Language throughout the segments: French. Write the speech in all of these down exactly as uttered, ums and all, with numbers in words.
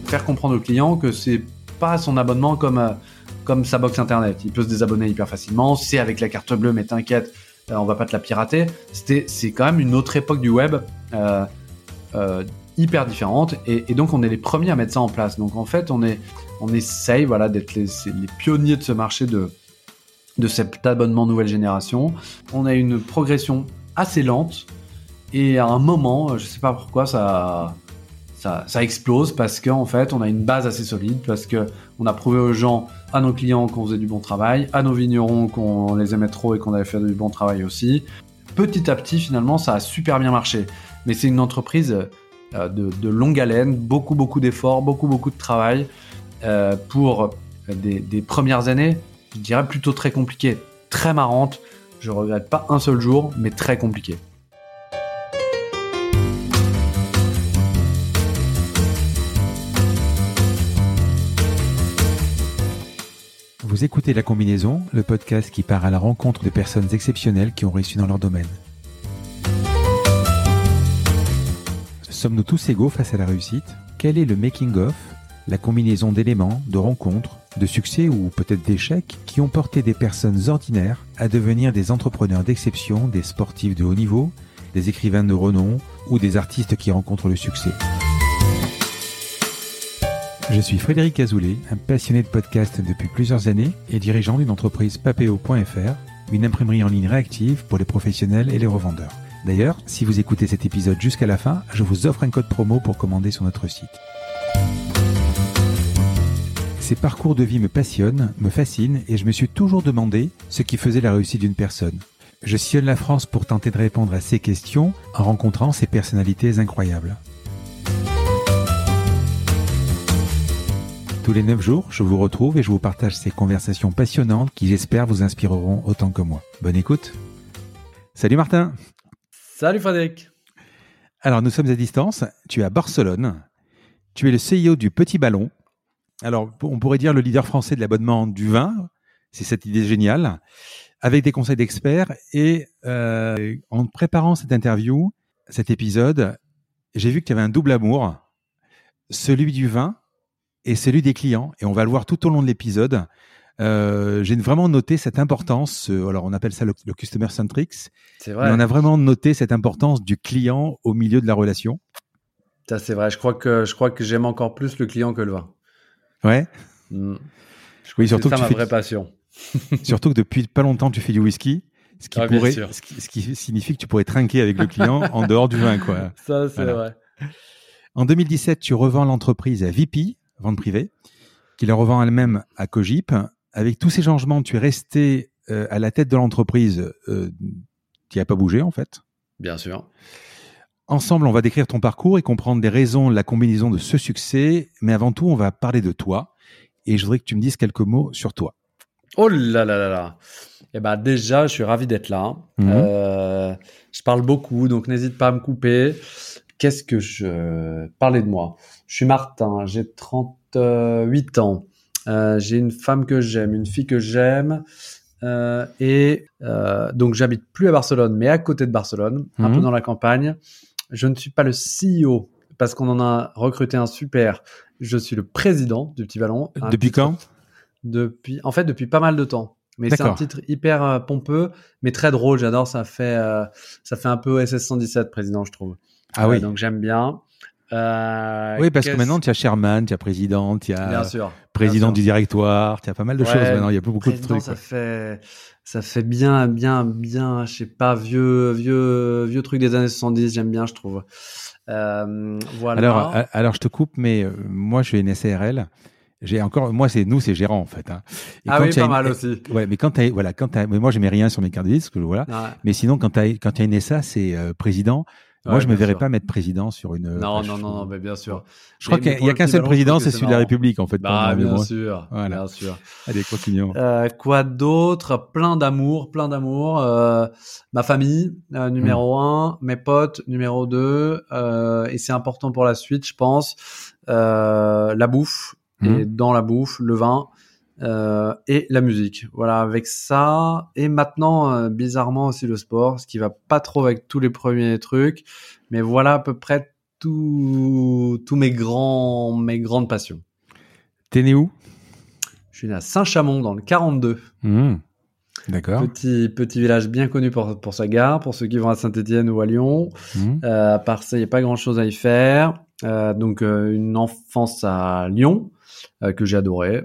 faire comprendre au client que c'est pas son abonnement comme, euh, comme sa box internet. Il peut se désabonner hyper facilement, c'est avec la carte bleue, mais t'inquiète, euh, on va pas te la pirater. C'était, c'est quand même une autre époque du web, euh, euh, hyper différente, et, et donc on est les premiers à mettre ça en place. Donc en fait, on, est, on essaye voilà, d'être les, les pionniers de ce marché de, de cet abonnement nouvelle génération. On a une progression assez lente, et à un moment, je sais pas pourquoi, ça... Ça, ça explose parce qu'en fait, on a une base assez solide, parce qu'on a prouvé aux gens, à nos clients, qu'on faisait du bon travail, à nos vignerons, qu'on les aimait trop et qu'on avait fait du bon travail aussi. Petit à petit, finalement, ça a super bien marché. Mais c'est une entreprise euh, de, de longue haleine, beaucoup, beaucoup d'efforts, beaucoup, beaucoup de travail euh, pour des, des premières années, je dirais plutôt très compliquées, très marrantes. Je regrette pas un seul jour, mais très compliquées. Vous écoutez La Combinaison, le podcast qui part à la rencontre de personnes exceptionnelles qui ont réussi dans leur domaine. Sommes-nous tous égaux face à la réussite ? Quel est le making-of, la combinaison d'éléments, de rencontres, de succès ou peut-être d'échecs qui ont porté des personnes ordinaires à devenir des entrepreneurs d'exception, des sportifs de haut niveau, des écrivains de renom ou des artistes qui rencontrent le succès ? Je suis Frédéric Azoulay, un passionné de podcast depuis plusieurs années et dirigeant d'une entreprise papéo point f r, une imprimerie en ligne réactive pour les professionnels et les revendeurs. D'ailleurs, si vous écoutez cet épisode jusqu'à la fin, je vous offre un code promo pour commander sur notre site. Ces parcours de vie me passionnent, me fascinent et je me suis toujours demandé ce qui faisait la réussite d'une personne. Je sillonne la France pour tenter de répondre à ces questions en rencontrant ces personnalités incroyables. Tous les neuf jours, je vous retrouve et je vous partage ces conversations passionnantes qui, j'espère, vous inspireront autant que moi. Bonne écoute. Salut Martin. Salut Frédéric. Alors, nous sommes à distance. Tu es à Barcelone. Tu es le C E O du Petit Ballon. Alors, on pourrait dire le leader français de l'abonnement du vin. C'est cette idée géniale. Avec des conseils d'experts. Et euh, en préparant cette interview, cet épisode, j'ai vu que tu avais un double amour. Celui du vin et celui des clients. Et on va le voir tout au long de l'épisode. Euh, j'ai vraiment noté cette importance. Euh, alors, on appelle ça le, le customer centrics. C'est vrai. Mais on a vraiment noté cette importance du client au milieu de la relation. Ça, c'est vrai. Je crois que, je crois que j'aime encore plus le client que le vin. Ouais. Mmh. Oui, surtout c'est ça que ma tu vraie fais... passion. Surtout que depuis pas longtemps, tu fais du whisky. Ce qui, ah, pourrait, ce qui, ce qui signifie que tu pourrais trinquer avec le client en dehors du vin, quoi. Ça, c'est voilà. vrai. En deux mille dix-sept, tu revends l'entreprise à V P, vente privée, qui la revend elle-même à Cogip. Avec tous ces changements, tu es resté euh, à la tête de l'entreprise. Euh, tu n'as pas bougé, en fait. Bien sûr. Ensemble, on va décrire ton parcours et comprendre les raisons, la combinaison de ce succès. Mais avant tout, on va parler de toi. Et je voudrais que tu me dises quelques mots sur toi. Oh là là là là. Eh ben déjà, je suis ravi d'être là. Mmh. Euh, je parle beaucoup, donc n'hésite pas à me couper. Qu'est-ce que je parlais de moi ? Je suis Martin, j'ai trente-huit ans. Euh, j'ai une femme que j'aime, une fille que j'aime. Euh, et euh, donc, j'habite plus à Barcelone, mais à côté de Barcelone, mmh. un peu dans la campagne. Je ne suis pas le C E O parce qu'on en a recruté un super. Je suis le président du Petit Ballon. Depuis titre, quand ? Depuis, en fait, depuis pas mal de temps. Mais D'accord. c'est un titre hyper euh, pompeux, mais très drôle. J'adore. Ça fait, euh, ça fait un peu O S S cent dix-sept, président, je trouve. Ah euh, oui. Donc j'aime bien. Euh, oui, parce que maintenant, tu as chairman, tu as président, tu as bien sûr, président bien du directoire, tu as pas mal de ouais, choses maintenant. Il y a beaucoup président, de trucs. Ça ouais. fait, ça fait bien, bien, bien. Je sais pas, vieux, vieux, vieux truc des années soixante-dix. J'aime bien, je trouve. Euh, voilà. Alors, alors, je te coupe, mais euh, moi, je suis une S A R L. J'ai encore, moi, c'est nous, c'est gérant en fait. Hein. Et ah oui, pas une, mal aussi. Ouais, mais quand t'as, voilà, quand t'as, mais moi, je mets rien sur mes cartes de visite, voilà. Ouais. Mais sinon, quand t'as, quand t'as une S A, c'est euh, président. Moi, ouais, je me verrais sûr. pas mettre président sur une. Non, non, non, non, mais bien sûr. Je crois qu'il n'y a qu'un seul président, c'est celui de la République, en fait. Bah, bien moi. sûr, voilà. bien sûr. Allez, continuons. Euh, quoi d'autre ? Plein d'amour, plein d'amour. Euh, ma famille, euh, numéro mmh. un. Mes potes, numéro deux. Euh, et c'est important pour la suite, je pense. Euh, la bouffe. Mmh. Et dans la bouffe, le vin. Euh, et la musique. Voilà, avec ça. Et maintenant, euh, bizarrement aussi le sport, ce qui va pas trop avec tous les premiers trucs. Mais voilà à peu près tout, tous mes grands, mes grandes passions. T'es né où? Je suis né à Saint-Chamond dans le quarante-deux. Mmh. D'accord. Petit, petit village bien connu pour, pour sa gare, pour ceux qui vont à Saint-Étienne ou à Lyon. Mmh. Euh, à part ça, il n'y a pas grand-chose à y faire. Euh, donc, euh, une enfance à Lyon, euh, que j'ai adoré.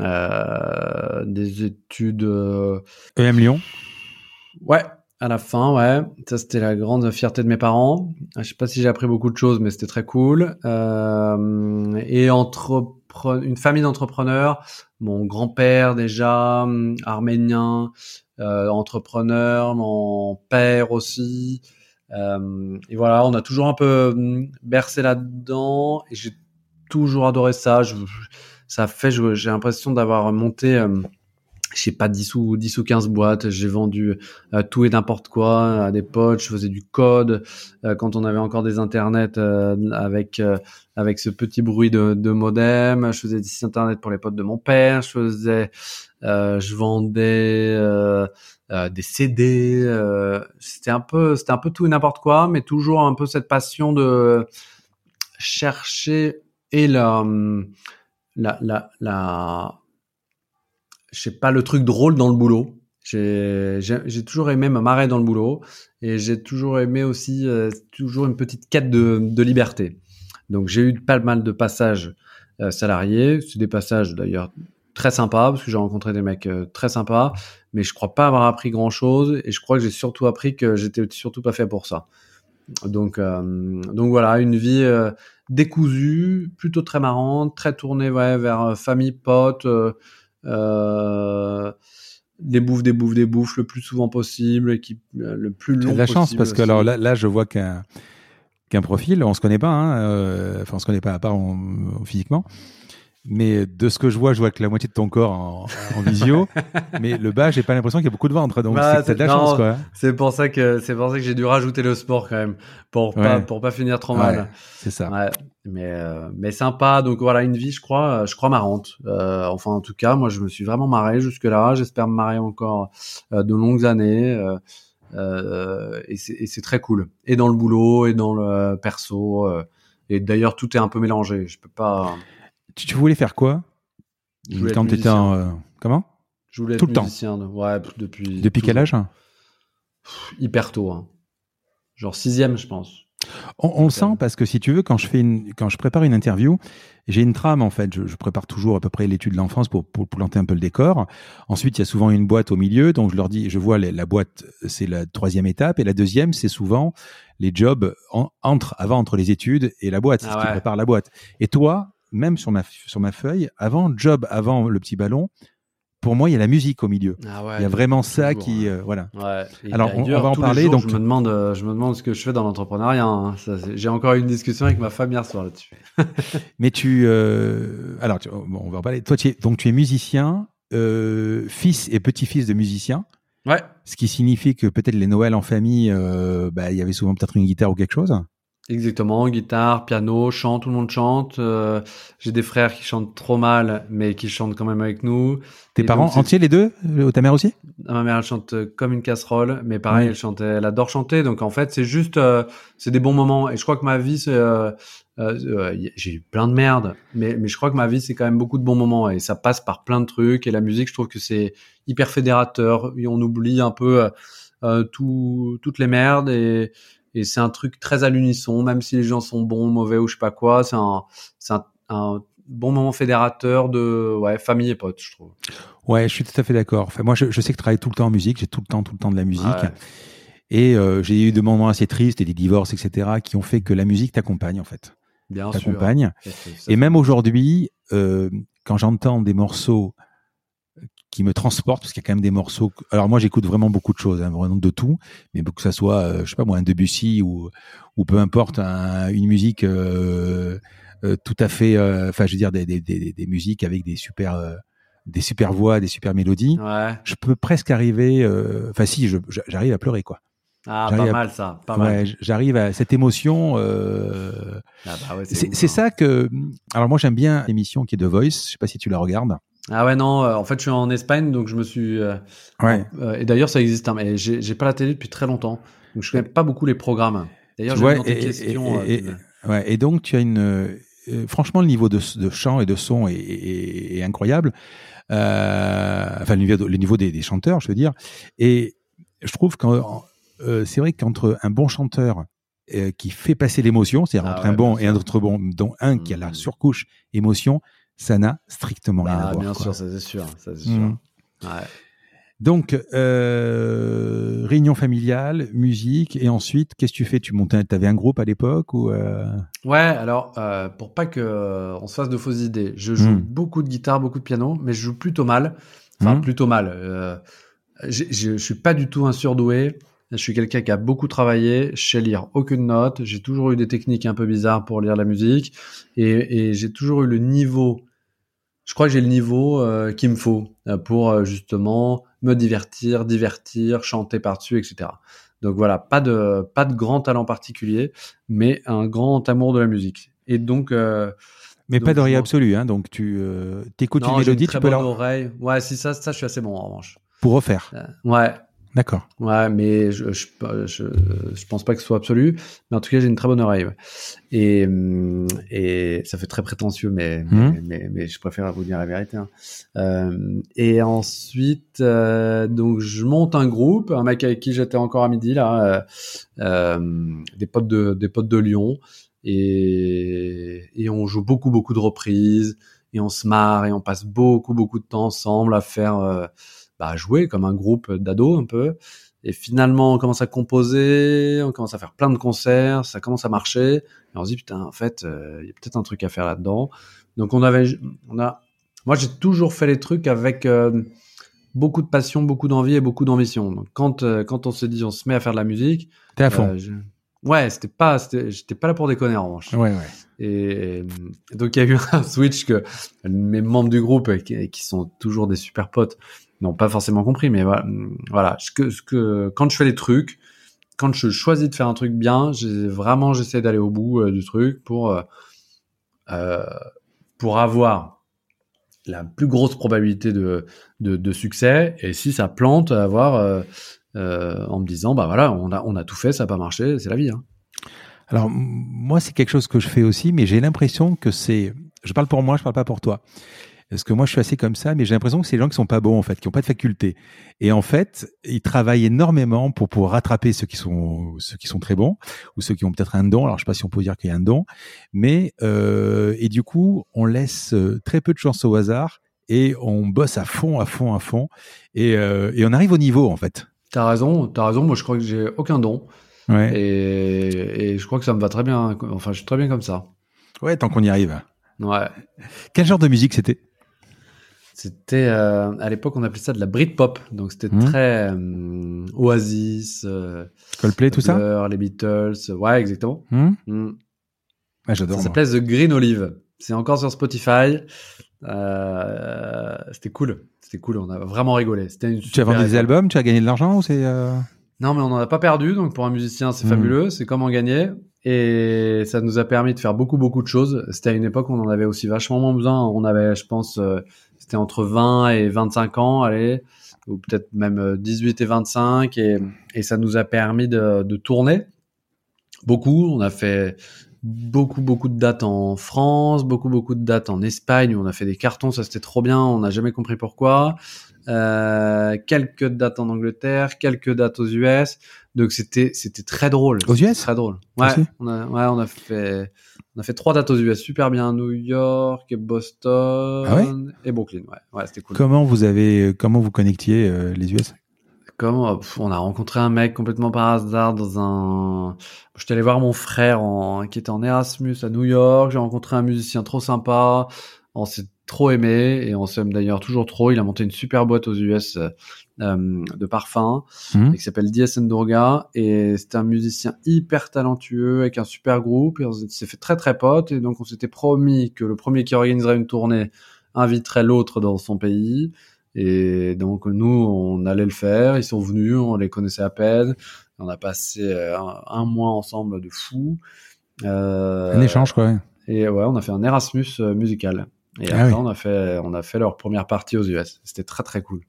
Euh, des études... Euh... E M Lyon? Ouais, à la fin, ouais. Ça, c'était la grande fierté de mes parents. Je sais pas si j'ai appris beaucoup de choses, mais c'était très cool. Euh, et entrepre... une famille d'entrepreneurs. Mon grand-père, déjà, arménien, euh, entrepreneur. Mon père aussi. Euh, et voilà, on a toujours un peu bercé là-dedans. Et j'ai toujours adoré ça. Je, ça fait, je, j'ai l'impression d'avoir monté... Euh, je sais pas, dix ou, dix ou quinze boîtes. J'ai vendu euh, tout et n'importe quoi à des potes. Je faisais du code euh, quand on avait encore des internets euh, avec euh, avec ce petit bruit de, de modem. Je faisais des sites internet pour les potes de mon père. Je faisais, euh, je vendais euh, euh, des C D. Euh, c'était un peu, c'était un peu tout et n'importe quoi, mais toujours un peu cette passion de chercher et la la la, la je sais pas, le truc drôle dans le boulot. J'ai, j'ai, j'ai toujours aimé me marrer dans le boulot et j'ai toujours aimé aussi euh, toujours une petite quête de, de liberté. Donc j'ai eu pas mal de passages euh, salariés. C'est des passages d'ailleurs très sympas parce que j'ai rencontré des mecs euh, très sympas, mais je crois pas avoir appris grand chose et je crois que j'ai surtout appris que j'étais surtout pas fait pour ça. Donc, euh, donc voilà, une vie euh, décousue, plutôt très marrante, très tournée ouais, vers euh, famille, potes. Euh, Euh, des bouffes, des bouffes, des bouffes le plus souvent possible et qui, euh, le plus long possible. T'as de la chance parce aussi. que alors là, là je vois qu'un, qu'un profil, on se connaît pas, hein, euh, enfin on se connaît pas à part en, en, physiquement, mais de ce que je vois, je vois que la moitié de ton corps en, en visio, mais le bas, j'ai pas l'impression qu'il y a beaucoup de ventre, donc bah, c'est, c'est de la non, chance quoi. C'est pour ça que c'est pour ça que j'ai dû rajouter le sport quand même pour ouais. pas pour pas finir trop mal. Ouais, c'est ça. Ouais. Mais euh, mais sympa, donc voilà une vie, je crois, je crois marrante. Euh, enfin en tout cas, moi je me suis vraiment marré jusque là. J'espère me marrer encore euh, de longues années. Euh, euh, et, c'est, et c'est très cool. Et dans le boulot et dans le perso. Euh, et d'ailleurs tout est un peu mélangé. Je peux pas. Tu, tu voulais faire quoi quand tu étais en euh, comment? Je voulais être tout le musicien. temps. De, ouais, depuis. Depuis quel âge? Pff, hyper tôt, hein. Genre sixième, je pense. On, on le sent parce que si tu veux, quand je fais une, quand je prépare une interview, j'ai une trame en fait. Je, je prépare toujours à peu près l'étude de l'enfance pour, pour planter un peu le décor. Ensuite, il y a souvent une boîte au milieu, donc je leur dis, je vois les, la boîte, c'est la troisième étape, et la deuxième, c'est souvent les jobs en, entre, avant entre les études et la boîte, c'est ah ce ouais. qui prépare la boîte. Et toi, même sur ma sur ma feuille, avant job, avant le petit ballon. Pour moi, il y a la musique au milieu. Ah ouais, il y a vraiment ça toujours, qui, euh, voilà. Ouais. Alors, on, on va en parler. Jours, donc, je me demande, euh, je me demande ce que je fais dans l'entrepreneuriat. Hein. Ça, j'ai encore eu une discussion avec ma femme hier soir là-dessus. Mais tu, euh, alors, tu, bon, on va en parler. Toi, tu es, donc, tu es musicien, euh, fils et petit-fils de musicien. Ouais. Ce qui signifie que peut-être les Noëls en famille, euh, bah, il y avait souvent peut-être une guitare ou quelque chose. Exactement, guitare, piano, chant, tout le monde chante. Euh, j'ai des frères qui chantent trop mal, mais qui chantent quand même avec nous. Tes et parents donc, entiers les deux? Ta mère aussi? Ma mère elle chante comme une casserole, mais pareil, mmh. elle chante, elle adore chanter. Donc en fait, c'est juste, euh, c'est des bons moments. Et je crois que ma vie, c'est, euh, euh, j'ai eu plein de merde, mais mais je crois que ma vie, c'est quand même beaucoup de bons moments et ça passe par plein de trucs. Et la musique, je trouve que c'est hyper fédérateur. Et on oublie un peu euh, tout, toutes les merdes et Et c'est un truc très à l'unisson, même si les gens sont bons, mauvais ou je sais pas quoi. C'est un, c'est un, un bon moment fédérateur de ouais, famille et potes, je trouve. Ouais, je suis tout à fait d'accord. Enfin, moi, je, je sais que je travaille tout le temps en musique. J'ai tout le temps, tout le temps de la musique. Ouais. Et euh, j'ai eu des moments assez tristes et des divorces, et cetera, qui ont fait que la musique t'accompagne, en fait. Bien t'accompagne. sûr. Et même aujourd'hui, euh, quand j'entends des morceaux qui me transporte, parce qu'il y a quand même des morceaux. Alors moi, j'écoute vraiment beaucoup de choses, hein, vraiment de tout, mais que ça soit, euh, je sais pas moi, un Debussy ou ou peu importe, un, une musique euh, euh, tout à fait, enfin, euh, je veux dire des des des, des musiques avec des super euh, des super voix, des super mélodies. Ouais. Je peux presque arriver, enfin euh, si, je, j'arrive à pleurer quoi. Ah, j'arrive pas à, mal ça, pas ouais, mal. J'arrive à cette émotion. Euh, ah bah ouais, c'est c'est, ouf, c'est hein. ça que. Alors moi, j'aime bien l'émission qui est The Voice. Je sais pas si tu la regardes. Ah ouais, non, euh, en fait, je suis en Espagne, donc je me suis... Euh, ouais. Euh, et d'ailleurs, ça existe, hein, mais j'ai, j'ai pas la télé depuis très longtemps, donc je connais pas beaucoup les programmes. D'ailleurs, j'ai ouais, une et, question. Et, et, euh, et, ouais, et donc, tu as une... euh, franchement, le niveau de, de chant et de son est, est, est incroyable. Euh, enfin, le niveau, le niveau des, des chanteurs, je veux dire. Et je trouve que euh, c'est vrai qu'entre un bon chanteur euh, qui fait passer l'émotion, c'est-à-dire Ah entre ouais, un bon bien et un sûr. autre bon, dont un qui a la Mmh. surcouche émotion, ça n'a strictement rien à Bah, voir. bien quoi. sûr, ça c'est sûr, ça c'est Mmh. sûr. Ouais. Donc, euh, réunion familiale, musique, et ensuite, qu'est-ce que tu fais? Tu montais, t'avais un groupe à l'époque ou euh... Ouais, alors, euh, pour pas que euh, on se fasse de fausses idées, je joue Mmh. beaucoup de guitare, beaucoup de piano, mais je joue plutôt mal. Enfin, Mmh. plutôt mal. Euh, j'ai- j'ai- je suis pas du tout un surdoué. Je suis quelqu'un qui a beaucoup travaillé. Je sais lire aucune note. J'ai toujours eu des techniques un peu bizarres pour lire la musique. Et, et j'ai toujours eu le niveau. Je crois que j'ai le niveau euh, qu'il me faut euh, pour euh, justement me divertir, divertir, chanter par-dessus, et cetera. Donc voilà, pas de pas de grand talent particulier, mais un grand amour de la musique. Et donc, euh, Mais pas donc je d'oreille m'en- absolue, hein, donc tu euh, t'écoutes une non, j'ai une mélodie, tu très peux bonne la oreille. Ouais, si ça, ça, je suis assez bon en revanche. pour refaire. Euh, ouais, D'accord. ouais, mais je, je, je, je pense pas que ce soit absolu. Mais en tout cas, j'ai une très bonne oreille. Ouais. Et, hum, et ça fait très prétentieux, mais, mais, Mmh. mais, mais je préfère vous dire la vérité. Hein. Euh, et ensuite, euh, donc je monte un groupe, un mec avec qui j'étais encore à midi là, euh, euh, des potes de des potes de Lyon, et, et on joue beaucoup beaucoup de reprises, et on se marre, et on passe beaucoup beaucoup de temps ensemble à faire, euh, bah, à jouer comme un groupe d'ados un peu. Et finalement, on commence à composer, on commence à faire plein de concerts, ça commence à marcher. Et on se dit, putain, en fait, il euh, y a peut-être un truc à faire là-dedans. Donc, on avait, on a, moi, j'ai toujours fait les trucs avec euh, beaucoup de passion, beaucoup d'envie et beaucoup d'ambition. Donc, quand, euh, quand on se dit, on se met à faire de la musique, T'es à fond. euh, je... ouais, c'était pas, c'était, j'étais pas là pour déconner en revanche. Ouais, ouais. Et, et donc, il y a eu un switch que mes membres du groupe, qui, qui sont toujours des super potes, n'ont pas forcément compris. Mais voilà, voilà, ce que, ce que, quand je fais les trucs, quand je choisis de faire un truc bien, j'ai vraiment j'essaie d'aller au bout euh, du truc pour euh, euh, pour avoir la plus grosse probabilité de, de de succès. Et si ça plante, avoir euh, euh, en me disant bah voilà, on a on a tout fait, ça n'a pas marché, c'est la vie. Hein. Alors, m- moi, c'est quelque chose que je fais aussi, mais j'ai l'impression que c'est. Je parle pour moi, je parle pas pour toi. Parce que moi, je suis assez comme ça, mais j'ai l'impression que c'est les gens qui sont pas bons, en fait, qui ont pas de faculté. Et en fait, ils travaillent énormément pour pouvoir rattraper ceux qui sont, ceux qui sont très bons, ou ceux qui ont peut-être un don. Alors, je sais pas si on peut dire qu'il y a un don, mais, euh, et du coup, on laisse euh, très peu de chance au hasard et on bosse à fond, à fond, à fond. Et, euh, et on arrive au niveau, en fait. T'as raison, t'as raison. Moi, je crois que j'ai aucun don Ouais. et, et je crois que ça me va très bien. Enfin, je suis très bien comme ça. Ouais, tant qu'on y arrive. Ouais. Quel genre de musique c'était? C'était euh, à l'époque on appelait ça de la Britpop, donc c'était Mmh. très euh, Oasis, euh, Coldplay, tout ça? Blur, les Beatles, ouais exactement. Mmh. Mm. Ah, Ça j'adore, moi. s'appelait The Green Olive. C'est encore sur Spotify. Euh, c'était cool, c'était cool. On a vraiment rigolé. C'était une Tu as vendu super des époque. albums? Tu as gagné de l'argent ou c'est euh... Non, mais on n'en a pas perdu, donc pour un musicien, c'est Mm. fabuleux, c'est comme en gagner. Et ça nous a permis de faire beaucoup, beaucoup de choses. C'était à une époque où on en avait aussi vachement moins besoin. On avait, je pense, euh, c'était entre vingt et vingt-cinq ans, allez, ou peut-être même euh, dix-huit et vingt-cinq, et, et ça nous a permis de, de tourner beaucoup. On a fait beaucoup, beaucoup de dates en France, beaucoup, beaucoup de dates en Espagne, où on a fait des cartons, ça c'était trop bien, on n'a jamais compris pourquoi. Euh, quelques dates en Angleterre, quelques dates aux U S. Donc c'était c'était très drôle. Aux C'était U S? Très drôle. Ouais, Aussi on a ouais, on a fait on a fait trois dates aux U S super bien, New York et Boston Ah ouais? et Brooklyn. Ouais, ouais, c'était cool. Comment vous avez, comment vous connectiez euh, les U S? Comment pff, on a rencontré un mec complètement par hasard dans un. J'étais allé voir mon frère en... qui était en Erasmus à New York. J'ai rencontré un musicien trop sympa. On s'est trop aimé et on s'aime d'ailleurs toujours trop. Il a monté une super boîte aux U S euh, de parfums Mmh. qui s'appelle D S Ndurga et c'était un musicien hyper talentueux avec un super groupe et on s'est fait très très potes et donc on s'était promis que le premier qui organiserait une tournée inviterait l'autre dans son pays. Et donc nous, on allait le faire. Ils sont venus, on les connaissait à peine. On a passé un, un mois ensemble de fou. Euh, Un échange, quoi. Ouais. Et ouais, on a fait un Erasmus musical. Et Ah après, oui. on a fait, on a fait leur première partie aux U S. C'était très très cool.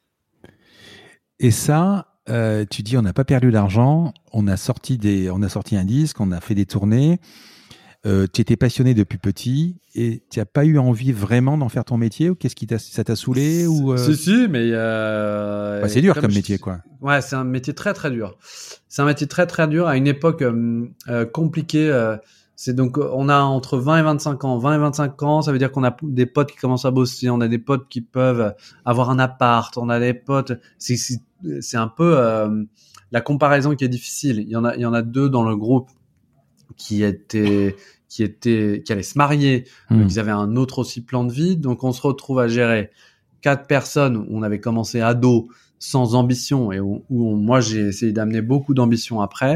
Et ça, euh, tu dis, on n'a pas perdu d'argent, on a sorti des, on a sorti un disque, on a fait des tournées. euh, tu étais passionné depuis petit et tu n'as pas eu envie vraiment d'en faire ton métier ou qu'est-ce qui t'a, ça t'a saoulé ou euh... Si, si, mais euh, bah, c'est dur comme, comme je... métier, quoi. Ouais, c'est un métier très très dur. C'est un métier très très dur à une époque euh, euh, compliquée. Euh, c'est donc on a entre vingt et vingt-cinq ans. vingt et vingt-cinq ans, ça veut dire qu'on a des potes qui commencent à bosser, on a des potes qui peuvent avoir un appart, on a des potes. C'est c'est, c'est un peu euh, la comparaison qui est difficile. Il y en a il y en a deux dans le groupe qui étaient qui étaient qui allaient se marier, mmh. donc ils avaient un autre aussi plan de vie. Donc on se retrouve à gérer quatre personnes où on avait commencé ado sans ambition et où, où on, moi j'ai essayé d'amener beaucoup d'ambition après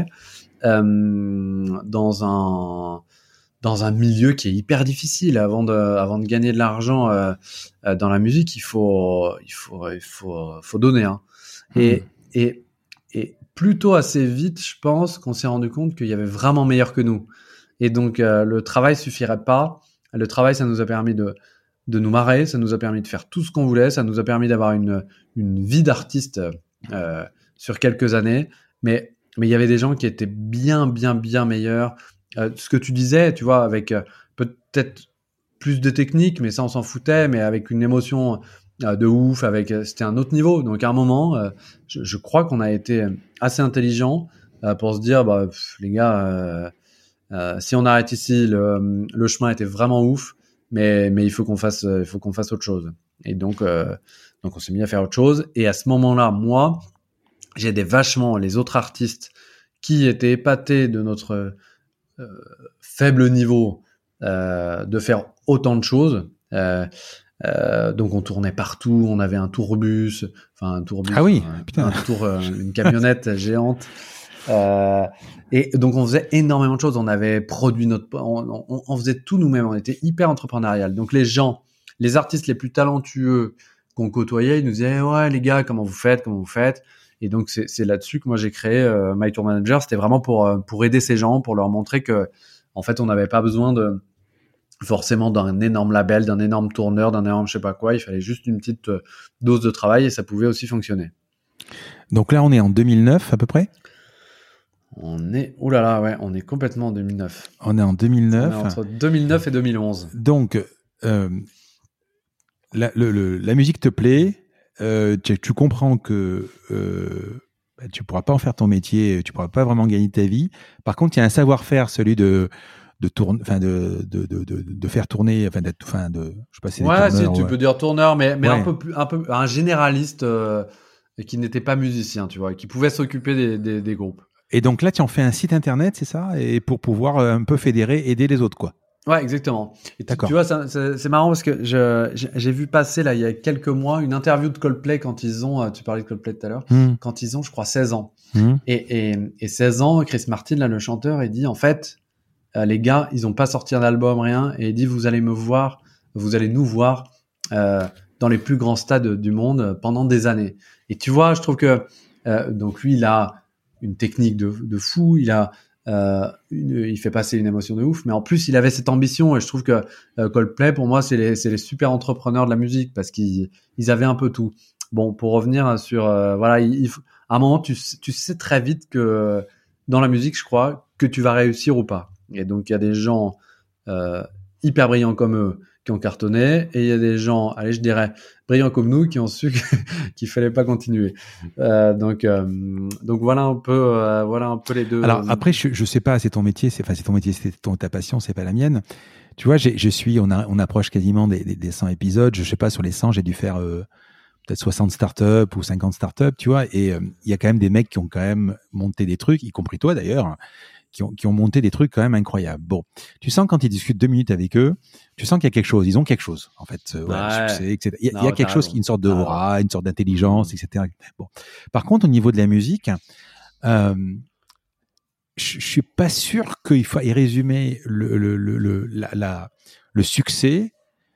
euh, dans un dans un milieu qui est hyper difficile avant de avant de gagner de l'argent euh, euh, dans la musique. Il faut il faut il faut faut donner hein. mmh. et et et plutôt assez vite je pense qu'on s'est rendu compte qu'il y avait vraiment meilleur que nous et donc euh, le travail suffirait pas. Le travail ça nous a permis de de nous marrer, ça nous a permis de faire tout ce qu'on voulait, ça nous a permis d'avoir une une vie d'artiste euh, sur quelques années, mais mais il y avait des gens qui étaient bien bien bien meilleurs. Euh, ce que tu disais, tu vois, avec euh, peut-être plus de technique, mais ça on s'en foutait, mais avec une émotion euh, de ouf, avec euh, c'était un autre niveau. Donc à un moment, euh, je, je crois qu'on a été assez intelligent euh, pour se dire, bah pff, les gars, euh, euh, si on arrête ici, le, le chemin était vraiment ouf. Mais, mais il faut qu'on fasse, il faut qu'on fasse autre chose. Et donc, euh, donc on s'est mis à faire autre chose. Et à ce moment-là, moi, j'aidais vachement les autres artistes qui étaient épatés de notre euh, faible niveau euh, de faire autant de choses. Euh, euh, donc on tournait partout, on avait un tourbus, enfin un tourbus, ah oui, un, putain. un tour, euh, une camionnette géante. Euh, et donc on faisait énormément de choses. On avait produit notre, on, on, on faisait tout nous-mêmes. On était hyper entrepreneurial. Donc les gens, les artistes les plus talentueux qu'on côtoyait, ils nous disaient ouais les gars, comment vous faites, comment vous faites. Et donc c'est, c'est là-dessus que moi j'ai créé euh, My Tour Manager. C'était vraiment pour pour aider ces gens, pour leur montrer que en fait on n'avait pas besoin de forcément d'un énorme label, d'un énorme tourneur, d'un énorme je sais pas quoi. Il fallait juste une petite dose de travail et ça pouvait aussi fonctionner. Donc là on est en deux mille neuf à peu près. On est, oh là là, ouais, on est complètement en deux mille neuf. On est en deux mille neuf. On est entre deux mille neuf et deux mille onze. Donc, euh, la, le, le, la musique te plaît, euh, tu, tu comprends que euh, bah, tu pourras pas en faire ton métier, tu pourras pas vraiment gagner ta vie. Par contre, il y a un savoir-faire, celui de de tourner, enfin de, de de de de faire tourner, enfin d'être, enfin de, je sais pas si. Ouais, si tu ouais. peux dire tourneur, mais mais ouais. un peu plus, un peu un généraliste euh, qui n'était pas musicien, tu vois, qui pouvait s'occuper des des, des groupes. Et donc là, tu en fais un site internet, c'est ça, et pour pouvoir un peu fédérer, aider les autres, quoi. Ouais, exactement. Et tu, tu vois, ça, c'est, c'est marrant parce que je, j'ai vu passer là il y a quelques mois une interview de Coldplay quand ils ont, tu parlais de Coldplay tout à l'heure, mmh. quand ils ont, je crois, seize ans. Mmh. Et, et, et seize ans, Chris Martin, là, le chanteur, il dit en fait, euh, les gars, ils ont pas sorti un album, rien, et il dit vous allez me voir, vous allez nous voir euh, dans les plus grands stades du monde pendant des années. Et tu vois, je trouve que euh, donc lui, il a une technique de, de fou, il a, euh, une, il fait passer une émotion de ouf, mais en plus il avait cette ambition et je trouve que euh, Coldplay pour moi c'est les, c'est les super entrepreneurs de la musique parce qu'ils ils avaient un peu tout. Bon, pour revenir sur, euh, voilà, il, il, à un moment tu, tu sais très vite que dans la musique, je crois que tu vas réussir ou pas. Et donc il y a des gens euh, hyper brillants comme eux qui ont cartonné et il y a des gens, allez je dirais brillants comme nous qui ont su qu'il fallait pas continuer. Euh, donc euh, donc voilà un peu euh, voilà un peu les deux. Alors après je je sais pas, c'est ton métier, c'est enfin c'est ton métier, c'est ton ta passion, c'est pas la mienne. Tu vois, j'ai, je suis on a, on approche quasiment des, des, des cent épisodes, je sais pas sur les cent, j'ai dû faire euh, peut-être soixante startups ou cinquante startups, tu vois, et il euh, y a quand même des mecs qui ont quand même monté des trucs, y compris toi d'ailleurs. Qui ont, qui ont monté des trucs quand même incroyables. Bon, tu sens quand ils discutent deux minutes avec eux, tu sens qu'il y a quelque chose. Ils ont quelque chose, en fait. Euh, ouais, ouais. Succès, et cetera. Il y a, non, il y a quelque chose, raison. Une sorte de aura, ah, une sorte d'intelligence, mmh. et cetera. Bon. Par contre, au niveau de la musique, euh, je, je suis pas sûr qu'il faille résumer le, le, le, le, la, la, le succès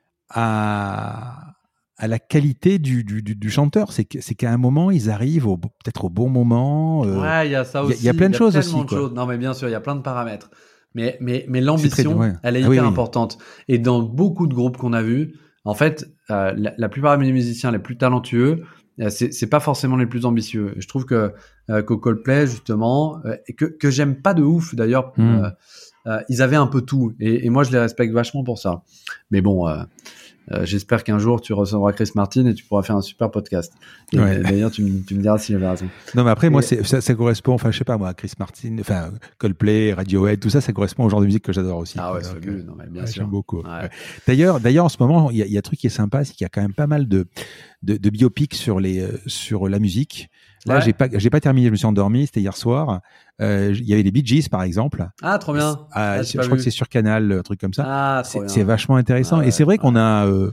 à, à la qualité du, du, du, du chanteur. C'est, que, c'est qu'à un moment, ils arrivent au, peut-être au bon moment. Euh, ouais, il y a ça aussi. Il y, y a plein de choses aussi. De Quoi. Choses. Non, mais bien sûr, il y a plein de paramètres. Mais, mais, mais l'ambition, très, ouais. elle est ah, hyper oui, oui. importante. Et dans beaucoup de groupes qu'on a vus, en fait, euh, la, la plupart des musiciens les plus talentueux, euh, c'est, c'est pas forcément les plus ambitieux. Je trouve que euh, qu'au Coldplay, justement, euh, que, que j'aime pas de ouf d'ailleurs, mm. euh, euh, ils avaient un peu tout. Et, et moi, je les respecte vachement pour ça. Mais bon, euh, euh, j'espère qu'un jour, tu recevras Chris Martin et tu pourras faire un super podcast. Et, Ouais. D'ailleurs, tu, me- tu me diras si j'avais raison. Non, mais après, moi, Et- c'est, ça, ça correspond, enfin, je sais pas, moi, Chris Martin, enfin, Coldplay, Radiohead, tout ça, ça correspond au genre de musique que j'adore aussi. Ah ouais, Donc, c'est fabuleux. Non, mais bien ouais, sûr. j'aime beaucoup. Ouais. Ouais. D'ailleurs, d'ailleurs, en ce moment, il y a, il y a un truc qui est sympa, c'est qu'il y a quand même pas mal de, de, de biopics sur les, euh, sur la musique. Là, Ouais. j'ai pas, j'ai pas terminé, je me suis endormi, c'était hier soir. Euh, il y avait les Bee Gees, par exemple. Ah, trop bien. Ah, Ah, je j'ai pas crois vu. que c'est sur Canal, un truc comme ça. Ah, trop C'est, bien. c'est vachement intéressant. Ah Et c'est ouais, vrai qu'on ouais. a, euh,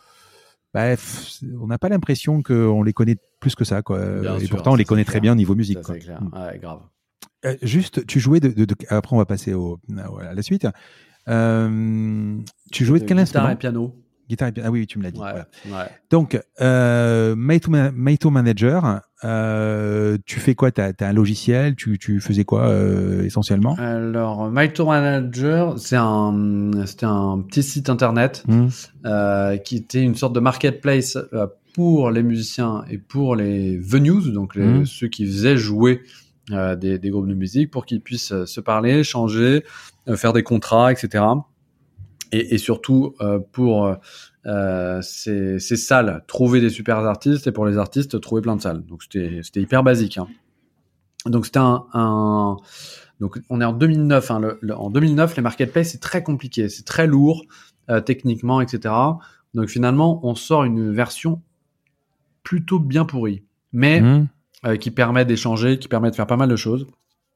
bref, on n'a pas l'impression qu'on les connaît plus que ça, quoi. Bien Et sûr, pourtant, on ça, les c'est connaît très clair. bien au niveau musique, Ça, quoi. c'est clair. Mm. Ouais, grave. Euh, juste, tu jouais de, de, de- après on va passer au, à la suite. Euh, tu jouais de quel Guitare instrument? et piano. Guitare et piano. Ah oui, oui, tu me l'as dit. Ouais, Voilà. ouais. Donc, euh, Maito Ma- Maito Manager, euh, tu fais quoi? T'as, t'as un logiciel? Tu, tu faisais quoi euh, essentiellement? Alors, My Tour Manager, c'est un, c'était un petit site internet Hmm. euh, qui était une sorte de marketplace euh, pour les musiciens et pour les venues, donc les, Mhm. ceux qui faisaient jouer euh, des, des groupes de musique, pour qu'ils puissent euh, se parler, échanger, euh, faire des contrats, et cetera. Et, et surtout euh, pour euh, ces, ces salles, trouver des super artistes, et pour les artistes, trouver plein de salles. Donc c'était, c'était hyper basique. Hein. Donc c'était un, un donc on est en deux mille neuf. Hein, le, le, en deux mille neuf, les marketplaces c'est très compliqué, c'est très lourd euh, techniquement, et cetera. Donc finalement, on sort une version plutôt bien pourrie, mais Hmm. euh, qui permet d'échanger, qui permet de faire pas mal de choses.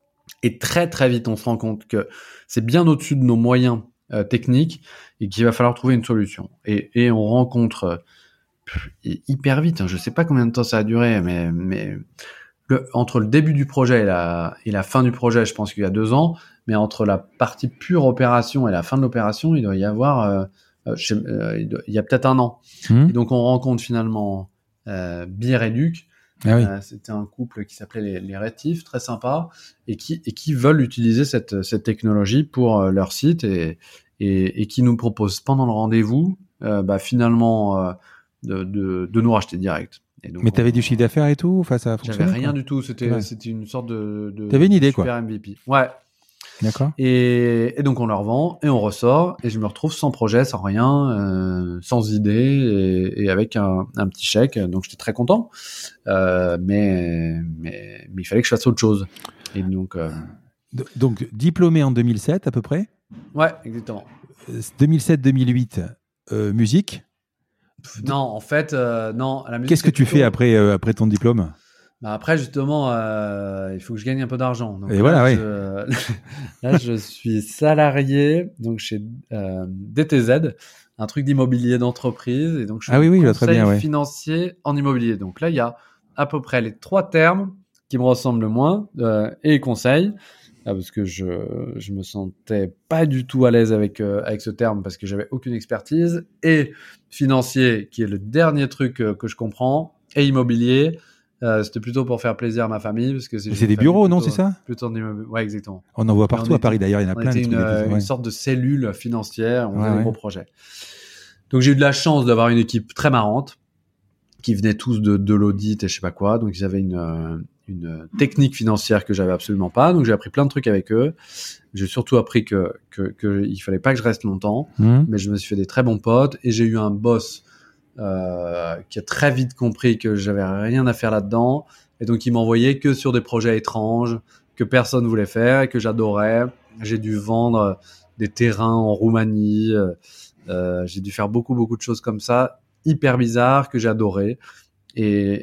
Et très très vite, on se rend compte que c'est bien au-dessus de nos moyens euh, techniques et qu'il va falloir trouver une solution. Et, et on rencontre euh, pff, hyper vite. Hein, je sais pas combien de temps ça a duré, mais mais le, entre le début du projet et la, et la fin du projet, je pense qu'il y a deux ans, mais entre la partie pure opération et la fin de l'opération, il doit y avoir, euh, euh, je sais- euh, il, doit- il y a peut-être un an. Hmm. Et donc on rencontre finalement euh, Beer et Luc. Ah oui. Euh, c'était un couple qui s'appelait les, les Rétifs, très sympa, et qui, et qui veulent utiliser cette, cette technologie pour euh, leur site et, et, et qui nous proposent pendant le rendez-vous, euh, bah, finalement, euh, de, de, de nous racheter direct. Et donc, Mais t'avais on- du chiffre d'affaires et tout? Enfin, ça a J'avais fonctionné, rien quoi. du tout, c'était, Ouais. c'était une sorte de, de T'avais une idée, super quoi. M V P. Ouais. D'accord. Et, et donc on leur vend et on ressort et je me retrouve sans projet, sans rien, euh, sans idée et, et avec un, un petit chèque. Donc j'étais très content, euh, mais, mais mais il fallait que je fasse autre chose. Et donc euh, D- Donc, diplômé en deux mille sept à peu près. ouais, exactement. Euh, deux mille sept deux mille huit, euh, musique. Pff, Non, en fait, euh, non. La musique, Qu'est-ce que c'est tu plutôt- fais après, euh, après ton diplôme? Bah après, justement, euh, il faut que je gagne un peu d'argent. Donc Et là, voilà, oui. je... là, je suis salarié donc chez euh, D T Z, un truc d'immobilier d'entreprise. Et donc, je suis Ah oui, oui, je vois très conseil bien, ouais. financier en immobilier. Donc là, il y a à peu près les trois termes qui me ressemblent le moins euh, et conseil. Ah, parce que je je me sentais pas du tout à l'aise avec euh, avec ce terme parce que j'avais aucune expertise, et financier qui est le dernier truc euh, que je comprends, et immobilier euh, c'était plutôt pour faire plaisir à ma famille parce que c'est Mais j'ai c'est une des famille bureaux, non, plutôt- c'est ça? plutôt en immobilier. Ouais, exactement. On en voit Mais partout on à Paris était- d'ailleurs, il y en a On plein de était trucs. une, des- euh, ouais. une sorte de cellule financière, on Ouais, faisait des ouais. gros projets. Donc j'ai eu de la chance d'avoir une équipe très marrante qui venaient tous de, de l'audit et je sais pas quoi. Donc ils avaient une, euh, une technique financière que j'avais absolument pas. Donc j'ai appris plein de trucs avec eux. J'ai surtout appris que, que, que il fallait pas que je reste longtemps, Mmh. mais je me suis fait des très bons potes et j'ai eu un boss euh, qui a très vite compris que j'avais rien à faire là-dedans, et donc il m'envoyait que sur des projets étranges que personne voulait faire et que j'adorais. J'ai dû vendre des terrains en Roumanie, euh, euh, j'ai dû faire beaucoup beaucoup de choses comme ça, hyper bizarres, que j'adorais. Et,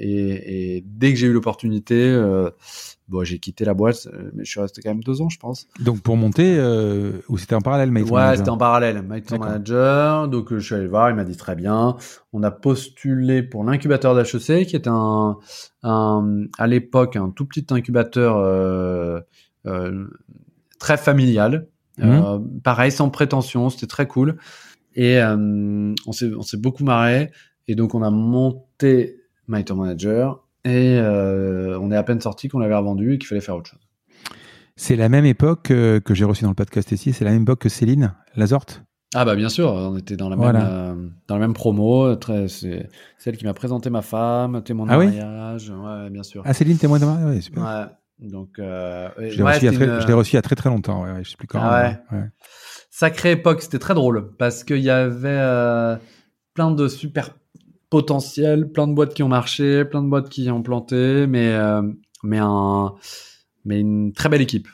et, et dès que j'ai eu l'opportunité, euh, bon, j'ai quitté la boîte, mais je suis resté quand même deux ans, je pense. Donc pour monter, euh, ou c'était en parallèle, Mate Ouais, Manager? c'était en parallèle. Mate D'accord. Manager. Donc, euh, je suis allé le voir, il m'a dit très bien. On a postulé pour l'incubateur d'H E C, qui est un, un, à l'époque, un tout petit incubateur euh, euh, très familial. Mmh. Euh, pareil, sans prétention, c'était très cool. Et euh, on s'est, on s'est beaucoup marré. Et donc, on a monté Mate Manager. Et euh, on est à peine sorti qu'on l'avait revendu et qu'il fallait faire autre chose. C'est la même époque euh, que j'ai reçu dans le podcast ici, c'est la même époque que Céline Lazorte? Ah bah bien sûr, on était dans la Voilà. même euh, dans la même promo. Très, c'est celle qui m'a présenté ma femme, témoin de Ah oui mariage. Ouais, bien sûr. Ah, Céline, témoin de mariage, ouais, super. Ouais. Donc, euh, Je l'ai ouais, reçu, il y a c'était très- une- je l'ai reçu il y a très très longtemps. Ouais, ouais, je sais plus quand. Ah ouais. mais, ouais. Sacrée époque, c'était très drôle parce qu'il y avait euh, plein de super potentiels, plein de boîtes qui ont marché, plein de boîtes qui ont planté, mais euh, mais un mais une très belle équipe.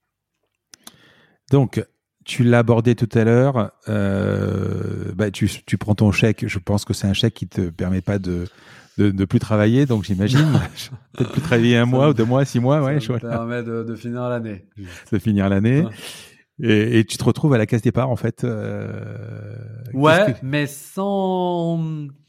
Donc, tu l'as abordé tout à l'heure. Euh, bah, tu, tu prends ton chèque. Je pense que c'est un chèque qui te permet pas de de, de plus travailler. Donc, j'imagine peut-être plus travailler un Ça mois me- ou deux mois, six mois, Ça ouais, me je vois, permet de, de finir l'année. de finir l'année. Ouais. Et, et tu te retrouves à la case départ en fait. Euh, qu'est-ce que Ouais, mais sans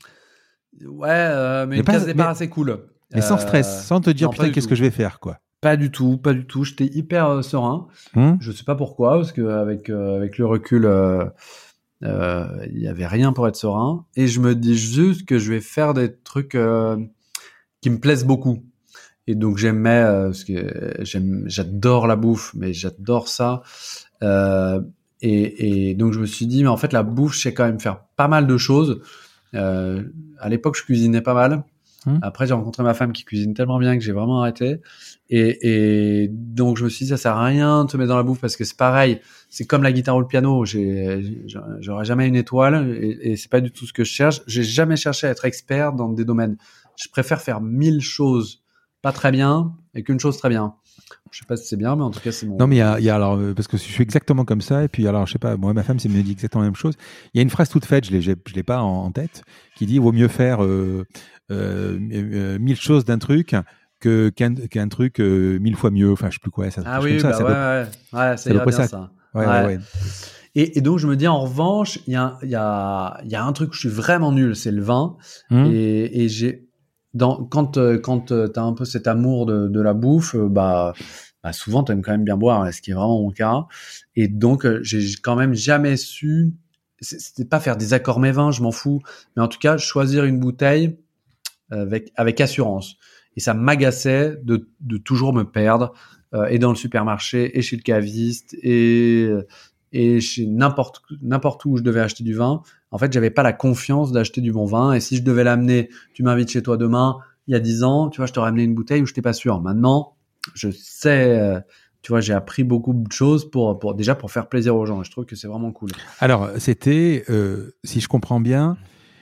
ouais, euh, mais mais une pas case départ mais, assez cool. mais sans Euh, stress, sans te dire non, pas putain du qu'est-ce que tout. je vais faire quoi. Pas du tout, pas du tout. J'étais hyper euh, serein. Hum Je sais pas pourquoi, parce que avec euh, avec le recul, euh, euh, il y avait rien pour être serein. Et je me dis juste que je vais faire des trucs euh, qui me plaisent beaucoup. Et donc j'aimais, euh, parce que j'aime, j'adore la bouffe, mais j'adore ça. Euh, et, et donc je me suis dit, mais en fait la bouffe, je sais quand même faire pas mal de choses. Euh, à l'époque, je cuisinais pas mal. Hum. Après, j'ai rencontré ma femme qui cuisine tellement bien que j'ai vraiment arrêté. Et, et donc, je me suis dit, ça sert à rien de te mettre dans la bouffe parce que c'est pareil. C'est comme la guitare ou le piano. J'ai, j'aurai jamais une étoile et, et c'est pas du tout ce que je cherche. J'ai jamais cherché à être expert dans des domaines. Je préfère faire mille choses pas très bien et qu'une chose très bien. Je sais pas si c'est bien, mais en tout cas, c'est mon. Non, mais il y a, il y a alors, euh, parce que je suis exactement comme ça, et puis alors, je sais pas, moi, ma femme, c'est me dit exactement la même chose. Il y a une phrase toute faite, je l'ai, j'ai- je l'ai pas en, en tête, qui dit, vaut mieux faire euh, euh, euh, mille choses d'un truc que qu'un, qu'un truc euh, mille fois mieux. Enfin, je sais plus quoi, ça, Ah quelque chose oui, comme ça. bah C'est à ouais, peu, ouais, ouais, ça c'est à peu ira près bien ça. ça. Ouais, ouais, Ouais. ouais. Et, et donc je me dis en revanche, il y a, il y a, il y a un truc où je suis vraiment nul, c'est le vin. Hum. Et, et j'ai, dans, quand, euh, quand euh, t'as un peu cet amour de, de la bouffe, euh, bah, bah souvent t'aimes quand même bien boire, hein, ce qui est vraiment mon cas. Et donc euh, j'ai quand même jamais su, c'est- c'était pas faire des accords mes vins, je m'en fous, mais en tout cas choisir une bouteille avec avec assurance. Et ça m'agaçait de, de toujours me perdre euh, et dans le supermarché et chez le caviste et et chez n'importe n'importe où je devais acheter du vin. En fait, j'avais pas la confiance d'acheter du bon vin. Et si je devais l'amener, tu m'invites chez toi demain, il y a dix ans, tu vois, je t'aurais amené une bouteille où je n'étais pas sûr. Maintenant, je sais, euh, tu vois, j'ai appris beaucoup de choses pour, pour déjà pour faire plaisir aux gens. Et je trouve que c'est vraiment cool. Alors, c'était, euh, si je comprends bien,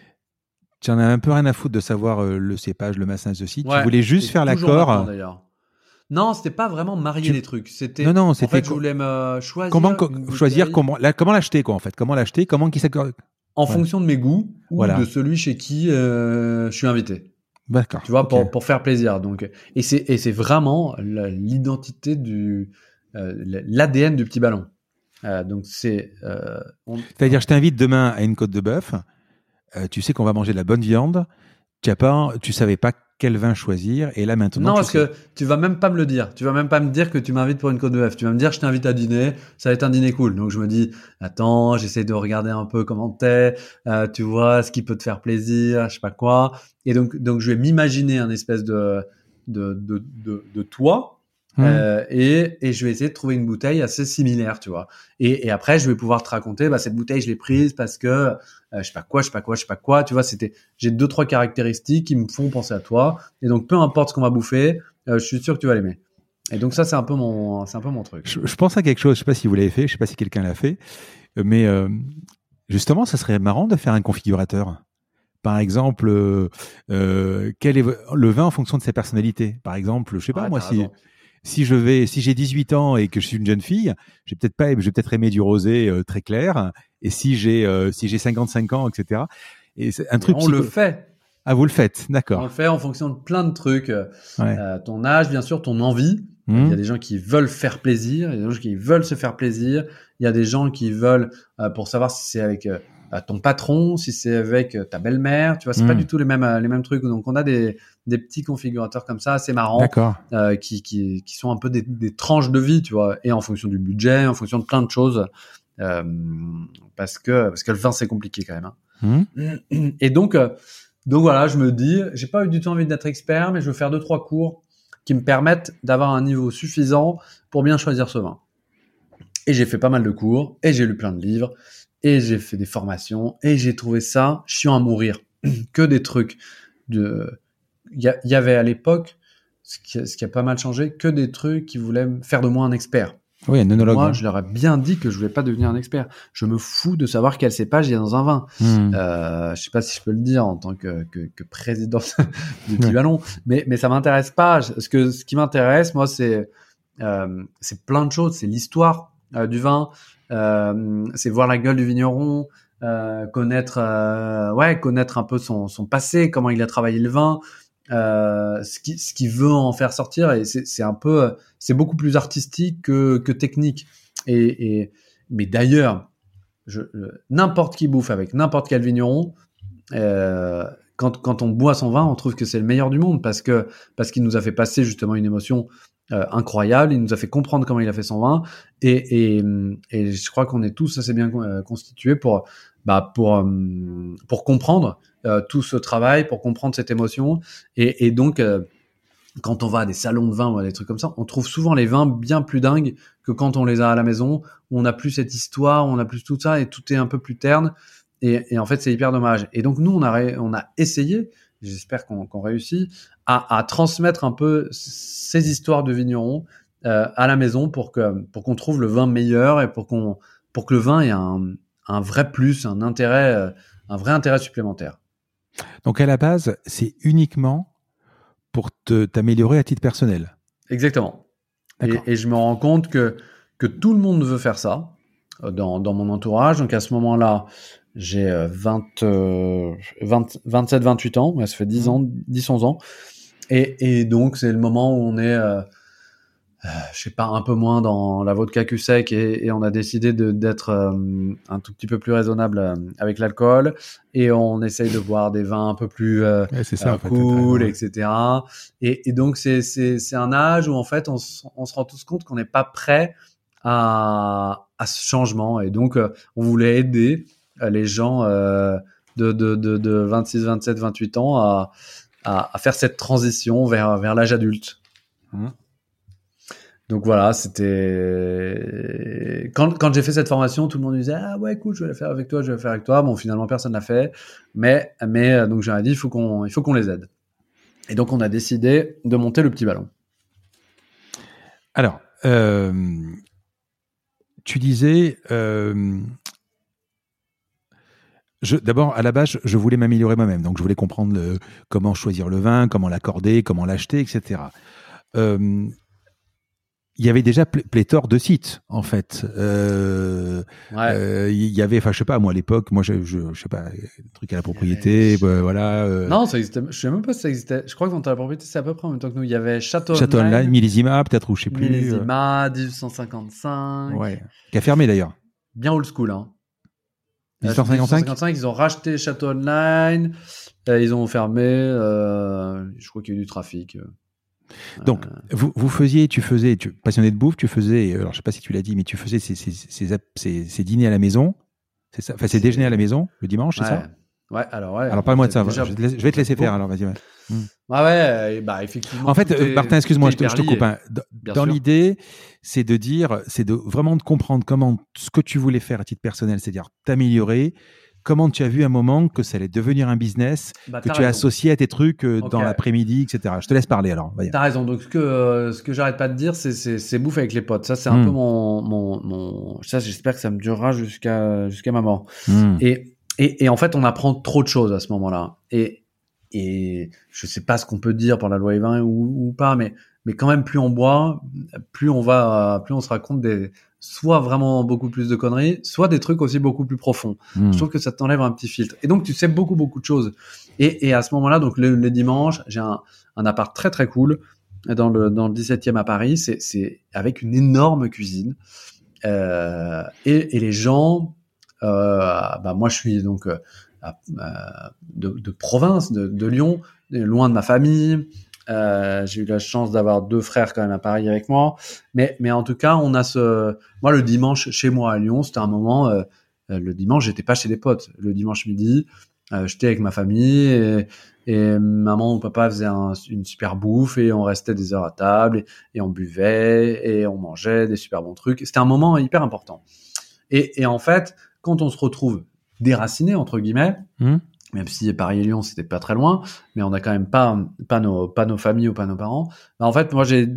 tu en as un peu rien à foutre de savoir euh, le cépage, le massage de site. Tu Ouais, voulais juste et faire toujours maintenant l'accord. d'ailleurs. Non, c'était pas vraiment marier Tu... les trucs. Non, C'était, non, en c'était fait, je co- voulais me choisir comment co- une choisir bouteille comment, la- comment l'acheter, quoi, en fait. Comment l'acheter, comment qui s'accorde. en Ouais. fonction de mes goûts ou de Voilà. celui chez qui euh, je suis invité. D'accord. Tu vois, Ok. pour, pour faire plaisir. Donc, et c'est, et c'est vraiment la- l'identité du, euh, l'A D N du petit ballon. Euh, donc, c'est, euh, on- C'est-à-dire, je t'invite demain à une côte de bœuf. Euh, tu sais qu'on va manger de la bonne viande. Tu as pas, tu savais pas quel vin choisir. Et là, maintenant, non, tu parce sais. que tu vas même pas me le dire. Tu vas même pas me dire que tu m'invites pour une côte de bœuf. Tu vas me dire, je t'invite à dîner. Ça va être un dîner cool. Donc, je me dis, attends, j'essaie de regarder un peu comment t'es, euh, tu vois, ce qui peut te faire plaisir, je sais pas quoi. Et donc, donc, je vais m'imaginer un espèce de, de, de, de, de toi. Hum. Euh, et, et je vais essayer de trouver une bouteille assez similaire, tu vois. Et, et après, je vais pouvoir te raconter, bah, cette bouteille, je l'ai prise parce que, euh, je sais pas quoi, je sais pas quoi, je sais pas quoi, tu vois, c'était, j'ai deux, trois caractéristiques qui me font penser à toi. Et donc, peu importe ce qu'on va bouffer, euh, je suis sûr que tu vas l'aimer. Et donc, ça, c'est un peu mon, c'est un peu mon truc. Je, je pense à quelque chose. Je sais pas si vous l'avez fait. Je sais pas si quelqu'un l'a fait. Mais euh, justement, ça serait marrant de faire un configurateur. Par exemple, euh, euh, quel est le vin en fonction de sa personnalité. Par exemple, je sais pas Ouais, moi t'as si raison. si je vais si j'ai dix-huit ans et que je suis une jeune fille, je vais peut-être pas je vais peut-être aimer du rosé euh, très clair. Et si j'ai euh, si j'ai cinquante-cinq ans, et cetera. Et c'est un Et truc on le psycho. fait. Ah, vous le faites, On d'accord. le fait en fonction de plein de trucs. Ouais. Euh, ton âge, bien sûr, ton envie. Il y a Mmh. des gens qui veulent faire plaisir, il y a des gens qui veulent se faire plaisir, il y a des gens qui veulent, euh, pour savoir si c'est avec euh, ton patron, si c'est avec euh, ta belle-mère, tu vois, c'est Mmh. pas du tout les mêmes, euh, les mêmes trucs. Donc, on a des, des petits configurateurs comme ça, assez marrants, D'accord. euh, qui, qui, qui sont un peu des, des tranches de vie, tu vois, et en fonction du budget, en fonction de plein de choses, euh, parce que, parce que le vin, c'est compliqué quand même, hein. Mmh. Et donc, euh, donc voilà, je me dis, j'ai pas eu du tout envie d'être expert, mais je veux faire deux, trois cours qui me permettent d'avoir un niveau suffisant pour bien choisir ce vin. Et j'ai fait pas mal de cours, et j'ai lu plein de livres, et j'ai fait des formations, et j'ai trouvé ça chiant à mourir. Que des trucs de, il y, y avait à l'époque ce qui, a, ce qui a pas mal changé, que des trucs qui voulaient faire de moi un expert. Oui, un œnologue. Moi, je leur ai bien dit que je voulais pas devenir un expert. Je me fous de savoir quel cépage il y a dans un vin. Mmh. Euh, je sais pas si je peux le dire en tant que, que, que président du Petit Ballon, mais, mais ça m'intéresse pas. Ce que, ce qui m'intéresse, moi, c'est, euh, c'est plein de choses. C'est l'histoire euh, du vin, euh, c'est voir la gueule du vigneron, euh, connaître, euh, ouais, connaître un peu son, son passé, comment il a travaillé le vin. Euh, ce qui ce qui veut en faire sortir, et c'est c'est un peu c'est beaucoup plus artistique que que technique, et, et mais d'ailleurs je, n'importe qui bouffe avec n'importe quel vigneron, euh, quand quand on boit son vin, on trouve que c'est le meilleur du monde, parce que parce qu'il nous a fait passer justement une émotion euh, incroyable, il nous a fait comprendre comment il a fait son vin, et et, et je crois qu'on est tous assez bien euh, constitués pour bah pour euh, pour comprendre euh, tout ce travail, pour comprendre cette émotion, et, et donc euh, quand on va à des salons de vin ou à des trucs comme ça, on trouve souvent les vins bien plus dingues que quand on les a à la maison, où on n'a plus cette histoire, où on n'a plus tout ça, et tout est un peu plus terne, et, et en fait c'est hyper dommage. Et donc nous on a on a essayé, j'espère qu'on, qu'on réussit à, à transmettre un peu ces histoires de vignerons euh, à la maison, pour que pour qu'on trouve le vin meilleur, et pour qu'on pour que le vin ait un un vrai plus, un intérêt, un vrai intérêt supplémentaire. Donc à la base, c'est uniquement pour te, t'améliorer à titre personnel. Exactement. Et, et je me rends compte que, que tout le monde veut faire ça dans, dans mon entourage. Donc à ce moment-là, j'ai vingt, vingt, vingt-sept, vingt-huit ans. Ouais, ça fait dix ans, dix, onze ans. Et, et donc c'est le moment où on est... Euh, Euh, je sais pas, un peu moins dans la vodka cul sec, et, et on a décidé de, d'être euh, un tout petit peu plus raisonnable euh, avec l'alcool, et on essaye de boire des vins un peu plus euh, ouais, c'est ça, euh, en fait, cool, ouais. et cetera. Et, et donc c'est, c'est, c'est un âge où en fait on, on se rend tous compte qu'on n'est pas prêt à, à ce changement, et donc euh, on voulait aider euh, les gens euh, de, de, de, de vingt-six, vingt-sept, vingt-huit ans à, à, à faire cette transition vers, vers l'âge adulte. Mmh. Donc voilà, c'était quand quand j'ai fait cette formation, tout le monde disait ah ouais cool, je vais la faire avec toi, je vais la faire avec toi. Bon, finalement personne l'a fait, mais mais donc j'ai dit il faut qu'on il faut qu'on les aide. Et donc on a décidé de monter le Petit Ballon. Alors, euh, tu disais, euh, je, d'abord à la base, je voulais m'améliorer moi-même, donc je voulais comprendre le, comment choisir le vin, comment l'accorder, comment l'acheter, et cetera. Euh, Il y avait déjà pléthore de sites, en fait. Euh, ouais. euh, il y avait, enfin, je sais pas, moi, à l'époque, moi, je, je, je sais pas, truc à la propriété, avait... bah, voilà. Euh... Non, ça existait. Je sais même pas si ça existait. Je crois que Vente à la propriété, c'est à peu près en même temps que nous. Il y avait Château, Château Online, Online, Millésima, peut-être, ou je sais plus. Millésima, dix-huit cent cinquante-cinq. Ouais. Qui a fermé, d'ailleurs. Bien old school, hein. dix-huit cent cinquante-cinq, dix-huit cent cinquante-cinq, ils ont racheté Château Online, euh, ils ont fermé, euh, je crois qu'il y a eu du trafic. Donc, euh... vous, vous faisiez, tu faisais, tu, passionné de bouffe, tu faisais, alors je sais pas si tu l'as dit, mais tu faisais ces, ces, ces, ces, ces dîners à la maison, c'est ça, enfin, ces déjeuners à la maison, le dimanche, ouais. c'est ça? Ouais, alors ouais. Alors parle-moi de ça, déjà... je, te laisse, je vais te laisser faire, alors vas-y. Ouais. Mmh. Ah ouais, bah effectivement. En fait, euh, Martin, excuse-moi, je te, je te coupe. Hein. Dans, dans l'idée, c'est de dire, c'est de vraiment de comprendre comment ce que tu voulais faire à titre personnel, c'est-à-dire t'améliorer. Comment tu as vu à un moment que ça allait devenir un business, bah, que tu as associé à tes trucs euh, okay. dans l'après-midi, et cetera. Je te laisse parler alors. Vas-y. T'as raison. Donc ce que euh, ce que j'arrête pas de dire, c'est c'est, c'est bouffe avec les potes. Ça c'est un mmh. peu mon mon mon. Ça j'espère que ça me durera jusqu'à jusqu'à ma mort. Mmh. Et et et en fait on apprend trop de choses à ce moment-là. Et et je sais pas ce qu'on peut dire pour la loi Evin ou ou pas, mais mais quand même plus on boit, plus on va, plus on se raconte des soit vraiment beaucoup plus de conneries, soit des trucs aussi beaucoup plus profonds. Mmh. Je trouve que ça t'enlève un petit filtre. Et donc, tu sais beaucoup, beaucoup de choses. Et, et à ce moment-là, donc, le, le dimanche, j'ai un, un appart très, très cool dans le, dans le dix-septième à Paris. C'est, c'est avec une énorme cuisine. Euh, et, et les gens, euh, bah, moi, je suis donc, euh, de, de province, de, de Lyon, loin de ma famille. Euh, j'ai eu la chance d'avoir deux frères quand même à Paris avec moi, mais mais en tout cas on a ce, moi le dimanche chez moi à Lyon, c'était un moment, euh, le dimanche j'étais pas chez des potes, le dimanche midi, euh, j'étais avec ma famille et, et maman ou papa faisaient un, une super bouffe et on restait des heures à table et, et on buvait et on mangeait des super bons trucs. C'était un moment hyper important. Et, et en fait quand on se retrouve déraciné entre guillemets, mmh. même si Paris et Lyon c'était pas très loin, mais on n'a quand même pas pas nos pas nos familles ou pas nos parents. Bah, en fait, moi j'ai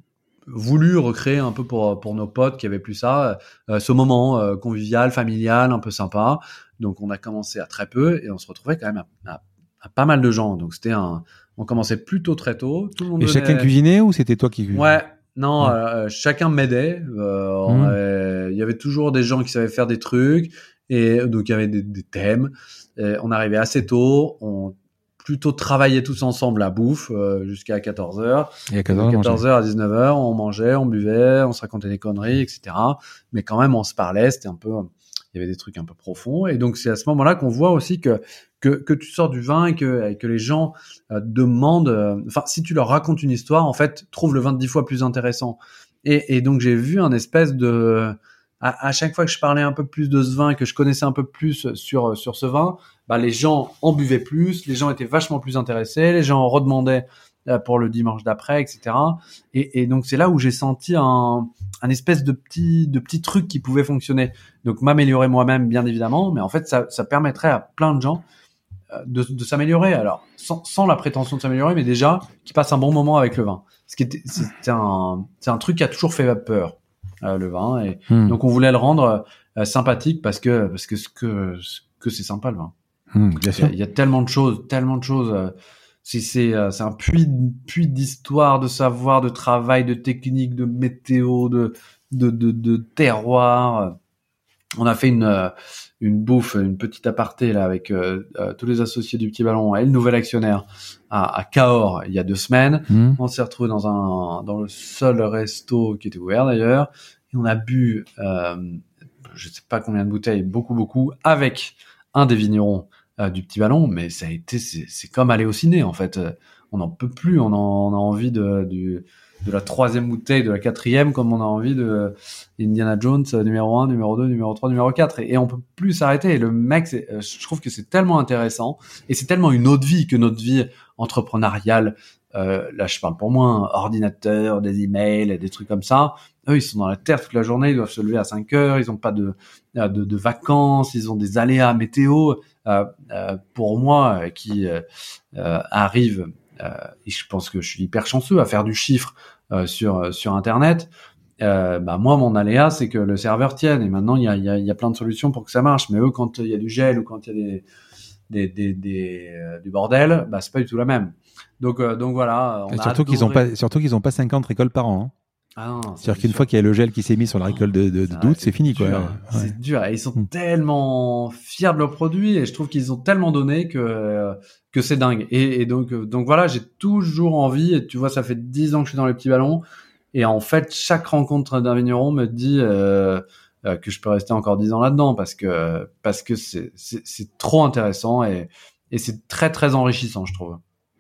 voulu recréer un peu pour pour nos potes qui avaient plus ça, euh, ce moment euh, convivial, familial, un peu sympa. Donc on a commencé à très peu et on se retrouvait quand même à, à, à pas mal de gens. Donc c'était un, on commençait plutôt très tôt. Tout le monde Et venait... chacun cuisinait ou c'était toi qui cuisinais? Ouais. Non, Ouais. euh, chacun m'aidait. Euh, on Mmh. avait- il y avait toujours des gens qui savaient faire des trucs et donc il y avait des, des thèmes. Et on arrivait assez tôt. On plutôt travaillait tous ensemble la bouffe euh, jusqu'à quatorze heures. Et à Et quatorze de heures, quatorze heures à dix-neuf heures, on mangeait, on buvait, on se racontait des conneries, et cetera. Mais quand même, on se parlait. C'était un peu, il y avait des trucs un peu profonds. Et donc c'est à ce moment-là qu'on voit aussi que que, que tu sors du vin et que, et que les gens euh, demandent. euh, Enfin, si tu leur racontes une histoire, en fait, trouvent le vin dix fois plus intéressant. Et, et donc j'ai vu un espèce de à, à chaque fois que je parlais un peu plus de ce vin et que je connaissais un peu plus sur sur ce vin, bah les gens en buvaient plus, les gens étaient vachement plus intéressés, les gens en redemandaient euh, pour le dimanche d'après, et cetera. Et, et donc c'est là où j'ai senti un un espèce de petit de petit truc qui pouvait fonctionner. Donc m'améliorer moi-même bien évidemment, mais en fait ça ça permettrait à plein de gens de, de s'améliorer. Alors sans, sans la prétention de s'améliorer, mais déjà qui passent un bon moment avec le vin. Ce qui était, c'est un, c'est un truc qui a toujours fait peur, euh, le vin. Et Mmh. donc on voulait le rendre euh, sympathique parce que parce que ce que ce que c'est sympa le vin. Mmh, bien Il y, sûr. a, il y a tellement de choses, tellement de choses. Euh, c'est c'est euh, c'est un puits puits d'histoire, de savoir, de travail, de technique, de météo, de de de, de terroir. On a fait une euh, une bouffe, une petite aparté là avec euh, euh, tous les associés du Petit Ballon et le nouvel actionnaire à, à Cahors il y a deux semaines. Mmh. On s'est retrouvé dans un dans le seul resto qui était ouvert d'ailleurs et on a bu euh, je sais pas combien de bouteilles, beaucoup beaucoup avec un des vignerons euh, du Petit Ballon, mais ça a été c'est c'est comme aller au ciné en fait. On n'en peut plus, on, en, on a envie de du de la troisième bouteille, de la quatrième, comme on a envie de Indiana Jones numéro un, numéro deux, numéro trois, numéro quatre. Et, et on peut plus s'arrêter. Et le mec, c'est, euh, je trouve que c'est tellement intéressant. Et c'est tellement une autre vie que notre vie entrepreneuriale. Euh, là, je parle pour moi, hein, ordinateur, des emails, des trucs comme ça. Eux, ils sont dans la terre toute la journée, ils doivent se lever à cinq heures, ils n'ont pas de, de, de vacances, ils ont des aléas météo. Euh, euh, pour moi, euh, qui euh, euh, arrive... Euh, et je pense que je suis hyper chanceux à faire du chiffre euh, sur sur Internet. Euh, bah moi, mon aléa, c'est que le serveur tienne. Et maintenant, il y a il y a il y a plein de solutions pour que ça marche. Mais eux, quand il y a du gel ou quand il y a des des des, des euh, du bordel, bah c'est pas du tout la même. Donc euh, donc voilà. On Et a surtout qu'ils ont adoré... pas, surtout qu'ils ont pas cinquante récoltes par an. Hein. Ah non, C'est-à-dire qu'une fois qu'il y a le gel qui s'est mis sur la récolte de, de, de d'août, c'est fini, dur, quoi. C'est Ouais. dur. Et ils sont Mmh. tellement fiers de leurs produits et je trouve qu'ils ont tellement donné que euh, que c'est dingue. Et, et donc euh, donc voilà, j'ai toujours envie. Et tu vois, ça fait dix ans que je suis dans les Petits Ballons. Et en fait, chaque rencontre d'un vigneron me dit euh, euh, que je peux rester encore dix ans là-dedans parce que parce que c'est c'est, c'est trop intéressant et et c'est très très enrichissant, je trouve.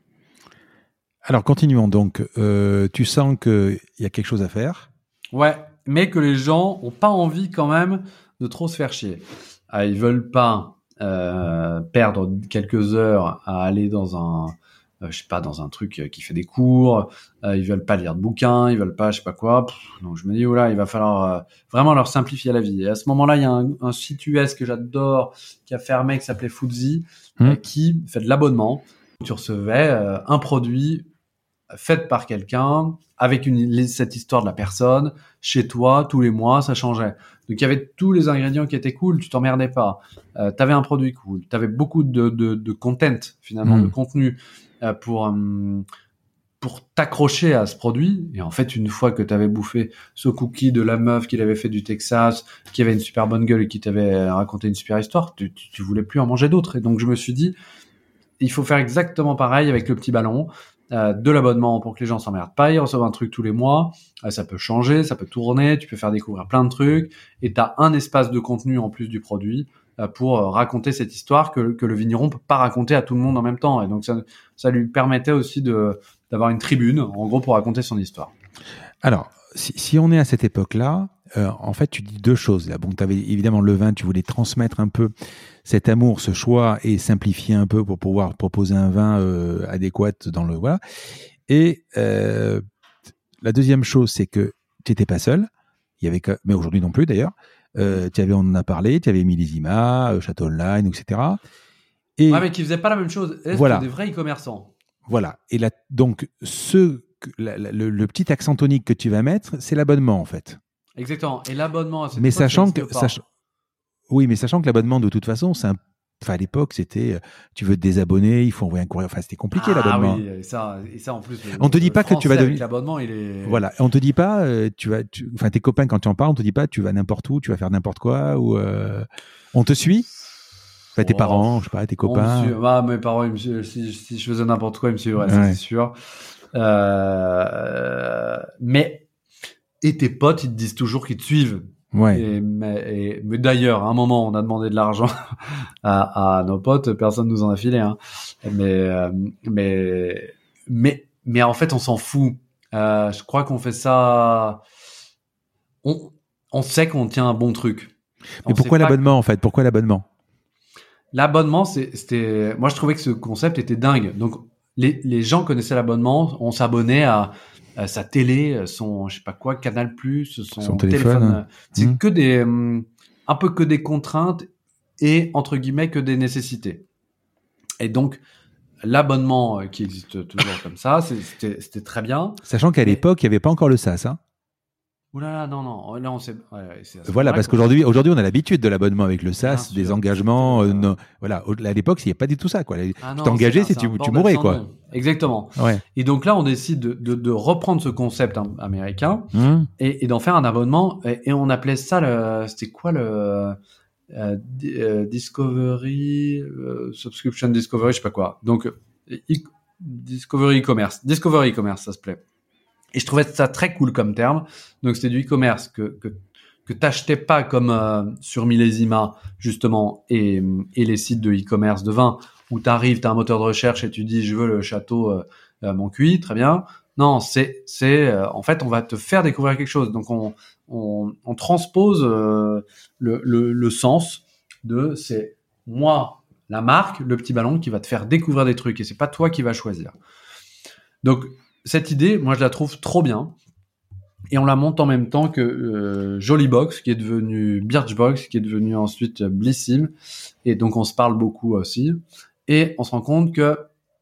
Alors continuons donc. Euh, tu sens qu'il y a quelque chose à faire. Ouais, mais que les gens ont pas envie quand même de trop se faire chier. Ah, ils veulent pas euh, perdre quelques heures à aller dans un, euh, je sais pas, dans un truc qui fait des cours. Euh, ils veulent pas lire de bouquins, ils veulent pas, je sais pas quoi. Pff, donc je me dis oula, il va falloir euh, vraiment leur simplifier la vie. Et à ce moment-là, il y a un, un site U S que j'adore qui a fermé, qui s'appelait Foodsie, Mmh. euh, qui fait de l'abonnement. Tu recevais euh, un produit faite par quelqu'un, avec une, cette histoire de la personne, chez toi, tous les mois, ça changeait. Donc il y avait tous les ingrédients qui étaient cool, tu t'emmerdais pas. Euh, t'avais un produit cool, t'avais beaucoup de, de, de content, finalement, Mmh. de contenu euh, pour, euh, pour t'accrocher à ce produit. Et en fait, une fois que t'avais bouffé ce cookie de la meuf qui l'avait fait du Texas, qui avait une super bonne gueule et qui t'avait raconté une super histoire, tu, tu, tu voulais plus en manger d'autres. Et donc je me suis dit, il faut faire exactement pareil avec le Petit Ballon. Euh, de l'abonnement pour que les gens s'emmerdent pas, ils reçoivent un truc tous les mois, euh, ça peut changer, ça peut tourner, tu peux faire découvrir plein de trucs, et t'as un espace de contenu en plus du produit euh, pour euh, raconter cette histoire que, que le vigneron peut pas raconter à tout le monde en même temps, et donc ça, ça lui permettait aussi de, d'avoir une tribune, en gros, pour raconter son histoire. Alors, si, si on est à cette époque-là, euh, en fait, tu dis deux choses. Là. Bon, tu avais évidemment le vin, tu voulais transmettre un peu cet amour, ce choix et simplifier un peu pour pouvoir proposer un vin euh, adéquat dans le voilà. Et euh, la deuxième chose, c'est que tu n'étais pas seul. Il y avait que, mais aujourd'hui non plus d'ailleurs. Euh, tu avais, on en a parlé, tu avais Millésima, euh, Château Online, et cetera. Et ouais, mais qui faisaient pas la même chose. Est-ce voilà. que des vrais e-commerçants. Voilà. Et là, donc, ce, la, la, le, le petit accent tonique que tu vas mettre, c'est l'abonnement, en fait. Exactement. Et l'abonnement à cette mais époque, sachant ça que, n'existe pas. sach... Oui, mais sachant que l'abonnement, de toute façon, c'est un... enfin, à l'époque, c'était tu veux te désabonner, il faut envoyer un courrier. Enfin, c'était compliqué, ah, l'abonnement. Ah oui, et ça, et ça en plus. Le, on te dit pas que tu vas devenir. L'abonnement, il est. Voilà. On te dit pas, euh, tu vas. Tu... Enfin, tes copains, quand tu en parles, on te dit pas, tu vas n'importe où, tu vas faire n'importe quoi, ou euh... on te suit. Enfin, tes oh, parents, je sais pas, tes copains. Ah, mes parents, ils me suivent, si, si je faisais n'importe quoi, ils me suivraient, ouais. C'est sûr. Euh, mais et tes potes, ils te disent toujours qu'ils te suivent. Ouais. Et, mais, et, mais d'ailleurs, à un moment, on a demandé de l'argent à, à nos potes, personne nous en a filé. Hein. Mais, euh, mais, mais, mais en fait, on s'en fout. Euh, je crois qu'on fait ça. On, on sait qu'on tient un bon truc. Mais on pourquoi l'abonnement que... en fait Pourquoi l'abonnement L'abonnement, c'était. Moi, je trouvais que ce concept était dingue. Donc, les, les gens connaissaient l'abonnement. On s'abonnait à. Euh, sa télé, son je sais pas quoi, Canal plus, son, son téléphone, téléphone hein. c'est mmh. que des um, un peu que des contraintes et entre guillemets que des nécessités. Et donc l'abonnement euh, qui existe toujours comme ça, c'était, c'était très bien. Sachant qu'à mais... l'époque, il n'y avait pas encore le S A S. Hein. Ouh là là, non, non, là on s'est. Ouais, c'est voilà, parce qu'aujourd'hui, aujourd'hui, on a l'habitude de l'abonnement avec le S A S, bien des sûr, engagements. Euh, non, voilà, à l'époque, il n'y a pas du tout ça, quoi. Ah tu t'engageais si tu, tu mourais, quoi. Nom. Exactement. Ouais. Et donc là, on décide de, de, de reprendre ce concept hein, américain mmh. et, et d'en faire un abonnement. Et, et on appelait ça le. C'était quoi le. Euh, Discovery, euh, Subscription Discovery, je sais pas quoi. Donc, e- Discovery e-commerce. Discovery e-commerce, ça se plaît. Et je trouvais ça très cool comme terme. Donc, c'était du e-commerce que, que, que t'achetais pas comme euh, sur Millésima, justement, et, et les sites de e-commerce de vin, où t'arrives, t'as un moteur de recherche et tu dis, je veux le château euh, euh, Montcuit, très bien. Non, c'est, c'est, euh, en fait, on va te faire découvrir quelque chose. Donc, on, on, on transpose euh, le, le, le sens de, c'est moi, la marque, le petit ballon qui va te faire découvrir des trucs et c'est pas toi qui vas choisir. Donc, cette idée, moi, je la trouve trop bien. Et on la monte en même temps que euh, Jollybox, qui est devenu Birchbox, qui est devenu ensuite Blissim. Et donc, on se parle beaucoup aussi. Et on se rend compte que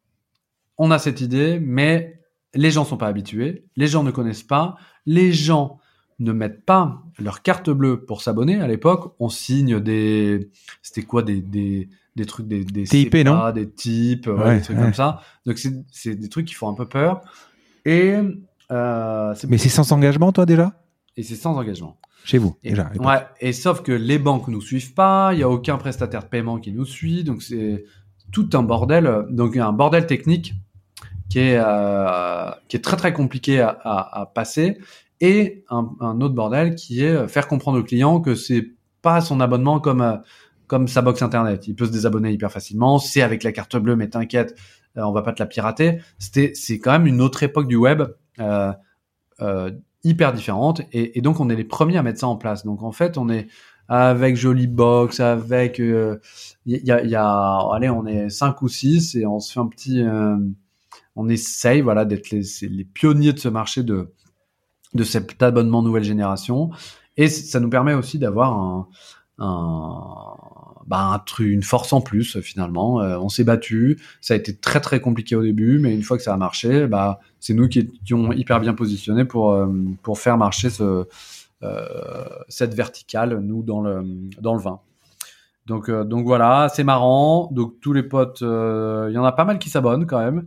on a cette idée, mais les gens sont pas habitués, les gens ne connaissent pas, les gens ne mettent pas leur carte bleue pour s'abonner. À l'époque, on signe des, c'était quoi, des des des trucs, des des T I P, C P A, non des types, ouais, ouais, des trucs ouais. comme ça. Donc c'est c'est des trucs qui font un peu peur. Et euh, c'est mais c'est sans engagement, toi déjà? Et c'est sans engagement. Chez vous, et, déjà. Ouais. Et sauf que les banques nous suivent pas, il y a aucun prestataire de paiement qui nous suit, donc c'est tout un bordel, donc un bordel technique qui est euh, qui est très très compliqué à, à, à passer, et un, un autre bordel qui est faire comprendre au client que c'est pas son abonnement comme comme sa box internet. Il peut se désabonner hyper facilement, c'est avec la carte bleue, mais t'inquiète, euh, on va pas te la pirater. C'était c'est quand même une autre époque du web. Euh, euh, hyper différente, et, et donc on est les premiers à mettre ça en place. Donc en fait, on est avec Jollybox, avec il euh, y, y, a, y a, allez, on est cinq ou six et on se fait un petit, euh, on essaye, voilà, d'être les, les pionniers de ce marché de de cet abonnement nouvelle génération, et ça nous permet aussi d'avoir un, un bah un truc, une force en plus finalement. Euh, on s'est battu, ça a été très très compliqué au début, mais une fois que ça a marché, bah c'est nous qui étions hyper bien positionnés pour euh, pour faire marcher ce euh, cette verticale, nous dans le dans le vin. Donc euh, donc voilà, c'est marrant. Donc tous les potes, il euh, y en a pas mal qui s'abonnent quand même.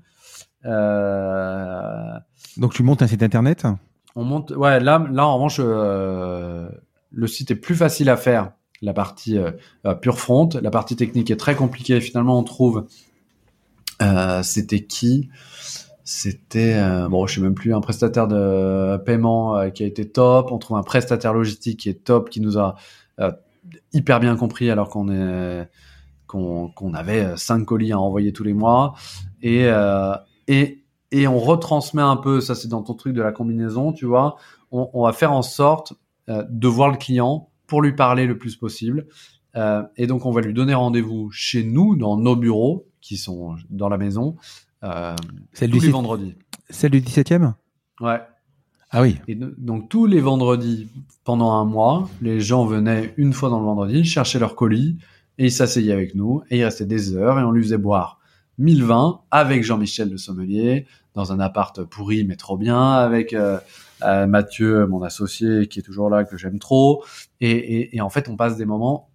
Euh... Donc tu montes un site internet? On monte, ouais. Là là en revanche, euh, le site est plus facile à faire. La partie euh, pure front, la partie technique est très compliquée. Finalement, on trouve, euh, c'était qui C'était, euh, bon, je sais même plus, un prestataire de paiement euh, qui a été top. On trouve un prestataire logistique qui est top, qui nous a euh, hyper bien compris alors qu'on est, qu'on, qu'on avait cinq colis à envoyer tous les mois. Et euh, et et on retransmet un peu, ça c'est dans ton truc de la combinaison, tu vois. On, on va faire en sorte euh, de voir le client pour lui parler le plus possible. Euh, et donc, on va lui donner rendez-vous chez nous, dans nos bureaux, qui sont dans la maison, euh, celle tous du les vendredis. Celle du dix-septième ? Ouais. Ah oui. Et donc, tous les vendredis, pendant un mois, les gens venaient une fois dans le vendredi, chercher leur colis, et il s'asseyait avec nous, et il restait des heures, et on lui faisait boire mille vins avec Jean-Michel le sommelier, dans un appart pourri mais trop bien, avec euh, euh, Mathieu, mon associé, qui est toujours là, que j'aime trop, et, et, et en fait, on passe des moments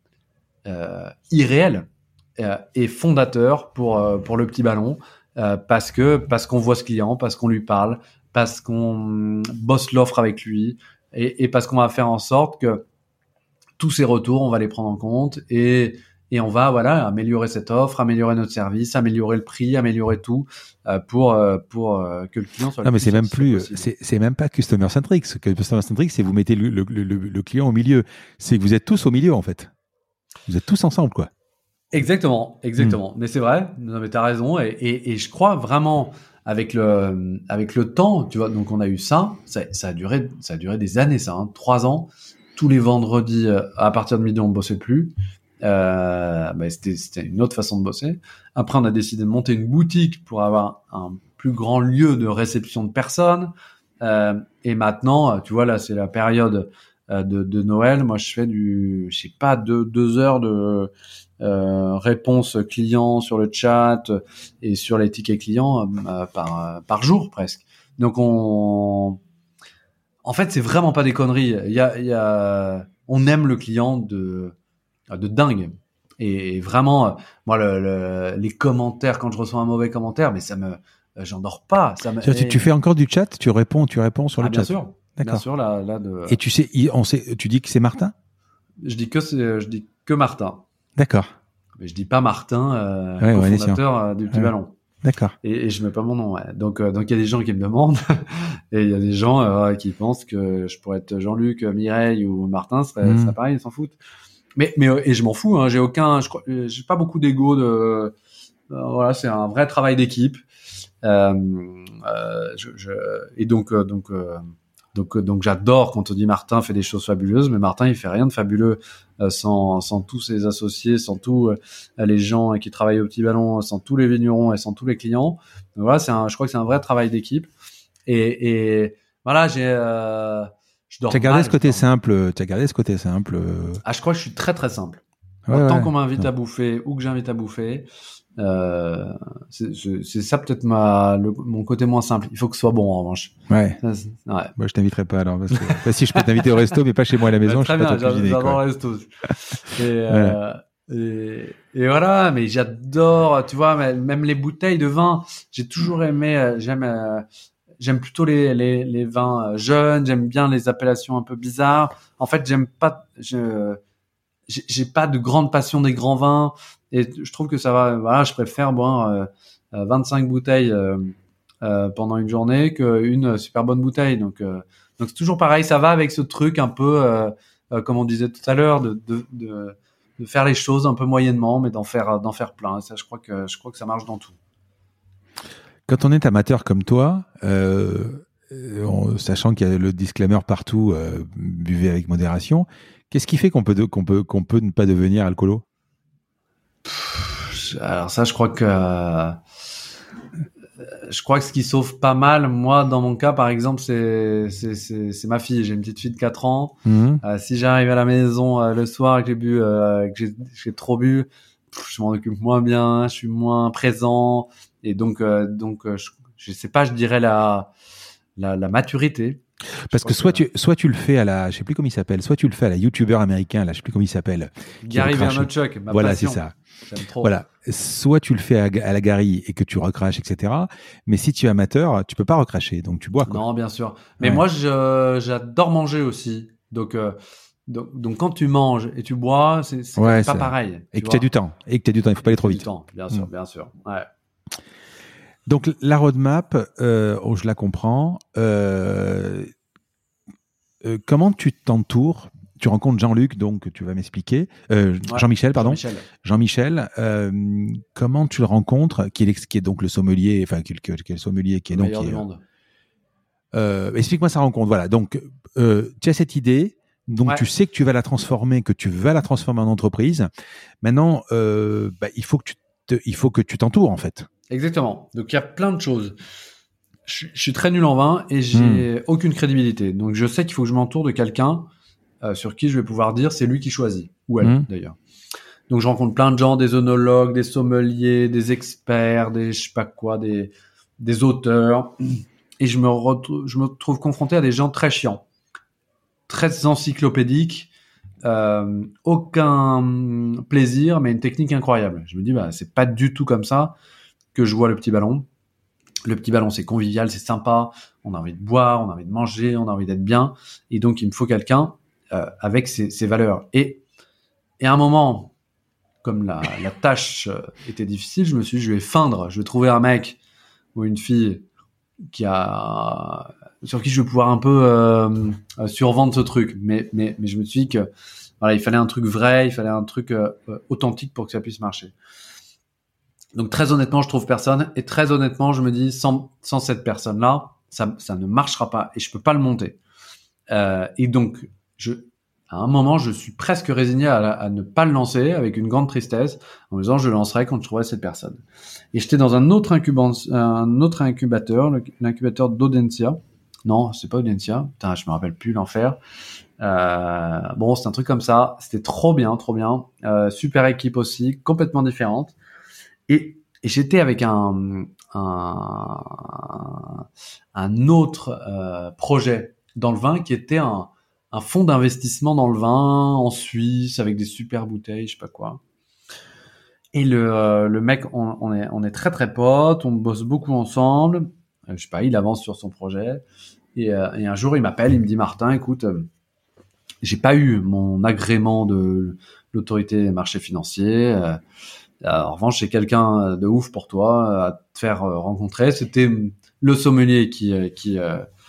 euh, irréels euh, et fondateurs pour, euh, pour le petit ballon, euh, parce que parce qu'on voit ce client, parce qu'on lui parle, parce qu'on bosse l'offre avec lui, et, et parce qu'on va faire en sorte que tous ces retours, on va les prendre en compte, et et on va voilà améliorer cette offre, améliorer notre service, améliorer le prix, améliorer tout euh, pour euh, pour euh, que le client soit. Non, le mais plus c'est même satisfait plus, possible. c'est, c'est même pas customer centric. Ce que customer centric, c'est vous mettez le, le, le, le client au milieu. C'est que vous êtes tous au milieu en fait. Vous êtes tous ensemble, quoi. Exactement, exactement. Mmh. Mais c'est vrai. Non, mais t'as raison. Et, et, et je crois vraiment avec le avec le temps, tu vois. Donc on a eu ça. Ça, ça a duré, ça a duré des années, ça. Hein, trois ans. Tous les vendredis, à partir de midi, on bossait plus. Euh, bah, c'était, c'était une autre façon de bosser. Après, on a décidé de monter une boutique pour avoir un plus grand lieu de réception de personnes. Euh, et maintenant, tu vois, là, c'est la période euh, de, de Noël. Moi, je fais du, je sais pas, deux, deux heures de euh, réponse client sur le chat et sur les tickets clients euh, par par jour presque. Donc, on, en fait, c'est vraiment pas des conneries. Il y a, il y a, on aime le client de de dingue. Et vraiment, moi, le, le, les commentaires, quand je reçois un mauvais commentaire, mais ça me, j'en dors pas. Ça me, tu, tu fais encore du chat, tu réponds, tu réponds sur ah, le bien chat. Sûr, D'accord. Bien sûr, là, là de. Et tu sais, on sait, tu dis que c'est Martin. Je dis que c'est, je dis que Martin. D'accord. Mais je dis pas Martin, euh, ouais, cofondateur ouais, du petit ouais. ballon. D'accord. Et, et je mets pas mon nom. Ouais. Donc, euh, donc il y a des gens qui me demandent, et il y a des gens euh, qui pensent que je pourrais être Jean-Luc, Mireille ou Martin, ce serait, mmh. serait pareil, ils s'en foutent. Mais, mais et je m'en fous. Hein, j'ai aucun, je crois, j'ai pas beaucoup d'ego. De, euh, voilà, c'est un vrai travail d'équipe. Euh, euh, je, je, et donc, euh, donc, euh, donc, euh, donc, j'adore quand on dit Martin fait des choses fabuleuses, mais Martin il fait rien de fabuleux euh, sans, sans tous ses associés, sans tous euh, les gens qui travaillent au petit ballon, sans tous les vignerons et sans tous les clients. Donc voilà, c'est un, je crois que c'est un vrai travail d'équipe. Et, et voilà, j'ai. Euh, Tu as gardé mal, ce côté simple. Tu as gardé ce côté simple. Ah, je crois que je suis très très simple. Ouais, Alors, ouais, tant qu'on m'invite ouais. à bouffer ou que j'invite à bouffer, euh, c'est, c'est, c'est ça peut-être ma, le, mon côté moins simple. Il faut que ce soit bon en revanche. Ouais. Ça, ouais. Moi, je t'inviterai pas alors. Parce que, bah, si je peux t'inviter au resto, mais pas chez moi à la maison, bah, je suis bien, pas trop cuisiner. J'adore le resto. Et, euh, et, et voilà, mais j'adore. Tu vois, même les bouteilles de vin, j'ai toujours aimé. J'aime. Euh, J'aime plutôt les, les, les vins jeunes, j'aime bien les appellations un peu bizarres. En fait, j'aime pas, je, j'ai, j'ai pas de grande passion des grands vins, et je trouve que ça va, voilà, je préfère boire euh, vingt-cinq bouteilles euh, euh, pendant une journée qu'une super bonne bouteille. Donc, euh, donc c'est toujours pareil, ça va avec ce truc un peu, euh, euh, comme on disait tout à l'heure, de, de, de, de faire les choses un peu moyennement, mais d'en faire, d'en faire plein. Et ça, je crois que, je crois que ça marche dans tout. Quand on est amateur comme toi, euh, on, sachant qu'il y a le disclaimer partout, euh, buvez avec modération, qu'est-ce qui fait qu'on peut, de, qu'on peut, qu'on peut ne pas devenir alcoolo ? Alors ça, je crois que euh, je crois que ce qui sauve pas mal, moi, dans mon cas, par exemple, c'est c'est c'est, c'est ma fille. J'ai une petite fille de quatre ans. Mmh. Euh, si j'arrive à la maison euh, le soir et que j'ai bu, euh, que j'ai, j'ai trop bu, pff, je m'en occupe moins bien, je suis moins présent. Et donc, euh, donc, euh, je, je sais pas, je dirais la, la, la maturité. Parce que soit que... tu, soit tu le fais à la, je sais plus comment il s'appelle, soit tu le fais à la youtubeur américain, là, je sais plus comment il s'appelle. Gary Vaynerchuk, ma Voilà, passion. c'est ça. J'aime trop. Voilà. Soit tu le fais à, à la Gary et que tu recraches, et cetera. Mais si tu es amateur, tu peux pas recracher, donc tu bois, quoi. Non, bien sûr. Mais ouais. moi, je, j'adore manger aussi. Donc, euh, Donc, donc quand tu manges et tu bois, c'est, c'est ouais, pas c'est... pareil. Et que tu as du temps. Et que tu as du temps, il faut pas aller trop vite. Du temps, bien sûr, mmh. bien sûr. Ouais. Donc la roadmap, euh, oh, je la comprends. Euh, euh, comment tu t'entoures ? Tu rencontres Jean-Luc, donc tu vas m'expliquer. Euh, ouais, Jean-Michel, pardon. Jean-Michel. Jean-Michel. Euh, comment tu le rencontres ? Qui est, qui est donc le sommelier, enfin qui est, qui est le sommelier, qui est le donc meilleur qui est, du monde. Euh, explique-moi sa rencontre. Voilà. Donc euh, tu as cette idée. Donc, ouais. tu sais que tu vas la transformer, que tu vas la transformer en entreprise. Maintenant, euh, bah, il faut que tu te, il faut que tu t'entoures, en fait. Exactement. Donc, il y a plein de choses. Je, je suis très nul en vin et j'ai mmh. aucune crédibilité. Donc, je sais qu'il faut que je m'entoure de quelqu'un euh, sur qui je vais pouvoir dire c'est lui qui choisit. Ou elle, mmh. d'ailleurs. Donc je rencontre plein de gens, des œnologues, des sommeliers, des experts, des je sais pas quoi, des des auteurs, et je me retrouve je me trouve confronté à des gens très chiants, très encyclopédiques, euh, aucun plaisir, mais une technique incroyable. Je me dis bah c'est pas du tout comme ça que je vois le petit ballon. Le petit ballon, c'est convivial, c'est sympa, on a envie de boire, on a envie de manger, on a envie d'être bien, et donc il me faut quelqu'un euh, avec ces, ces valeurs. Et, et à un moment, comme la, la tâche était difficile, je me suis dit, je vais feindre, je vais trouver un mec ou une fille qui a, sur qui je vais pouvoir un peu euh, survendre ce truc. Mais, mais, mais je me suis dit que voilà, il fallait un truc vrai, il fallait un truc euh, authentique pour que ça puisse marcher. Donc très honnêtement, je trouve personne, et très honnêtement, je me dis sans sans cette personne-là, ça ça ne marchera pas et je peux pas le monter. Euh, et donc je à un moment, je suis presque résigné à, à ne pas le lancer avec une grande tristesse en me disant je le lancerai quand je trouverai cette personne. Et j'étais dans un autre incubateur, un autre incubateur, l'incubateur d'Audencia. Non, c'est pas Audencia. Putain, je me rappelle plus l'enfer. Euh, bon, c'est un truc comme ça. C'était trop bien, trop bien. Euh, super équipe aussi, complètement différente. Et, et j'étais avec un, un, un autre euh, projet dans le vin qui était un, un fonds d'investissement dans le vin en Suisse avec des super bouteilles, je sais pas quoi. Et le, euh, le mec, on, on, est, on est très très potes, on bosse beaucoup ensemble. Euh, je sais pas, il avance sur son projet. Et, euh, et un jour, il m'appelle, il me dit Martin, écoute, euh, j'ai pas eu mon agrément de l'autorité des marchés financiers. Euh, En revanche, j'ai quelqu'un de ouf pour toi à te faire rencontrer. C'était le sommelier qui qui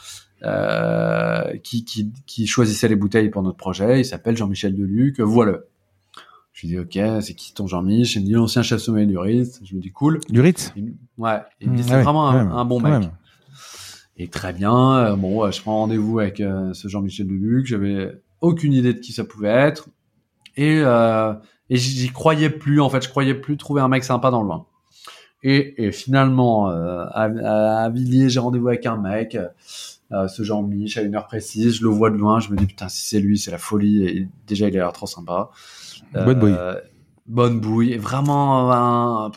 euh, qui, qui qui choisissait les bouteilles pour notre projet. Il s'appelle Jean-Michel Deluc. Voilà. Je lui dis ok, c'est qui ton Jean-Michel? Il me dit l'ancien chef sommelier du Ritz. Je me dis cool. Du Ritz. Il, ouais. Il me dit mmh, c'est ouais, vraiment un, même, un bon mec. même. Et très bien. Bon, je prends rendez-vous avec euh, ce Jean-Michel Deluc. J'avais aucune idée de qui ça pouvait être. Et euh, Et j'y croyais plus, en fait, je croyais plus trouver un mec sympa dans le vin. Et, et finalement, euh, à, à Villiers, j'ai rendez-vous avec un mec, euh, ce Jean-Mich, à une heure précise, je le vois de loin, je me dis, putain, si c'est lui, c'est la folie, et déjà, il a l'air trop sympa. Euh, bonne bouille. Bonne bouille, et vraiment un,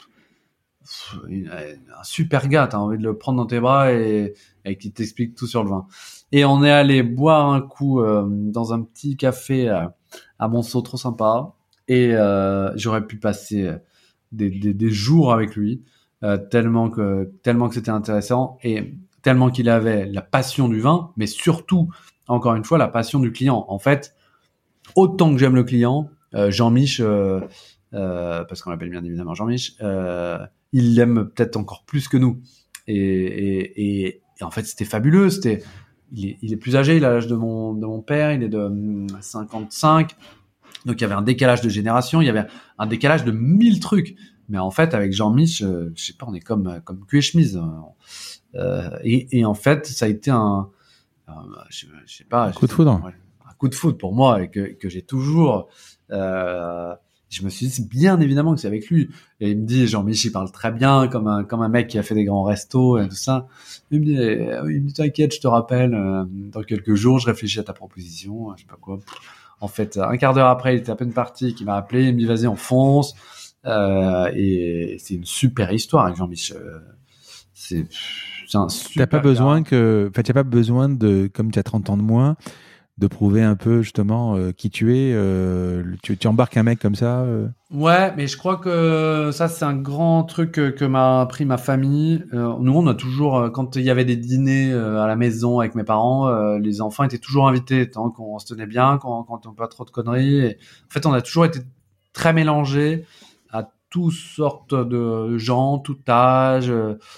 pff, un super gars, t'as envie de le prendre dans tes bras et, et qu'il t'explique tout sur le vin. Et on est allé boire un coup euh, dans un petit café à, à Monceau, trop sympa. Et euh, j'aurais pu passer des, des, des jours avec lui, euh, tellement que tellement que c'était intéressant et tellement qu'il avait la passion du vin, mais surtout, encore une fois, la passion du client. En fait, autant que j'aime le client, euh, Jean-Mich, euh, euh, parce qu'on l'appelle bien évidemment Jean-Mich, euh, il l'aime peut-être encore plus que nous. Et, et, et, et en fait, c'était fabuleux. C'était, il est, il est plus âgé, il a l'âge de mon de mon père, il est de hum, cinquante-cinq. Donc il y avait un décalage de génération, il y avait un décalage de mille trucs. Mais en fait, avec Jean-Mich, euh, je sais pas, on est comme comme cul et chemise. Euh, et, et en fait, ça a été un, euh, je, je sais pas, un coup de foudre. Ouais, un coup de foudre pour moi et que que j'ai toujours. Euh, je me suis dit, c'est bien évidemment que c'est avec lui. Et il me dit, Jean-Mich, il parle très bien, comme un comme un mec qui a fait des grands restos et tout ça. Il me dit, il me dit t'inquiète, je te rappelle, euh, dans quelques jours, je réfléchis à ta proposition, je sais pas quoi. En fait, un quart d'heure après, il était à peine parti, qu'il m'a appelé, il me dit vas-y, on fonce. Euh, et c'est une super histoire avec Jean-Michel. C'est, c'est un super. T'as pas besoin que, enfin, t'as pas besoin de, comme tu as trente ans de moins, de prouver un peu justement euh, qui tu es. Euh, tu, tu embarques un mec comme ça. Euh... Ouais, mais je crois que ça c'est un grand truc que, que m'a appris ma famille. Euh, nous, on a toujours, quand il y avait des dîners euh, à la maison avec mes parents, euh, les enfants étaient toujours invités, tant qu'on se tenait bien, quand quand on pas trop de conneries. Et, en fait, on a toujours été très mélangés à toutes sortes de gens, tout âge,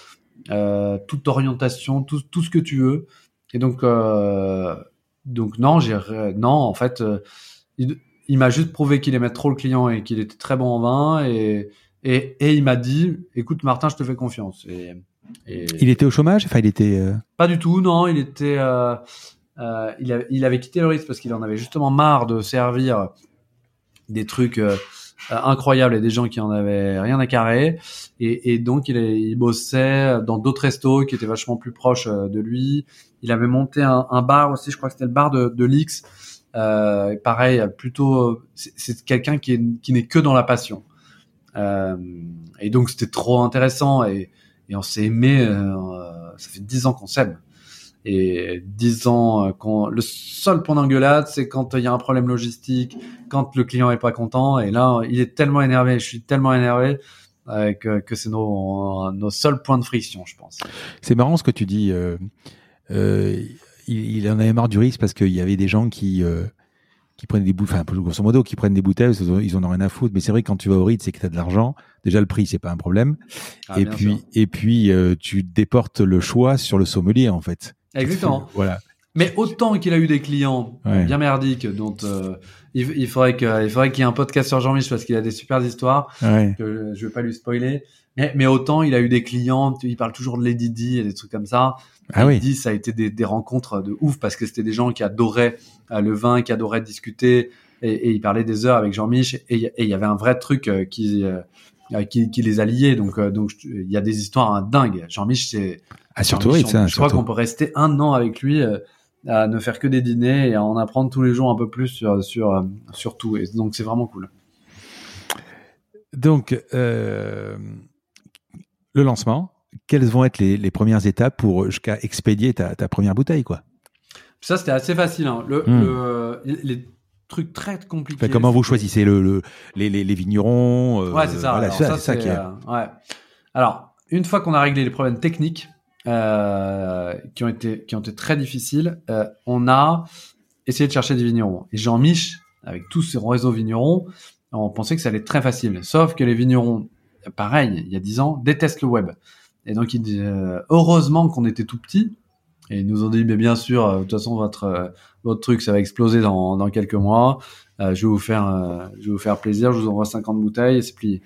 euh, toute orientation, tout tout ce que tu veux. Et donc, euh, donc non, j'ai non en fait. Euh, il, il m'a juste prouvé qu'il aimait trop le client et qu'il était très bon en vin et, et, et il m'a dit écoute Martin, je te fais confiance. Et, et... Il était au chômage, enfin il était euh... pas du tout, non, il était euh, euh, il, avait, il avait quitté le Ritz parce qu'il en avait justement marre de servir des trucs euh, incroyables et des gens qui en avaient rien à carrer et, et donc il, il bossait dans d'autres restos qui étaient vachement plus proches de lui. Il avait monté un, un bar aussi, je crois que c'était le bar de, de l'X. Euh, pareil, plutôt, c'est, c'est quelqu'un qui, est, qui n'est que dans la passion. Euh, et donc c'était trop intéressant et, et on s'est aimé. Euh, ça fait dix ans qu'on s'aime. Et dix ans qu'on, le seul point d'engueulade, c'est quand il y a un problème logistique, quand le client est pas content. Et là, il est tellement énervé, je suis tellement énervé. Euh, que, que c'est nos, nos seuls points de friction, je pense. C'est marrant ce que tu dis. Euh, euh, il, il en avait marre du risque parce qu'il y avait des gens qui, euh, qui prennent des bouteilles, enfin, grosso modo, qui prennent des bouteilles, ils en ont rien à foutre. Mais c'est vrai que quand tu vas au Ritz, c'est que tu as de l'argent. Déjà, le prix, c'est pas un problème. Ah, et, puis, sûr. et puis, euh, tu déportes le choix sur le sommelier, en fait. Exactement. Voilà. Mais autant qu'il a eu des clients ouais. bien merdiques, dont euh, il, il faudrait que, il faudrait qu'il y ait un podcast sur Jean-Michel parce qu'il a des super histoires. Ouais. Que je vais pas lui spoiler. Mais, mais autant il a eu des clients, il parle toujours de Lady Di et des trucs comme ça. Ah oui. Dit ça a été des, des rencontres de ouf parce que c'était des gens qui adoraient euh, le vin, qui adoraient discuter et, et il parlait des heures avec Jean-Michel et il y avait un vrai truc euh, qui, euh, qui qui les a liés. Donc euh, donc il y a des histoires hein, dingues. Jean-Michel c'est ah surtout oui, ça. Je crois qu'on peut rester un an avec lui. Euh, à ne faire que des dîners et à en apprendre tous les jours un peu plus sur sur sur tout et donc c'est vraiment cool. Donc euh, le lancement, quelles vont être les, les premières étapes pour jusqu'à expédier ta, ta première bouteille quoi? Ça c'était assez facile hein. Le, mmh. le les trucs très compliqués. Enfin, comment vous choisissez le, le les, les les vignerons euh, Ouais c'est ça. Voilà, Alors, ça, ça c'est ça qui est. Euh, ouais. Alors une fois qu'on a réglé les problèmes techniques. Euh, qui ont été qui ont été très difficiles. Euh, on a essayé de chercher des vignerons. Et Jean-Mich, avec tous ses réseaux vignerons, on pensait que ça allait être très facile. Sauf que les vignerons, pareil, il y a dix ans, détestent le web. Et donc, ils disent, euh, heureusement qu'on était tout petits. Et ils nous ont dit, mais bien sûr, euh, de toute façon, votre euh, votre truc, ça va exploser dans dans quelques mois. Euh, je vais vous faire euh, je vais vous faire plaisir. Je vous envoie cinquante bouteilles et c'est plié.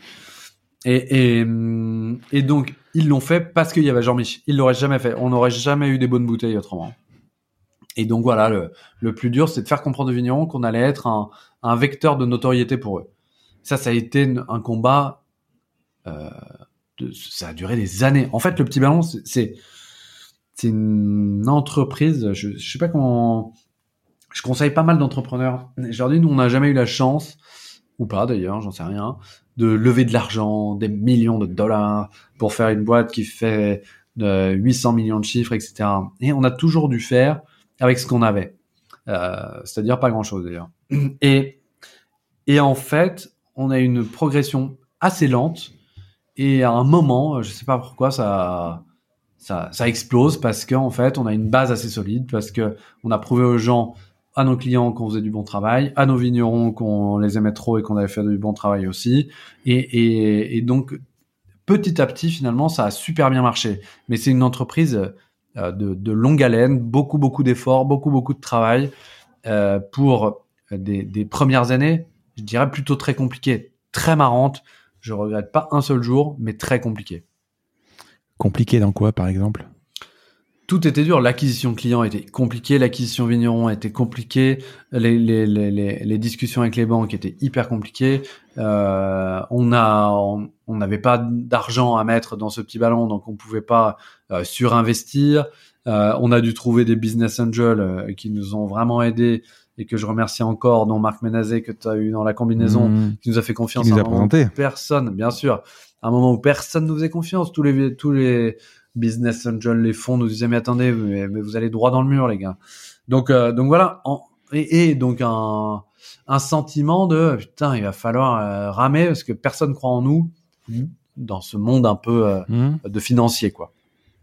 Et, et, et donc, ils l'ont fait parce qu'il y avait Jean-Mich. Ils l'auraient jamais fait. On n'aurait jamais eu des bonnes bouteilles autrement. Et donc, voilà, le, le plus dur, c'est de faire comprendre aux vignerons qu'on allait être un, un vecteur de notoriété pour eux. Ça, ça a été un combat, euh, de, ça a duré des années. En fait, le Petit Ballon, c'est, c'est, c'est une entreprise, je, je sais pas comment, je conseille pas mal d'entrepreneurs. Je leur dis, nous, on n'a jamais eu la chance, ou pas d'ailleurs, j'en sais rien, de lever de l'argent, des millions de dollars pour faire une boîte qui fait de huit cents millions de chiffres, et cetera. Et on a toujours dû faire avec ce qu'on avait. Euh, c'est-à-dire pas grand-chose d'ailleurs. Et, et en fait, on a une progression assez lente et à un moment, je sais pas pourquoi, ça, ça, ça explose parce qu'en fait, on a une base assez solide parce que on a prouvé aux gens, à nos clients qu'on faisait du bon travail, à nos vignerons qu'on les aimait trop et qu'on avait fait du bon travail aussi. Et, et, et donc, petit à petit, finalement, ça a super bien marché. Mais c'est une entreprise euh, de, de longue haleine, beaucoup, beaucoup d'efforts, beaucoup, beaucoup de travail euh, pour des, des premières années, je dirais plutôt très compliquées, très marrantes. Je regrette pas un seul jour, mais très compliquées. Compliqué dans quoi, par exemple ? Tout était dur. L'acquisition client était compliquée, l'acquisition vigneron était compliquée, les, les, les, les, les discussions avec les banques étaient hyper compliquées. Euh, on a, on n'avait pas d'argent à mettre dans ce petit ballon, donc on pouvait pas euh, surinvestir. Euh, on a dû trouver des business angels euh, qui nous ont vraiment aidés et que je remercie encore, dont Marc Ménazé que tu as eu dans la combinaison, mmh. qui nous a fait confiance. Qui nous à a présenté. Personne, bien sûr, à un moment où personne nous faisait confiance, tous les tous les business angels, les fonds nous disaient mais attendez, mais, mais vous allez droit dans le mur les gars. Donc euh, donc voilà, en, et, et donc un un sentiment de putain, il va falloir euh, ramer parce que personne croit en nous dans ce monde un peu euh, mmh. de financier quoi.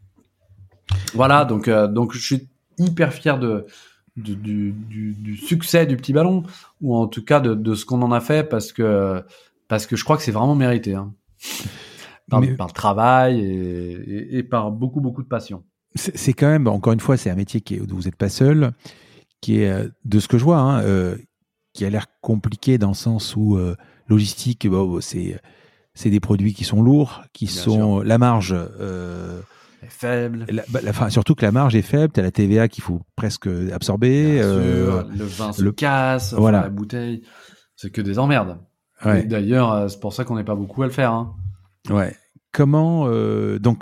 Voilà, donc euh, donc je suis hyper fier de, de du, du du succès du petit ballon ou en tout cas de de ce qu'on en a fait parce que parce que je crois que c'est vraiment mérité hein. Par, Mais... par le travail et, et, et par beaucoup, beaucoup de passion. C'est, c'est quand même, encore une fois, c'est un métier qui est, où vous n'êtes pas seul, qui est, de ce que je vois, hein, euh, qui a l'air compliqué dans le sens où euh, logistique, bon, c'est, c'est des produits qui sont lourds, qui Bien sont... Sûr. La marge... Euh, est faible. La, bah, la, enfin, surtout que la marge est faible, tu as la T V A qu'il faut presque absorber. Bien euh, sûr, le vin se le... casse, enfin, voilà. La bouteille, c'est que des emmerdes. Ouais. Et d'ailleurs, c'est pour ça qu'on n'est pas beaucoup à le faire. Hein. Ouais. Comment euh, donc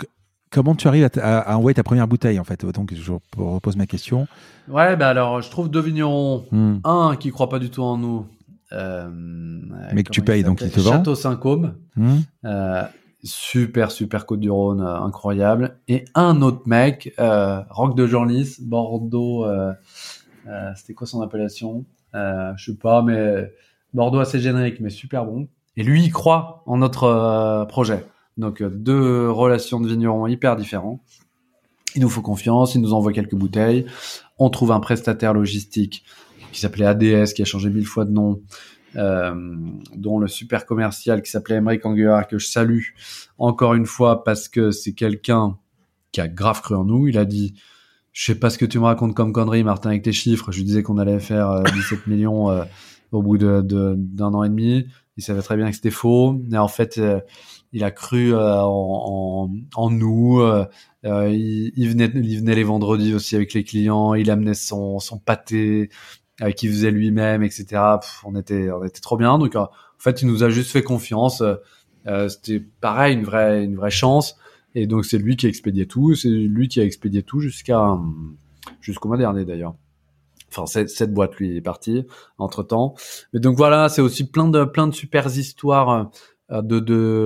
comment tu arrives à, t- à, à envoyer ta première bouteille, en fait? Donc, je repose ma question. Ouais, bah alors, je trouve deux vignerons. Hmm. Un qui croit pas du tout en nous. Euh, Mais que tu comment payes, il donc il s'appelait te vend. Château Saint-Côme. Hmm. Euh, super, super Côte-du-Rhône, euh, incroyable. Et un autre mec, euh, Roc de Genlis, Bordeaux. Euh, euh, c'était quoi son appellation? euh, Je sais pas, mais Bordeaux assez générique, mais super bon. Et lui, il croit en notre euh, projet. Donc, euh, deux relations de vignerons hyper différents. Il nous faut confiance, il nous envoie quelques bouteilles. On trouve un prestataire logistique qui s'appelait A D S, qui a changé mille fois de nom, euh, dont le super commercial qui s'appelait Emeric Anguillard, que je salue encore une fois parce que c'est quelqu'un qui a grave cru en nous. Il a dit, je sais pas ce que tu me racontes comme connerie, Martin, avec tes chiffres. Je lui disais qu'on allait faire euh, dix-sept millions euh, au bout de, de, d'un an et demi. Il savait très bien que c'était faux. Et en fait, euh, il a cru euh, en, en, en nous. Euh, euh, il, il, venait, il venait les vendredis aussi avec les clients. Il amenait son, son pâté euh, qu'il faisait lui-même, et cetera. Pff, on était, on était trop bien. Donc, euh, en fait, il nous a juste fait confiance. Euh, c'était pareil, une vraie, une vraie chance. Et donc, c'est lui qui a expédié tout. C'est lui qui a expédié tout jusqu'à, jusqu'au mois dernier, d'ailleurs. Enfin, cette, cette boîte, lui, est parti entre temps. Mais donc, voilà, c'est aussi plein de, plein de super histoires, euh, de,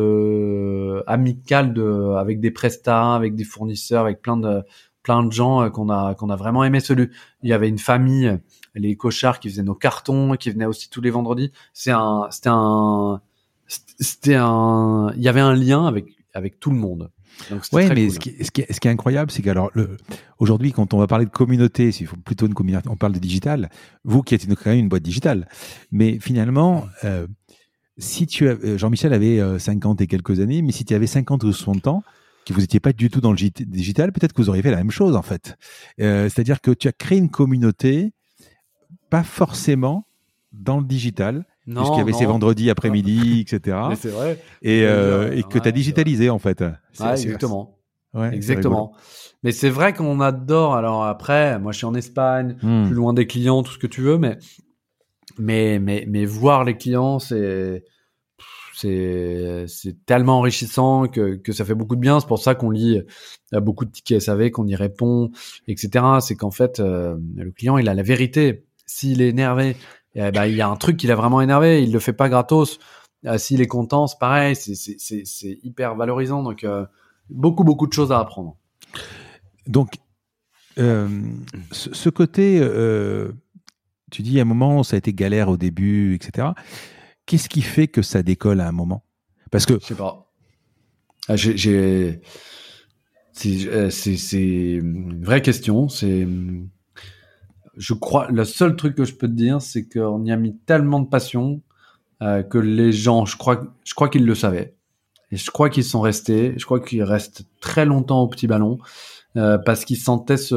de, amicales, de, avec des prestats, avec des fournisseurs, avec plein de, plein de gens euh, qu'on a, qu'on a vraiment aimé. Celui, il y avait une famille, les Cochards, qui faisaient nos cartons, qui venaient aussi tous les vendredis. C'est un, c'était un, c'était un, il y avait un lien avec, avec tout le monde. Oui, mais cool. ce, qui, ce, qui, ce qui est incroyable, c'est qu'alors aujourd'hui, quand on va parler de communauté, s'il faut plutôt une communauté, on parle de digital. Vous qui êtes une, quand même une boîte digitale, mais finalement, euh, si tu as, Jean-Michel avait euh, cinquante et quelques années, mais si tu avais cinquante ou soixante ans, que vous n'étiez pas du tout dans le digital, peut-être que vous auriez fait la même chose en fait. Euh, c'est-à-dire que tu as créé une communauté, pas forcément dans le digital. Non, puisqu'il y avait non. ces vendredis après-midi, et cetera. Mais c'est vrai. Et, euh, et que ouais, tu as digitalisé, en fait. C'est, ouais, exactement. Ouais, exactement. Mais c'est vrai qu'on adore. Alors après, moi, je suis en Espagne, hmm. plus loin des clients, tout ce que tu veux, mais, mais, mais, mais voir les clients, c'est, c'est, c'est tellement enrichissant que, que ça fait beaucoup de bien. C'est pour ça qu'on lit beaucoup de tickets S A V, qu'on y répond, et cetera. C'est qu'en fait, euh, le client, il a la vérité. S'il est énervé, et ben, il y a un truc qui l'a vraiment énervé, il le fait pas gratos. Euh, s'il est content, c'est pareil, c'est, c'est, c'est, c'est hyper valorisant. Donc, euh, beaucoup, beaucoup de choses à apprendre. Donc, euh, ce, ce côté, euh, tu dis à un moment, ça a été galère au début, et cetera. Qu'est-ce qui fait que ça décolle à un moment? Parce que... Je sais pas. Ah, j'ai, j'ai... C'est, c'est, c'est une vraie question. C'est... Je crois, le seul truc que je peux te dire, c'est qu'on y a mis tellement de passion euh, que les gens, je crois, je crois qu'ils le savaient. Et je crois qu'ils sont restés. Je crois qu'ils restent très longtemps au Petit Ballon euh, parce qu'ils sentaient ce...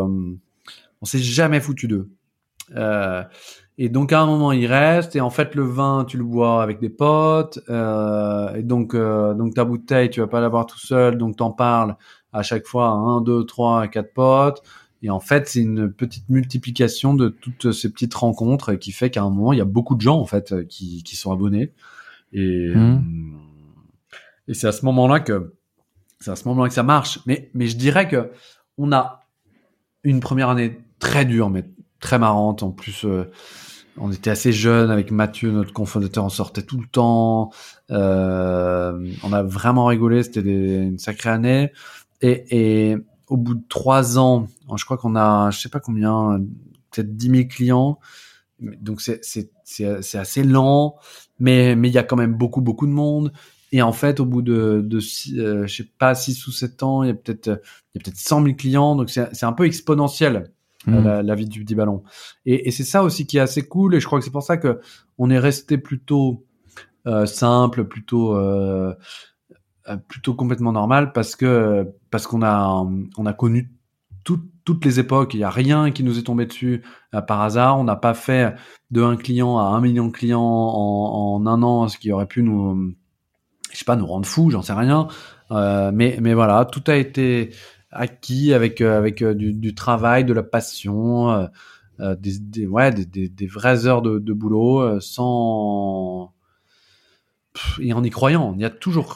On s'est jamais foutu d'eux. Euh, et donc à un moment ils restent. Et en fait le vin, tu le bois avec des potes. Euh, et donc euh, donc ta bouteille, tu vas pas la boire tout seul. Donc t'en parles à chaque fois à un, deux, trois, quatre potes. Et en fait, c'est une petite multiplication de toutes ces petites rencontres qui fait qu'à un moment, il y a beaucoup de gens en fait qui, qui sont abonnés. Et, mmh. et c'est à ce moment-là que c'est à ce moment-là que ça marche. Mais mais je dirais que on a une première année très dure, mais très marrante. En plus, euh, on était assez jeunes avec Mathieu, notre cofondateur, on sortait tout le temps. Euh, on a vraiment rigolé. C'était des, une sacrée année. Et, et au bout de trois ans, je crois qu'on a, je sais pas combien, peut-être dix mille clients. Donc c'est, c'est, c'est, c'est assez lent, mais, mais il y a quand même beaucoup, beaucoup de monde. Et en fait, au bout de, de six, euh, je sais pas, six ou sept ans, il y a peut-être, il y a peut-être cent mille clients. Donc c'est, c'est un peu exponentiel, mmh. euh, la, la vie du Petit Ballon. Et, et c'est ça aussi qui est assez cool. Et je crois que c'est pour ça que on est resté plutôt euh, simple, plutôt, euh, plutôt complètement normal, parce que parce qu'on a on a connu tout, toutes les époques. Il y a rien qui nous est tombé dessus euh, par hasard. On n'a pas fait de un client à un million de clients en, en un an, ce qui aurait pu nous, je sais pas, nous rendre fous, j'en sais rien. Euh, mais mais voilà, tout a été acquis avec euh, avec euh, du, du travail, de la passion, euh, euh, des, des ouais des, des, des vraies heures de, de boulot, euh, sans et en y croyant. On y a toujours cru. Et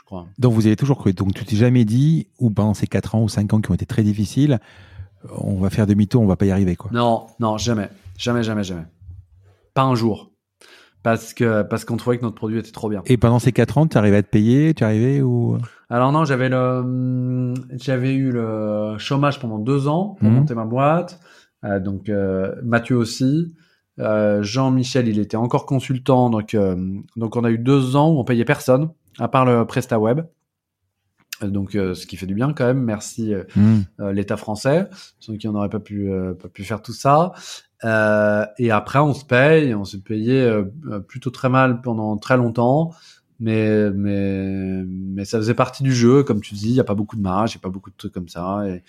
crois. Donc vous avez toujours cru. Donc tu t'es jamais dit, ou pendant ces quatre ans ou cinq ans qui ont été très difficiles, on va faire demi-tour, on va pas y arriver, quoi. Non, non, jamais. Jamais, jamais, jamais. Pas un jour. Parce que parce qu'on trouvait que notre produit était trop bien. Et pendant ces quatre ans, tu arrivais à te payer, tu arrivais ou Alors non, j'avais le j'avais eu le chômage pendant deux ans pour mmh. monter ma boîte. Euh, donc euh, Mathieu aussi. Euh, Jean-Michel, il était encore consultant, donc euh, donc on a eu deux ans où on payait personne à part le PrestaWeb. Donc, euh, ce qui fait du bien quand même. Merci euh, mmh. euh, l'État français, sans qui on n'aurait pas pu euh, pas pu faire tout ça. Euh, et après, on se paye. On s'est payé euh, plutôt très mal pendant très longtemps, mais mais mais ça faisait partie du jeu, comme tu dis. Il y a pas beaucoup de marge, il y a pas beaucoup de trucs comme ça. Et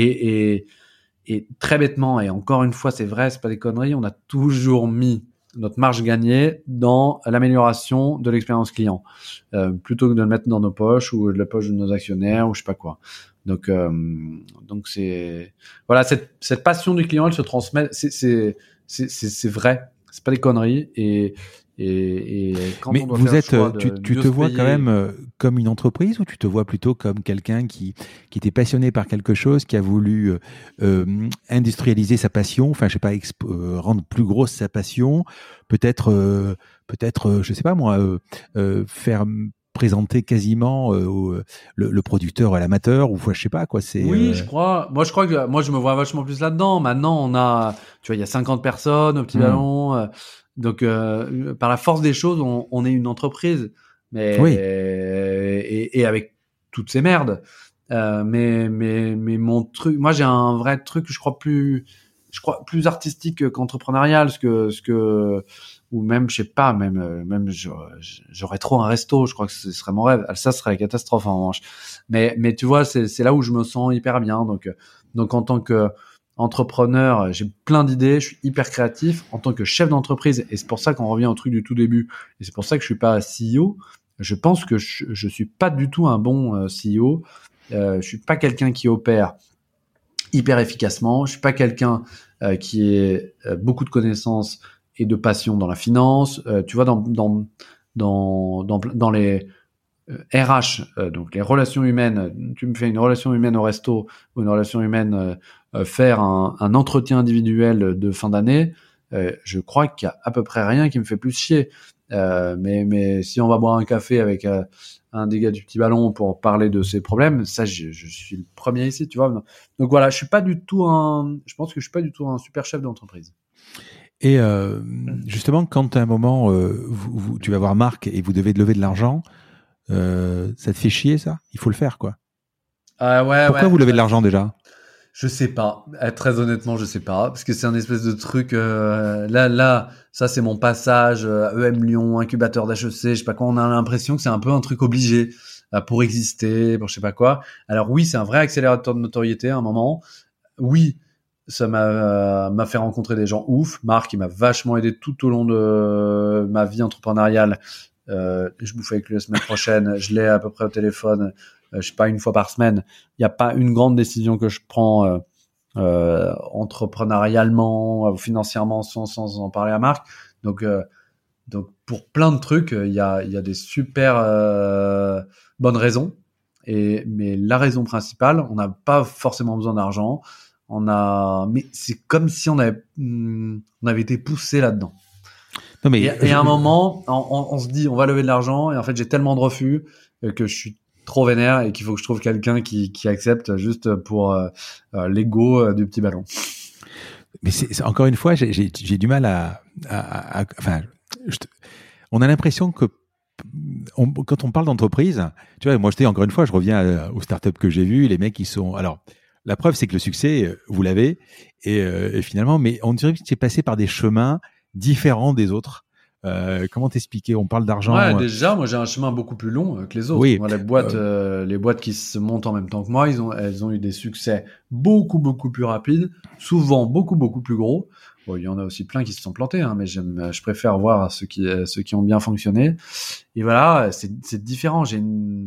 et et, et très bêtement, et encore une fois, c'est vrai, c'est pas des conneries. On a toujours mis notre marge gagnée dans l'amélioration de l'expérience client, euh, plutôt que de le mettre dans nos poches ou de la poche de nos actionnaires ou je sais pas quoi. Donc, euh, donc c'est voilà, cette cette passion du client, elle se transmet. C'est c'est c'est c'est, c'est vrai, c'est pas des conneries. Et et, et quand Mais on doit vous faire êtes, le choix tu, de tu mieux te se vois payer, quand même euh, comme une entreprise ou tu te vois plutôt comme quelqu'un qui, qui était passionné par quelque chose, qui a voulu euh, euh, industrialiser sa passion, enfin je sais pas, exp- euh, rendre plus grosse sa passion, peut-être, euh, peut-être, euh, je sais pas moi, euh, euh, faire présenter quasiment euh, le, le producteur à l'amateur ou je sais pas quoi. C'est Oui, je euh... crois. Moi, je crois que moi, je me vois vachement plus là-dedans. Maintenant, on a, tu vois, il y a cinquante personnes au Petit hmm. Ballon. Euh, donc, euh, par la force des choses, on, on est une entreprise, mais Oui. et, et avec toutes ces merdes. Euh, mais mais mais mon truc, moi, j'ai un vrai truc, je crois plus, je crois plus artistique qu'entrepreneurial, ce que ce que ou même, je sais pas, même même j'aurais trop un resto. Je crois que ce serait mon rêve. Ça serait la catastrophe en revanche. Mais, mais tu vois, c'est, c'est là où je me sens hyper bien. Donc, donc en tant que entrepreneur, j'ai plein d'idées, je suis hyper créatif. En tant que chef d'entreprise, et c'est pour ça qu'on revient au truc du tout début, et c'est pour ça que je suis pas C E O, je pense que je, je suis pas du tout un bon C E O. Euh, je suis pas quelqu'un qui opère hyper efficacement. Je suis pas quelqu'un euh, qui ait euh, beaucoup de connaissances et de passion dans la finance. Euh, tu vois, dans, dans, dans, dans, dans les R H, euh, donc les relations humaines, tu me fais une relation humaine au resto ou une relation humaine, euh, euh, faire un, un entretien individuel de fin d'année, euh, je crois qu'il y a à peu près rien qui me fait plus chier. Euh, mais, mais si on va boire un café avec euh, un des gars du Petit Ballon pour parler de ses problèmes, ça, je, je suis le premier ici, tu vois. Donc voilà, je suis pas du tout un, je pense que je suis pas du tout un super chef d'entreprise. Et euh, justement, quand à un moment, euh, vous, vous, tu vas voir Marc et vous devez lever de l'argent, Euh, ça te fait chier, ça? Il faut le faire, quoi. Euh, ouais, Pourquoi ouais. vous levez Bah, de l'argent déjà? je sais pas. Euh, Très honnêtement, je sais pas. Parce que c'est un espèce de truc. Euh, là, là, ça, c'est mon passage euh, E M Lyon, incubateur d'H E C, je sais pas quoi. On a l'impression que c'est un peu un truc obligé euh, pour exister, pour je sais pas quoi. Alors oui, c'est un vrai accélérateur de notoriété à un moment. Oui, ça m'a euh, m'a fait rencontrer des gens ouf. Marc, il m'a vachement aidé tout au long de ma vie entrepreneuriale. Euh, je bouffe avec lui la semaine prochaine. Je l'ai à peu près au téléphone. Euh, je sais pas, une fois par semaine. Il n'y a pas une grande décision que je prends euh, euh, entrepreneurialement ou financièrement sans, sans en parler à Marc. Donc, euh, donc pour plein de trucs, il y a, il y a des super euh, bonnes raisons. Et, mais la raison principale, on n'a pas forcément besoin d'argent. On a, mais c'est comme si on avait, on avait été poussé là-dedans. Non, mais Et, et je, à un je... moment, on, on, on se dit, on va lever de l'argent, et en fait, j'ai tellement de refus euh, que je suis trop vénère et qu'il faut que je trouve quelqu'un qui, qui accepte juste pour euh, euh, l'ego euh, du Petit Ballon. Mais c'est, c'est, encore une fois, j'ai, j'ai, j'ai du mal à, à, à, à enfin, je te, on a l'impression que on, quand on parle d'entreprise, tu vois, moi, je dis encore une fois, je reviens à, aux startups que j'ai vues, les mecs qui sont, alors, la preuve, c'est que le succès, vous l'avez, et, euh, et finalement, mais on dirait que tu es passé par des chemins différents des autres. Euh, comment t'expliquer? On parle Ouais, d'argent. déjà, moi j'ai un chemin beaucoup plus long euh, que les autres. Oui. Moi, les boîtes, Euh, euh, les boîtes qui se montent en même temps que moi, ils ont, elles ont eu des succès beaucoup beaucoup plus rapides, souvent beaucoup beaucoup plus gros. Bon, il y en a aussi plein qui se sont plantés, hein, mais j'aime, je préfère voir ceux qui, ceux qui ont bien fonctionné. Et voilà, c'est, c'est différent. J'ai une,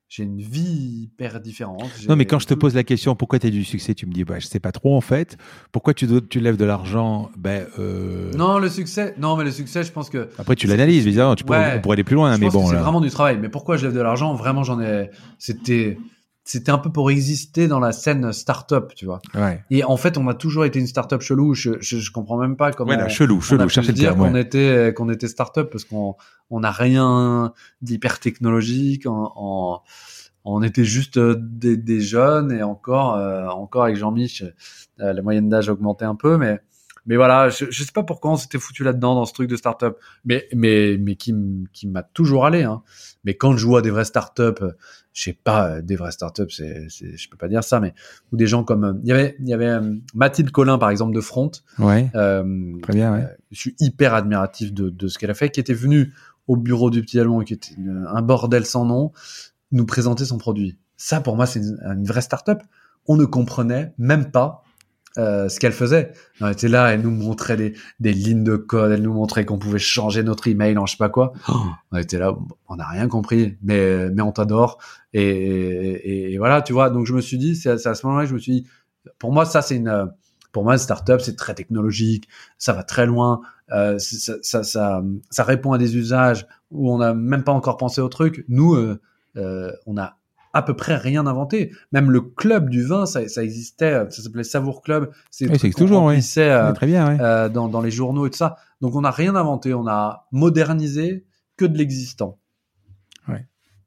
j'ai une vie hyper différente. J'ai Non, mais quand je te tout... pose la question, pourquoi tu as du succès, tu me dis, bah, je sais pas trop en fait. Pourquoi tu, dois, tu lèves de l'argent ben, euh... Non, le succès, non, mais le succès, je pense que. Après, tu l'analyses, évidemment, tu pourrais, ouais, on pourrait aller plus loin, je mais pense bon. que c'est là... vraiment du travail. Mais pourquoi je lève de l'argent? Vraiment, j'en ai. C'était. C'était un peu pour exister dans la scène start-up, tu vois. Ouais. Et en fait, on a toujours été une start-up chelou. Je, je, je comprends même pas comment. Ouais, là, chelou, on chelou, a pu cherchez le dire terme. qu'on Ouais. était, qu'on était start-up parce qu'on, on n'a rien d'hyper technologique. On, on, on était juste des, des jeunes et encore, euh, encore avec Jean-Mich, euh, la moyenne d'âge augmentait un peu, mais. Mais voilà, je, je sais pas pourquoi on s'était foutu là-dedans dans ce truc de start-up, mais mais mais qui qui m'a toujours allé. Hein. Mais quand je vois des vraies start-up, je sais pas, des vraies start-up, c'est c'est je peux pas dire ça, mais ou des gens comme il y avait il y avait euh, Mathilde Collin par exemple de Front. Ouais. Euh, Très bien. Ouais. Euh, je suis hyper admiratif de de ce qu'elle a fait, qui était venue au bureau du Petit Ballon, qui était une, un bordel sans nom, nous présenter son produit. Ça pour moi c'est une, une vraie start-up. On ne comprenait même pas. Euh, ce qu'elle faisait. On était là, elle nous montrait des, des lignes de code, elle nous montrait qu'on pouvait changer notre email en je sais pas quoi. Oh, on était là, on n'a rien compris, mais mais on t'adore. Et, et, et voilà, tu vois. Donc je me suis dit, c'est à, c'est à ce moment-là que je me suis dit, pour moi ça c'est une, pour moi une startup c'est très technologique, ça va très loin, euh, ça, ça ça ça répond à des usages où on n'a même pas encore pensé au truc. Nous, euh, euh, on a à peu près rien inventé. Même le club du vin, ça, ça existait, ça s'appelait Savour Club. C'est oui, c'est toujours, oui. Euh, oui. Très bien, oui. euh, dans, dans les journaux et tout ça. Donc on n'a rien inventé, on a modernisé que de l'existant. Ouais.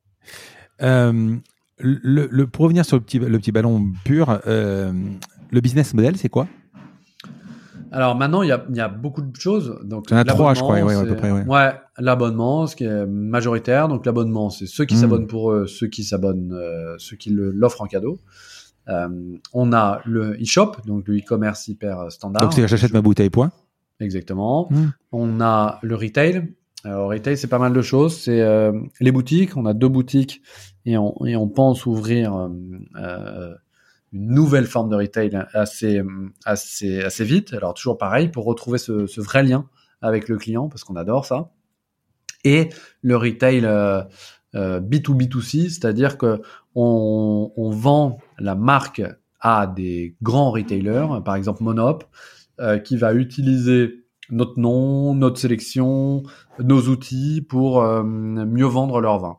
Euh, le, le, pour revenir sur le petit, le petit ballon pur, euh, le business model, c'est quoi? Alors maintenant, il y a, y a beaucoup de choses. Donc, il y en a trois, je crois, ouais, à peu près. Ouais. ouais, l'abonnement, ce qui est majoritaire. Donc l'abonnement, c'est ceux qui mmh. s'abonnent pour eux, ceux qui s'abonnent, euh, ceux qui le, l'offrent en cadeau. Euh, on a le e-shop, donc le e-commerce hyper standard. Donc c'est j'achète ma bouteille, point. Exactement. Mmh. On a le retail. Alors retail, c'est pas mal de choses. C'est euh, les boutiques. On a deux boutiques et on, et on pense ouvrir euh, euh, une nouvelle forme de retail assez, assez, assez vite. Alors toujours pareil, pour retrouver ce, ce vrai lien avec le client, parce qu'on adore ça. Et le retail euh, euh, B deux B deux C, c'est-à-dire que on, on vend la marque à des grands retailers, par exemple Monop, euh, qui va utiliser notre nom, notre sélection, nos outils pour euh, mieux vendre leur vin.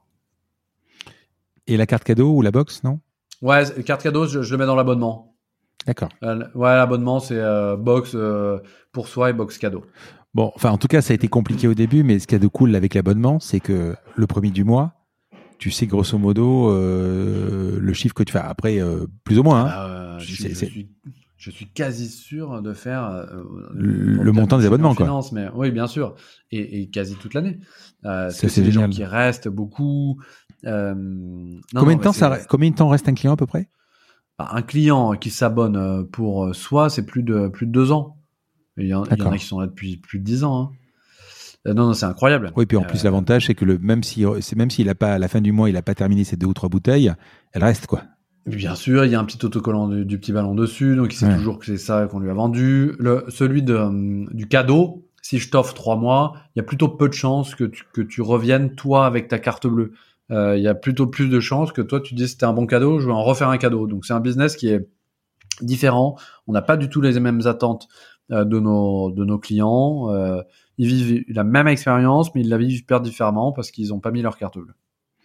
Et la carte cadeau ou la box, non ? Ouais, carte cadeau, je, je le mets dans l'abonnement. D'accord. Euh, ouais, l'abonnement, c'est euh, box euh, pour soi et box cadeau. Bon, enfin, en tout cas, ça a été compliqué au début, mais ce qu'il y a de cool avec l'abonnement, c'est que le premier du mois, tu sais grosso modo euh, le chiffre que tu fais. Après, euh, plus ou moins. Hein. Euh, je, suis, je, suis, je suis quasi sûr de faire euh, le, le montant des abonnements, quoi. Finance, mais oui, bien sûr, et, et quasi toute l'année. Euh, ça, c'est, c'est des gens qui restent beaucoup. Euh, non, combien, non, de temps ça, combien de temps reste un client à peu près ? Un client qui s'abonne pour soi, c'est plus de plus de deux ans. Il y, en, il y en a qui sont là depuis plus de dix ans. Hein. Euh, non, non, c'est incroyable. Oui, puis en plus euh, l'avantage, c'est que le, même si c'est même s'il a pas à la fin du mois, il a pas terminé ses deux ou trois bouteilles, elle reste quoi. Bien sûr, il y a un petit autocollant du, du petit ballon dessus, donc il sait ouais. toujours que c'est ça qu'on lui a vendu. Le, celui de um, du cadeau, si je t'offre trois mois, il y a plutôt peu de chances que tu que tu reviennes toi avec ta carte bleue. Il euh, y a plutôt plus de chances que toi tu dises c'était un bon cadeau, je vais en refaire un cadeau. Donc c'est un business qui est différent. On n'a pas du tout les mêmes attentes euh, de nos de nos clients. Euh, ils vivent la même expérience, mais ils la vivent super différemment parce qu'ils n'ont pas mis leur carte bleue.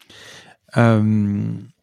Euh...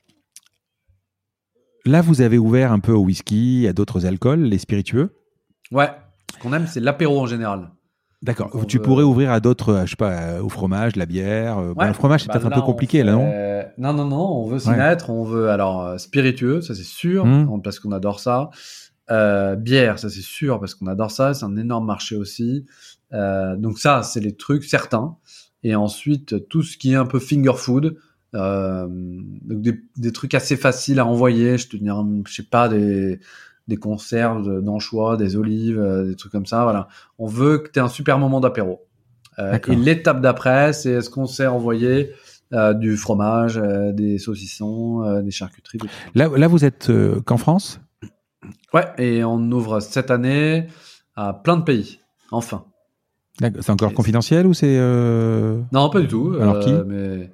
Là, vous avez ouvert un peu au whisky, à d'autres alcools, les spiritueux. Ouais. Ce qu'on aime, c'est l'apéro en général. D'accord. Donc, tu veut... pourrais ouvrir à d'autres, je sais pas, au fromage, la bière. Ouais. Bon, le fromage, c'est bah peut-être un peu compliqué, fait... là, non ? Non, non, non. On veut s'y ouais. mettre. On veut, alors, euh, spiritueux, ça c'est sûr, mmh. parce qu'on adore ça. Euh, bière, ça c'est sûr, parce qu'on adore ça. C'est un énorme marché aussi. Euh, donc ça, c'est les trucs certains. Et ensuite, tout ce qui est un peu finger food. Euh, donc des, des trucs assez faciles à envoyer. Je te dirais, je sais pas, des... des conserves d'anchois, des olives, euh, des trucs comme ça. Voilà. On veut que tu aies un super moment d'apéro. Euh, et l'étape d'après, c'est est-ce qu'on sait envoyer euh, du fromage, euh, des saucissons, euh, des charcuteries. Des là, là, vous êtes euh, qu'en France ? Ouais, et on ouvre cette année à plein de pays. Enfin. D'accord. C'est encore et confidentiel c'est... ou c'est... Euh... Non, pas du tout. Alors qui ? euh, mais...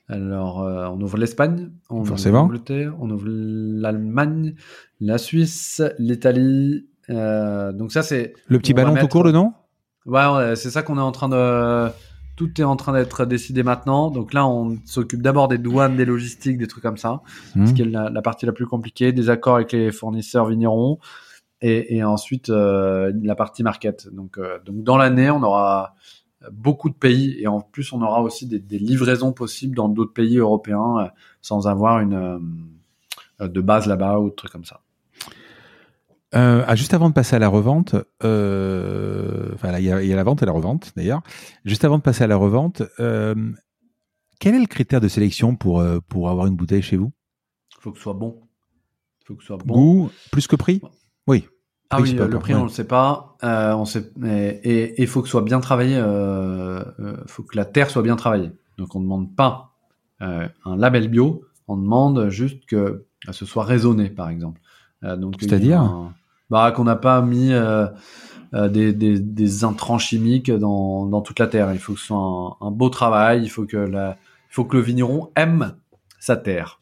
Alors, euh, on ouvre l'Espagne, on Forcément. ouvre l'Angleterre, on ouvre l'Allemagne, la Suisse, l'Italie. Euh, donc ça, c'est... Le petit on va ballon tout mettre- court, le nom? Ouais, ouais, c'est ça qu'on est en train de... Tout est en train d'être décidé maintenant. Donc là, on s'occupe d'abord des douanes, des logistiques, des trucs comme ça, Mmh. ce qui est la, la partie la plus compliquée, des accords avec les fournisseurs vignerons, et, et ensuite euh, la partie market. Donc, euh, donc dans l'année, on aura beaucoup de pays, et en plus, on aura aussi des, des livraisons possibles dans d'autres pays européens euh, sans avoir une euh, de base là-bas ou des trucs comme ça. Euh, ah, juste avant de passer à la revente, euh, enfin, là, il y, a- il y a la vente et la revente d'ailleurs. Juste avant de passer à la revente, euh, quel est le critère de sélection pour, euh, pour avoir une bouteille chez vous? Il faut que ce soit bon. Il faut que ce soit bon. Goût plus que prix? Oui. Ah Prix, oui, c'est pas euh, le peur, prix, ouais. on le sait pas. Euh, on sait, et il faut que ce soit bien travaillé. Il euh, euh, faut que la terre soit bien travaillée. Donc, on ne demande pas euh, un label bio. On demande juste que euh, ce soit raisonné, par exemple. Euh, donc, il y a C'est-à-dire? un- bah, qu'on n'a pas mis euh, euh, des, des, des intrants chimiques dans, dans toute la terre. Il faut que ce soit un, un beau travail. Il faut que la, il faut que le vigneron aime sa terre.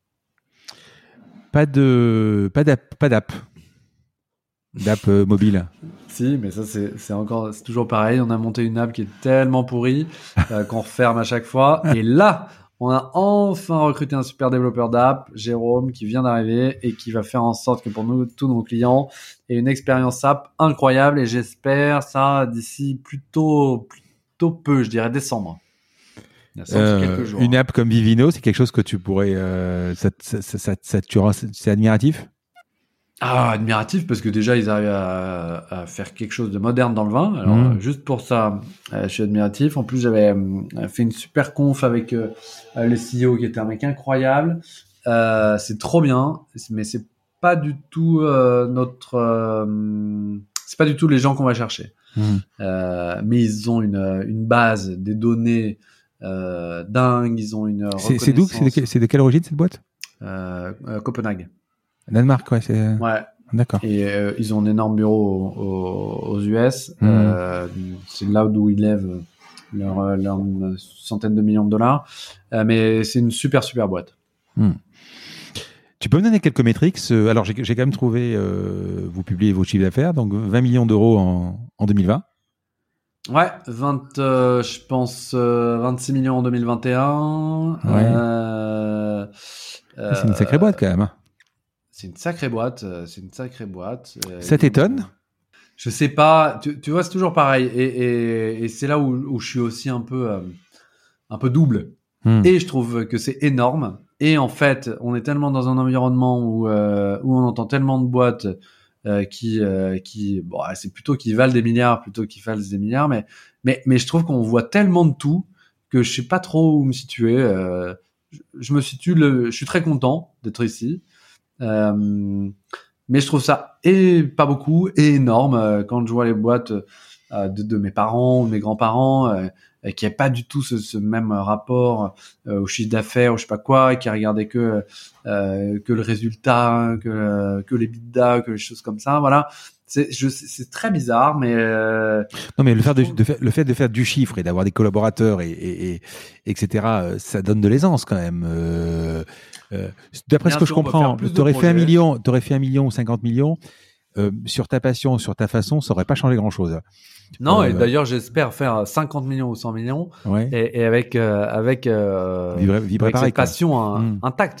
Pas de, pas d'app, pas d'app. D'app euh, mobile. Si, mais ça c'est c'est encore c'est toujours pareil. On a monté une app qui est tellement pourrie euh, qu'on referme à chaque fois. Et là, on a enfin recruté un super développeur d'app, Jérôme, qui vient d'arriver et qui va faire en sorte que pour nous tous nos clients aient une expérience app incroyable. Et j'espère ça d'ici plutôt plutôt peu, je dirais décembre. Il y a sorti Euh, quelques jours. une app comme Vivino, c'est quelque chose que tu pourrais, euh, ça, ça, ça, ça, ça tu auras- c'est admiratif? Ah, admiratif, parce que déjà, ils arrivent à, à faire quelque chose de moderne dans le vin. Alors, Mmh. euh, juste pour ça, euh, je suis admiratif. En plus, j'avais euh, fait une super conf avec euh, le C E O qui était un mec incroyable. Euh, c'est trop bien, mais c'est pas du tout euh, notre... euh, c'est pas du tout les gens qu'on va chercher. Mmh. Euh, mais ils ont une, une base, des données euh, dingues. Ils ont une C'est, c'est d'où? C'est de, reconnaissance... que- c'est de quelle origine cette boîte? Euh, euh, Copenhague. Danemark, ouais. C'est... Ouais. D'accord. Et euh, ils ont un énorme bureau aux, aux, aux U S. Mmh. Euh, c'est là d'où ils lèvent leur, leur centaine de millions de dollars. Euh, mais c'est une super, super boîte. Mmh. Tu peux me donner quelques métriques? euh, Alors, j'ai, j'ai quand même trouvé, euh, vous publiez vos chiffres d'affaires, donc vingt millions d'euros en, en deux mille vingt. Ouais, vingt, euh, je pense euh, vingt-six millions en deux mille vingt et un. Ouais. Euh, Ça, c'est une sacrée boîte quand même. hein. C'est une sacrée boîte. euh, C'est une sacrée boîte. euh, Ça t'étonne? Je sais pas. Tu, tu vois, c'est toujours pareil. Et, et, et c'est là où, où je suis aussi un peu, euh, un peu double. Mmh. Et je trouve que c'est énorme. Et en fait, on est tellement dans un environnement où, euh, où on entend tellement de boîtes euh, qui, euh, qui, bon, c'est plutôt qui valent des milliards plutôt qu'ils valent des milliards. Mais, mais, mais je trouve qu'on voit tellement de tout que je sais pas trop où me situer. Euh, je, je me situe, le, je suis très content d'être ici. Euh, mais je trouve ça et pas beaucoup et énorme euh, quand je vois les boîtes euh, de, de mes parents ou de mes grands-parents euh, qui n'avaient pas du tout ce, ce même rapport euh, au chiffre d'affaires ou je sais pas quoi, et qui regardaient que euh, que le résultat, que que les bidas, que les choses comme ça. Voilà, c'est je c'est très bizarre, mais euh, Non, mais le, faire de, trouve... de faire, le fait de faire du chiffre et d'avoir des collaborateurs et, et, et etc., ça donne de l'aisance quand même. Euh, euh, d'après Bien ce que sûr, je on peut faire comprends, plus de t'aurais fait un projets. million, t'aurais fait un million ou cinquante millions euh, sur ta passion, sur ta façon, ça aurait pas changé grand chose. Non, Euh, et d'ailleurs, j'espère faire cinquante millions ou cent millions Ouais. et, et avec euh, avec, euh, Vibrer, vibrer avec pareil, cette quoi. passion hein, Mm. intacte.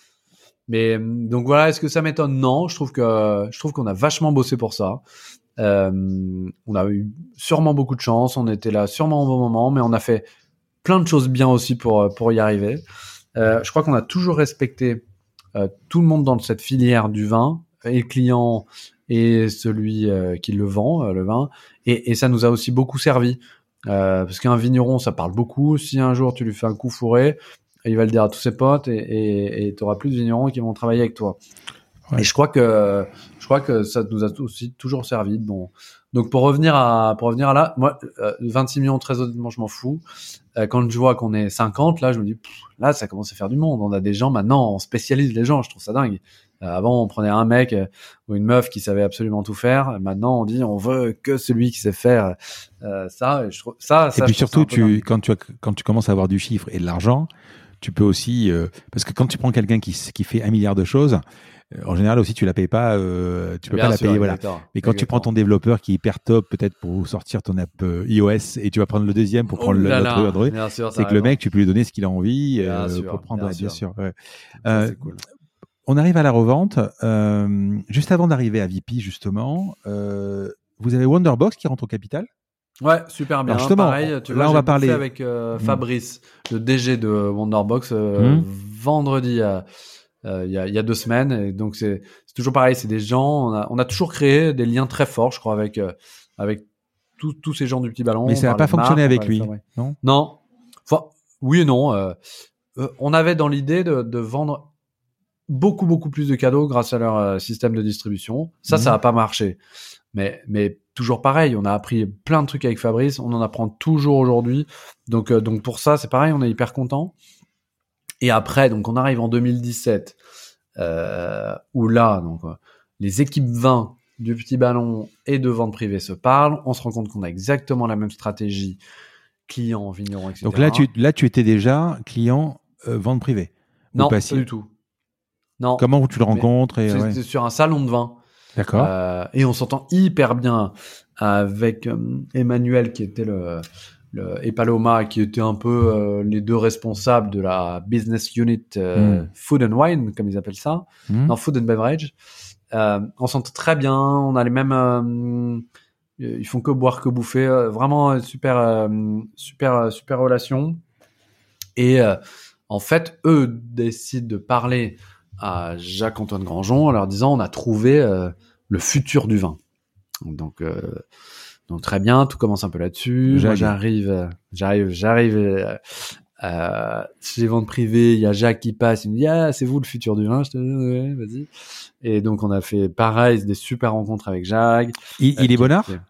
Mais euh, donc voilà, est-ce que ça m'étonne? Non, je trouve que je trouve qu'on a vachement bossé pour ça. Euh, on a eu sûrement beaucoup de chance, on était là sûrement au bon moment, mais on a fait plein de choses bien aussi pour pour y arriver. Euh, je crois qu'on a toujours respecté euh, tout le monde dans cette filière du vin, et le client et celui euh, qui le vend, euh, le vin, et, et ça nous a aussi beaucoup servi. Euh, parce qu'un vigneron, ça parle beaucoup. Si un jour tu lui fais un coup fourré, il va le dire à tous ses potes et tu auras plus de vignerons qui vont travailler avec toi. Ouais. Et je crois que je crois que ça nous a aussi toujours servi de bon donc pour revenir à pour revenir à là, moi euh, vingt-six millions, très honnêtement, je m'en fous. Euh, quand je vois qu'on est cinquante, là, je me dis pff, là, ça commence à faire du monde. On a des gens maintenant, on spécialise les gens. Je trouve ça dingue. Euh, avant, on prenait un mec euh, ou une meuf qui savait absolument tout faire. Maintenant, on dit on veut que celui qui sait faire euh, ça. Et je trouve ça. ça et puis je trouve surtout, ça un peu tu, dingue. quand tu as, quand tu commences à avoir du chiffre et de l'argent, tu peux aussi euh, parce que quand tu prends quelqu'un qui qui fait un milliard de choses. En général aussi, tu la payes pas, euh, tu peux Bien pas la sûr, payer, voilà. exactement. Mais quand tu prends ton développeur qui est hyper top, peut-être pour sortir ton app euh, iOS, et tu vas prendre le deuxième pour prendre Oh le, là l'autre là, Android, bien sûr, c'est t'as que le raison. mec, tu peux lui donner ce qu'il a envie Bien euh, sûr, pour prendre, bien ouais, bien sûr. sûr. Ouais. Ça, Euh, c'est cool. on arrive à la revente. Euh, juste avant d'arriver à V P, justement, euh, vous avez Wonderbox qui rentre au capital. Ouais, super bien. Alors justement, Pareil, tu là, vois, on j'ai va bouffé parler. avec euh, Hmm. Fabrice, le D G de Wonderbox, euh, Hmm. vendredi euh, euh, il y, a, il y a deux semaines. Et donc c'est, c'est toujours pareil, c'est des gens. On a, on a toujours créé des liens très forts, je crois, avec euh, avec tous tous ces gens du petit ballon. Mais On ça n'a parlait pas de fonctionné marque, on avec parlait de lui, fabrique. non? Non. Enfin, oui et non. Euh, euh, on avait dans l'idée de, de vendre beaucoup beaucoup plus de cadeaux grâce à leur euh, système de distribution. Ça, Hmm. ça n'a pas marché. Mais, mais toujours pareil, on a appris plein de trucs avec Fabrice, on en apprend toujours aujourd'hui. Donc, euh, donc pour ça, c'est pareil, on est hyper content. Et après, donc on arrive en deux mille dix-sept, euh, où là, donc euh, les équipes vin du petit ballon et de vente privée se parlent. On se rend compte qu'on a exactement la même stratégie, clients, vignerons, et cetera. Donc là, tu, là, tu étais déjà client euh, vente privée. Vous non, passiez... pas du tout. Non. Comment tu le rencontres et, c'est, ouais. c'est sur un salon de vin. D'accord. Euh, et on s'entend hyper bien avec euh, Emmanuel qui était le, le et Paloma qui étaient un peu euh, les deux responsables de la business unit euh, Mm. food and wine comme ils appellent ça, Mm. non food and beverage. Euh, on s'entend très bien, on a les mêmes, euh, ils font que boire que bouffer, euh, vraiment euh, super euh, super super relation. Et euh, en fait, eux décident de parler à Jacques-Antoine Grandjean en leur disant on a trouvé euh, le futur du vin. Donc, euh, donc très bien, tout commence un peu là-dessus. Jacques. Moi, j'arrive, euh, j'arrive, j'arrive euh, euh, chez vente privée. Il y a Jacques qui passe, il me dit ah c'est vous le futur du vin. Je te dis ouais, vas-y. Et donc on a fait pareil, des super rencontres avec Jacques. Il, euh, il est qui bonnard. était-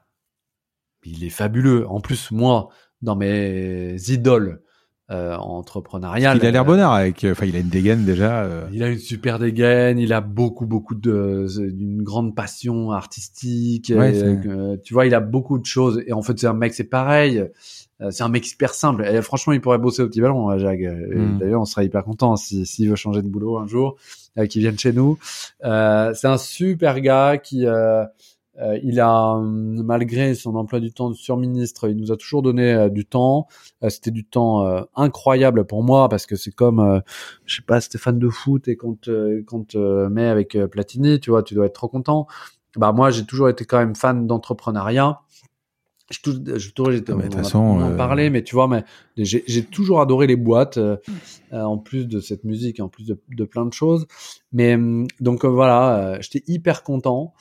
Il est fabuleux. En plus, moi, dans mes idoles euh, entrepreneuriales, Il a l'air euh, bonnard avec. Enfin, il a une dégaine déjà. euh. il a une super dégaine, il a beaucoup, beaucoup de, d'une grande passion artistique. Ouais, et, c'est- euh, tu vois, il a beaucoup de choses. Et en fait, c'est un mec, c'est pareil. Euh, c'est un mec hyper simple. Et franchement, il pourrait bosser au petit ballon, hein, Jacques. Et Mm. d'ailleurs, on serait hyper content si, s'il veut changer de boulot un jour, euh, qu'il vienne chez nous. Euh, c'est un super gars qui, euh, euh, il a, hum, malgré son emploi du temps de surministre, il nous a toujours donné euh, du temps. Euh, c'était du temps euh, incroyable pour moi parce que c'est comme, euh, je sais pas, c'était fan de foot et quand euh, quand euh, mais avec euh, Platini, tu vois, tu dois être trop content. Bah moi, j'ai toujours été quand même fan d'entrepreneuriat. J'ai toujours, j'ai toujours, j'étais, Ah, mais de on, toute a- façon, on en euh, parlait, mais tu vois, mais j'ai, j'ai toujours adoré les boîtes, euh, euh, en plus de cette musique, en plus de, de plein de choses. Mais hum, donc euh, voilà, euh, j'étais hyper content.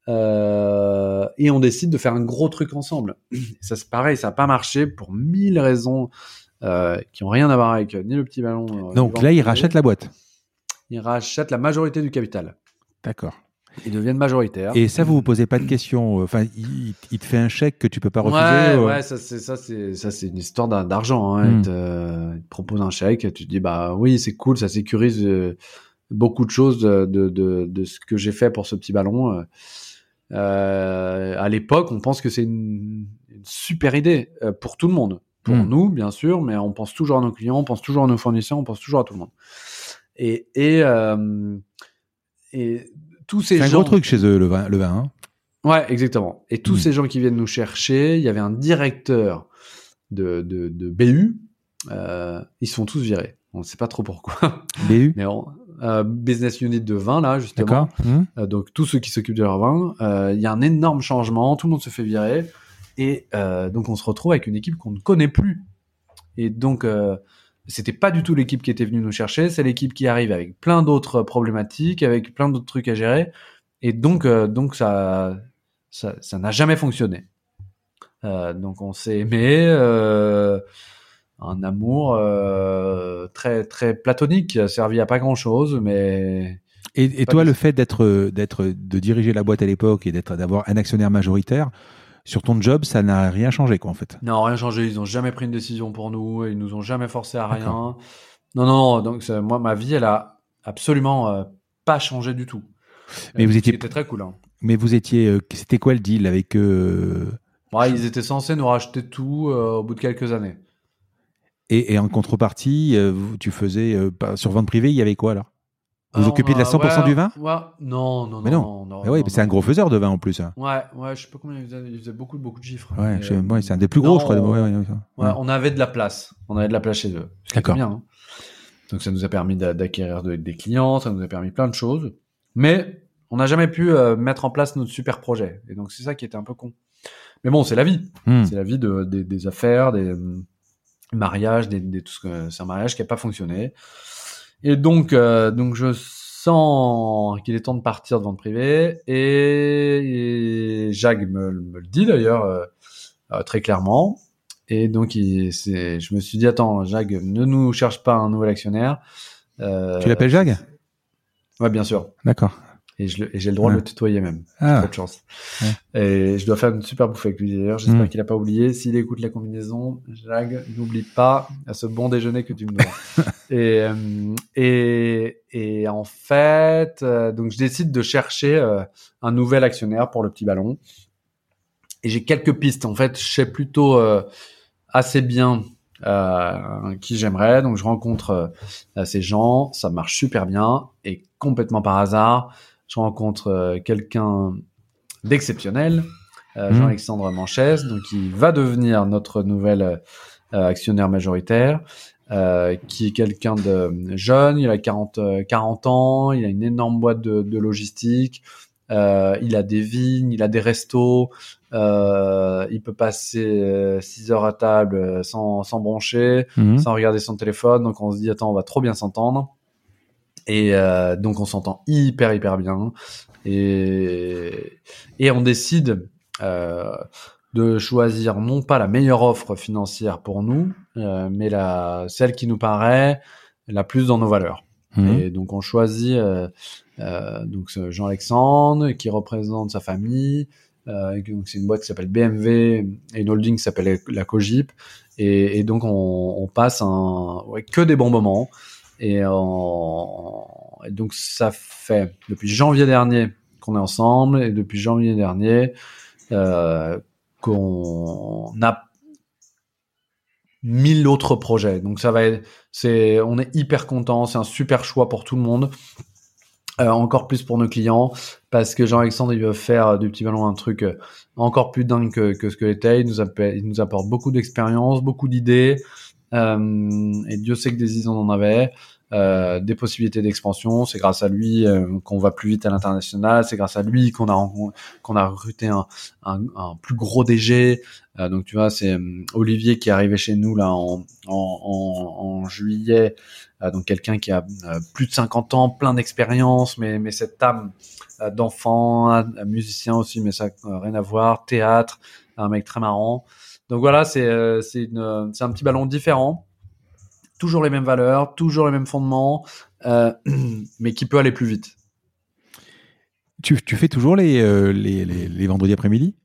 Euh, et on décide de faire un gros truc ensemble. Ça c'est pareil, ça n'a pas marché pour mille raisons euh, qui ont rien à voir avec euh, ni le petit ballon. euh, Donc ni là, il vente rachète privée. la boîte. Ils rachètent la majorité du capital. D'accord. Ils deviennent majoritaires. Et ça, vous vous posez pas de questions. Enfin, il, il te fait un chèque que tu peux pas refuser. Ouais, ou- ouais, ça c'est ça c'est ça c'est une histoire d'ar- d'argent. Hein. Mm. Il, te, euh, il te propose un chèque, tu te dis bah oui c'est cool, ça sécurise euh, beaucoup de choses de, de de de ce que j'ai fait pour ce petit ballon. Euh, Euh, à l'époque, on pense que c'est une, une super idée euh, pour tout le monde. Pour Mm. nous, bien sûr, mais on pense toujours à nos clients, on pense toujours à nos fournisseurs, on pense toujours à tout le monde. Et, et, euh, et tous ces C'est un gens... gros truc chez eux, le vin. Le vin hein. Ouais, exactement. Et tous Mm. ces gens qui viennent nous chercher, il y avait un directeur de, de, de B U, euh, ils se font tous virer. On ne sait pas trop pourquoi. B U. Mais on, euh, business unit de vin, là, justement. D'accord. Mm. Euh, donc tous ceux qui s'occupent de leur vin, euh, il y a un énorme changement, tout le monde se fait virer, et euh, donc on se retrouve avec une équipe qu'on ne connaît plus. Et donc euh, c'était pas du tout l'équipe qui était venue nous chercher, c'est l'équipe qui arrive avec plein d'autres problématiques, avec plein d'autres trucs à gérer, et donc euh, donc ça ça ça n'a jamais fonctionné. Euh, donc on s'est aimé, euh, un amour euh, très très platonique qui a servi à pas grand chose, mais Et, et Pas toi, du- le fait d'être, d'être, de diriger la boîte à l'époque et d'être, d'avoir un actionnaire majoritaire, sur ton job, ça n'a rien changé, quoi, en fait. Non, rien changé. Ils n'ont jamais pris une décision pour nous. Ils nous ont jamais forcé à rien. D'accord. Non, non, non. Donc, c'est- moi, ma vie, elle a absolument euh, pas changé du tout. Mais Euh, vous étiez, C'était très cool. Hein. mais vous étiez, euh, c'était quoi le deal avec eux? Ouais, ils étaient censés nous racheter tout euh, au bout de quelques années. Et, et en contrepartie, euh, vous- tu faisais euh, pas- sur vente privée, il y avait quoi alors? Vous Ah, on occupiez de la a- cent pour cent ouais, du vin? ouais. Non, non, Mais non, non. non, non, Mais oui, non, c'est un non, gros non. faiseur de vin en plus, hein. Ouais, ouais, je sais pas combien ils faisaient. Ils faisaient beaucoup, beaucoup de chiffres. Ouais, Mais, je sais- euh, ouais, c'est un des plus gros, non, je crois. Ouais, ouais, ouais, ouais. ouais, on avait de la place. On avait de la place chez eux. Ce qui était D'accord. bien. Hein. Donc ça nous a permis d'a- d'acquérir de- des clients, ça nous a permis plein de choses. Mais on n'a jamais pu euh, mettre en place notre super projet. Et donc c'est ça qui était un peu con. Mais bon, c'est la vie. Hmm. C'est la vie de, des, des affaires, des euh, mariages, des, des, tout ce que c'est un mariage qui n'a pas fonctionné. Et donc, euh, donc je sens qu'il est temps de partir de vente privée. Et, et Jacques me, me le dit d'ailleurs euh, euh, très clairement. Et donc, il, c'est, je me suis dit, attends, Jacques, ne nous cherche pas un nouvel actionnaire. Euh, Tu l'appelles Jacques? Ouais, bien sûr. D'accord. Et, je, le- et j'ai le droit Ah. de le tutoyer même. Ah. J'ai trop de chance. Ouais. Et je dois faire une super bouffe avec lui d'ailleurs. J'espère Mm. qu'il a pas oublié. S'il écoute la combinaison, Jacques, n'oublie pas à ce bon déjeuner que tu me dois. et, euh, et, et en fait, euh, donc je décide de chercher euh, un nouvel actionnaire pour le petit ballon. Et j'ai quelques pistes. En fait, je sais plutôt euh, assez bien euh, qui j'aimerais. Donc, je rencontre euh, ces gens. Ça marche super bien. Et complètement par hasard, je rencontre euh, quelqu'un d'exceptionnel, euh, Mmh. Jean-Alexandre Manchès, donc qui va devenir notre nouvel euh, actionnaire majoritaire, euh, qui est quelqu'un de jeune. Il a quarante, quarante ans. Il a une énorme boîte de, de logistique. Euh, il a des vignes, il a des restos, euh, il peut passer six heures à table sans, sans broncher, Mhm. sans regarder son téléphone. Donc on se dit, attends, on va trop bien s'entendre. Et euh, donc on s'entend hyper, hyper bien. Et, et on décide euh, de choisir non pas la meilleure offre financière pour nous, euh, mais la, celle qui nous paraît la plus dans nos valeurs. Mhm. Et donc on choisit euh, euh, donc ce Jean-Alexandre qui représente sa famille. Euh, donc c'est une boîte qui s'appelle B M W et une holding qui s'appelle la Cogip. Et, et donc on, on passe un ouais, que des bons moments. Et, on, et donc ça fait depuis janvier dernier qu'on est ensemble et depuis janvier dernier euh, qu'on a mille autres projets. Donc ça va être, c'est, on est hyper content, c'est un super choix pour tout le monde. Euh, encore plus pour nos clients, parce que Jean-Alexandre, il veut faire du petit ballon un truc encore plus dingue que, que ce que l'était. Il nous, appelle, il nous apporte beaucoup d'expérience, beaucoup d'idées, euh, et Dieu sait que des idées on en avait, euh, des possibilités d'expansion. C'est grâce à lui euh, qu'on va plus vite à l'international. C'est grâce à lui qu'on a qu'on a recruté un, un, un plus gros D G. Euh, donc tu vois, c'est euh, Olivier qui est arrivé chez nous là en, en, en, en juillet. Euh, donc quelqu'un qui a euh, plus de cinquante ans, plein d'expérience, mais, mais cette âme euh, d'enfant, un, un musicien aussi, mais ça euh, rien à voir, théâtre, un mec très marrant. Donc voilà, c'est euh, c'est une c'est un petit ballon différent, toujours les mêmes valeurs, toujours les mêmes fondements, euh, mais qui peut aller plus vite. Tu, tu fais toujours les, euh, les, les, les vendredis après-midi?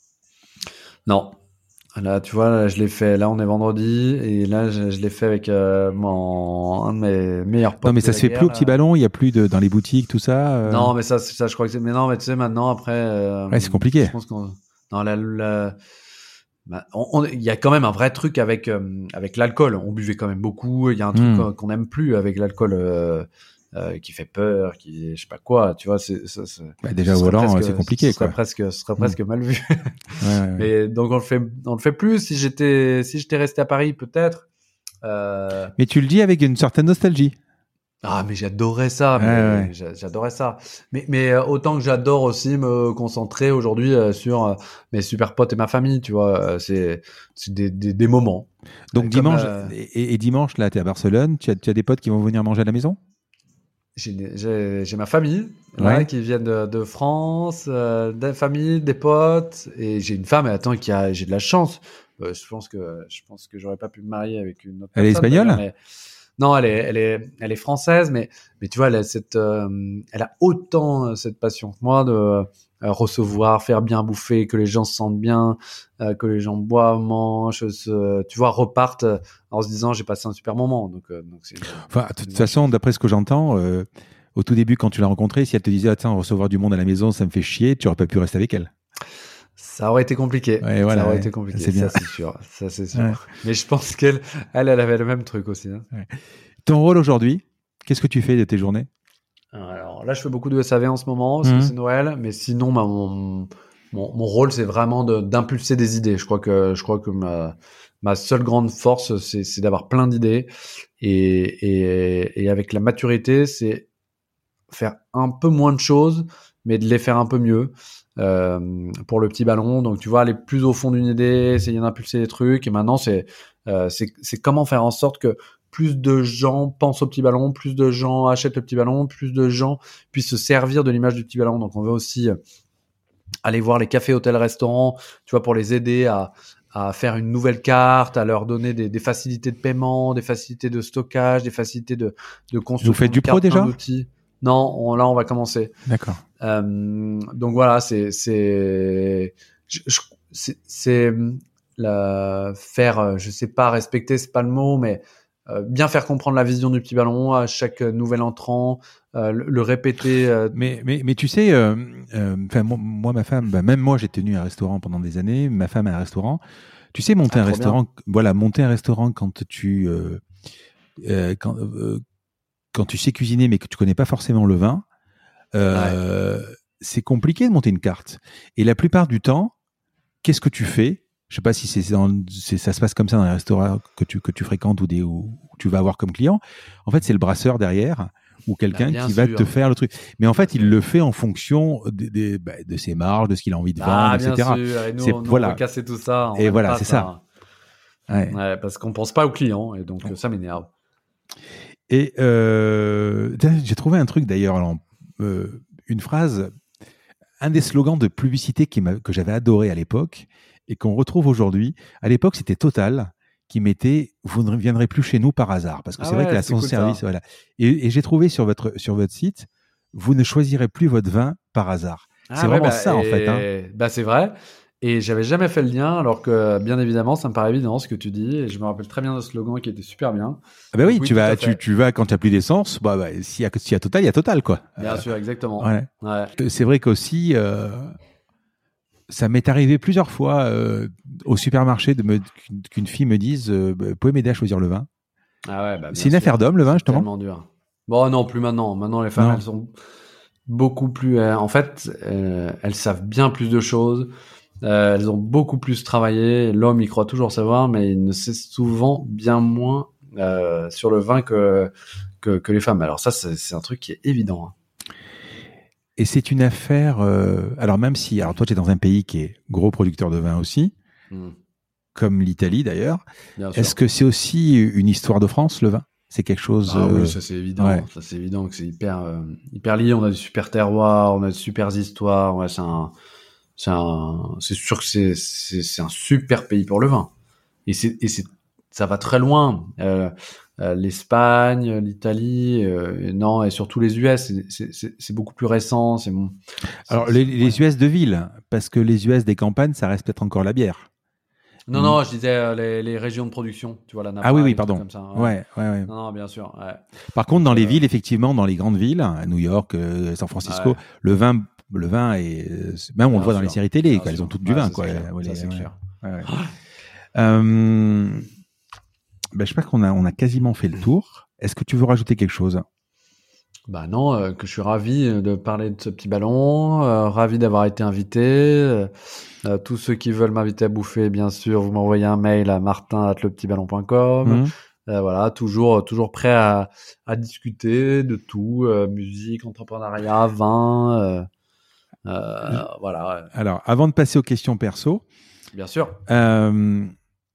Non. Là, tu vois, là, je l'ai fait. Là, on est vendredi, et là, je, je l'ai fait avec euh, mon un de mes meilleurs potes. Non, mais de ça la se fait guerre, plus au petit là. ballon. Il y a plus de dans les boutiques, tout ça. euh... Non, mais ça, c'est- ça, je crois que c'est. Mais non, mais tu sais, maintenant, après. Euh, Ouais, c'est compliqué. Je pense qu'on. Non, la, la... Bah, on- on- il y a quand même un vrai truc avec euh, avec l'alcool. On buvait quand même beaucoup. Il y a un truc Mm. qu'on- qu'on n'aime plus avec l'alcool. Euh, euh, qui fait peur, qui je sais pas quoi, tu vois, c'est, c'est, c'est Bah, déjà ce au serait volant, presque- c'est compliqué, ce serait quoi. presque, ce serait Mm. presque mal vu. Ouais, ouais, ouais. Mais donc on le fait, on le fait plus. Si j'étais, si j'étais resté à Paris, peut-être. Euh... Mais tu le dis avec une certaine nostalgie. Ah, mais j'adorais ça, mais Ouais, ouais. j'a- j'adorais ça. Mais, mais euh, autant que j'adore aussi me concentrer aujourd'hui euh, sur euh, mes super potes et ma famille, tu vois, euh, c'est, c'est des, des, des moments. Donc Comme, dimanche euh, et, et dimanche là, tu es à Barcelone. Tu as, tu as des potes qui vont venir manger à la maison? J'ai, j'ai, j'ai ma famille là, Ouais. qui viennent de, de France, euh, des familles, des potes, et j'ai une femme. Attends, qui a, j'ai de la chance. Euh, je pense que je pense que j'aurais pas pu me marier avec une autre. Elle est personne, espagnole? d'ailleurs, mais... Non, elle est, elle est, elle est française, mais mais tu vois, elle a cette, euh, elle a autant euh, cette passion que moi de euh, recevoir, faire bien bouffer, que les gens se sentent bien, euh, que les gens boivent, mangent, se, tu vois, repartent euh, en se disant j'ai passé un super moment. Donc, euh, donc c'est, Enfin, de toute façon, d'après ce que j'entends, euh, au tout début, quand tu l'as rencontrée, si elle te disait attends, recevoir du monde à la maison, ça me fait chier, tu aurais pas pu rester avec elle. Ça aurait été compliqué. Ouais, voilà, ça aurait ouais. été compliqué. C'est bien. Ça, c'est sûr. Ça, c'est sûr. Ouais. Mais je pense qu'elle, elle, elle avait le même truc aussi. Hein. Ouais. Ton rôle aujourd'hui, qu'est-ce que tu fais de tes journées? Alors là, je fais beaucoup de S A V en ce moment, parce Mhm. que c'est Noël. Mais sinon, bah, mon, mon, mon rôle, c'est vraiment de, d'impulser des idées. Je crois que, je crois que ma, ma seule grande force, c'est, c'est d'avoir plein d'idées. Et, et, et avec la maturité, c'est faire un peu moins de choses, mais de les faire un peu mieux. Euh, pour le petit ballon, donc tu vois, aller plus au fond d'une idée, essayer d'impulser des trucs. Et maintenant, c'est, euh, c'est, c'est comment faire en sorte que plus de gens pensent au petit ballon, plus de gens achètent le petit ballon, plus de gens puissent se servir de l'image du petit ballon. Donc on veut aussi aller voir les cafés, hôtels, restaurants, tu vois, pour les aider à, à faire une nouvelle carte, à leur donner des, des facilités de paiement, des facilités de stockage, des facilités de, de construction. Vous faites de du pro cartes, plein déjà? d'outils. Non, on, là on va commencer. D'accord. Euh, donc voilà, c'est c'est je, je, c'est, c'est la faire, je sais pas, respecter, c'est pas le mot, mais euh, bien faire comprendre la vision du petit ballon à chaque nouvel entrant, euh, le, le répéter. Euh... Mais, mais, mais tu sais, euh, euh, moi, moi, ma femme, bah, même moi, j'ai tenu un restaurant pendant des années. Ma femme a un restaurant. Tu sais, monter Ah, un trop restaurant, bien. voilà, monter un restaurant quand tu, euh, euh, quand, euh, quand tu sais cuisiner, mais que tu connais pas forcément le vin, euh, ouais. c'est compliqué de monter une carte. Et la plupart du temps, qu'est-ce que tu fais? Je sais pas si c'est, dans, c'est ça se passe comme ça dans les restaurants que tu que tu fréquentes ou des où, où tu vas avoir comme client. En fait, c'est le brasseur derrière ou quelqu'un bah, qui sûr. va te faire le truc. Mais en fait, il le fait en fonction de, de, bah, de ses marges, de ce qu'il a envie de vendre, ah, bien et cetera. Sûr. Et nous, c'est, nous voilà. on veut casser tout ça. On et voilà, c'est ça. ça. Ouais. Ouais, parce qu'on pense pas aux clients et donc oh. ça m'énerve. Et euh, j'ai trouvé un truc d'ailleurs, alors, euh, une phrase, un des slogans de publicité qui m'a, que j'avais adoré à l'époque et qu'on retrouve aujourd'hui. À l'époque, c'était Total qui mettait « Vous ne viendrez plus chez nous par hasard ». Parce que ah c'est ouais, vrai que la son cool service... Voilà. Et, et j'ai trouvé sur votre, sur votre site « Vous ne choisirez plus votre vin par hasard ah ». C'est ouais, vraiment bah, ça, en fait. Hein. Bah, c'est vrai. Et j'avais jamais fait le lien, alors que bien évidemment, ça me paraît évident ce que tu dis. Et je me rappelle très bien de ce slogan qui était super bien. Ah bah oui, oui tu, vas, tu, tu vas quand tu n'as plus d'essence. Bah, bah, s'il y a, s'il y a Total, il y a Total, quoi. Bien euh, sûr, exactement. Ouais. Ouais. C'est vrai qu'aussi, euh, ça m'est arrivé plusieurs fois euh, au supermarché de me, qu'une, qu'une fille me dise euh, bah, vous pouvez m'aider à choisir le vin. Ah ouais, bah, c'est une sûr. affaire d'homme, le vin, justement. C'est tellement dur. Bon, non, plus maintenant. Maintenant, les femmes, non. elles sont beaucoup plus. Euh, en fait, euh, elles savent bien plus de choses. Euh, elles ont beaucoup plus travaillé. L'homme, il croit toujours savoir, mais il ne sait souvent bien moins euh, sur le vin que, que, que les femmes. Alors ça, c'est, c'est un truc qui est évident. Hein. Et c'est une affaire... Euh, alors même si... Alors toi, tu es dans un pays qui est gros producteur de vin aussi, mm. comme l'Italie d'ailleurs. Bien Est-ce sûr. que c'est aussi une histoire de France, le vin ? C'est quelque chose... Ah euh... oui, ça c'est évident. Ouais. Ça c'est évident que c'est hyper, euh, hyper lié. On a des super terroirs, on a de super histoires. Ouais, c'est un... C'est, un, c'est sûr que c'est, c'est, c'est un super pays pour le vin. Et, c'est, et c'est, ça va très loin. Euh, euh, L'Espagne, l'Italie, euh, et non, et surtout les U S, c'est, c'est, c'est, c'est beaucoup plus récent. C'est bon. C'est, Alors, les, ouais. les U S de ville, parce que les U S des campagnes, ça reste peut-être encore la bière. Non, non, je disais euh, les, les régions de production, tu vois, la Napa. Ah oui, oui, pardon. Comme ça, ouais. Ouais, ouais, ouais. Non, non, bien sûr. Ouais. Par contre, dans euh, les villes, effectivement, dans les grandes villes, à New York, euh, San Francisco, ouais. le vin... Le vin est même on bien le voit sûr, dans les séries télé, quoi. Elles ont toutes du ouais, vin, quoi. Clair, ouais, ça, les, c'est ouais. clair. Ouais, ouais. euh, ben, je pense qu'on a on a quasiment fait le tour. Est-ce que tu veux rajouter quelque chose ? Bah non, euh, que je suis ravi de parler de ce petit ballon, euh, ravi d'avoir été invité. Euh, euh, tous ceux qui veulent m'inviter à bouffer, bien sûr, vous m'envoyez un mail à martin arobase le petit ballon point com. Mmh. Euh, voilà, toujours, toujours prêt à, à discuter de tout, euh, musique, entrepreneuriat, vin. Euh, Euh, voilà. Alors, avant de passer aux questions perso, bien sûr. Euh,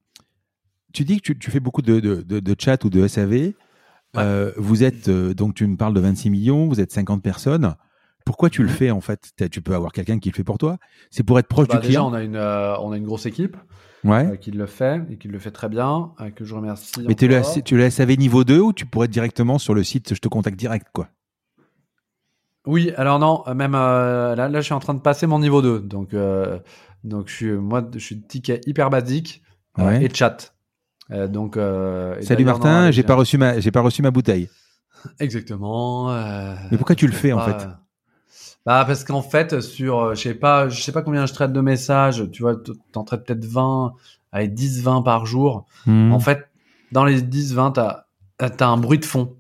tu dis que tu, tu fais beaucoup de, de, de, de chat ou de S A V. Ouais. Euh, vous êtes euh, donc tu me parles de vingt-six millions, vous êtes cinquante personnes. Pourquoi tu le fais en fait ? Tu peux avoir quelqu'un qui le fait pour toi. C'est pour être proche bah, du client. Déjà, on a une euh, on a une grosse équipe. Ouais. Euh, qui le fait et qui le fait très bien, euh, que je remercie. Mais tu es le S A V niveau deux ou tu pourrais être directement sur le site, je te contacte direct quoi ? Oui, alors non, même euh, là, là, je suis en train de passer mon niveau deux. Donc, euh, donc je suis, moi, je suis ticket hyper basique euh, Ouais. et chat. Euh, donc, euh, et Salut d'ailleurs, non, Martin, allez, j'ai j'ai pas un- reçu ma, j'ai pas reçu ma bouteille. exactement. Euh, Mais pourquoi tu je le trouve fais en fait? pas. Bah, parce qu'en fait, sur, euh, je sais pas, je sais pas combien je traite de messages. Tu vois, t- t'en traites peut-être vingt, allez, dix, vingt par jour. En Hmm. fait, dans les dix, vingt, t'as, t'as un bruit de fond.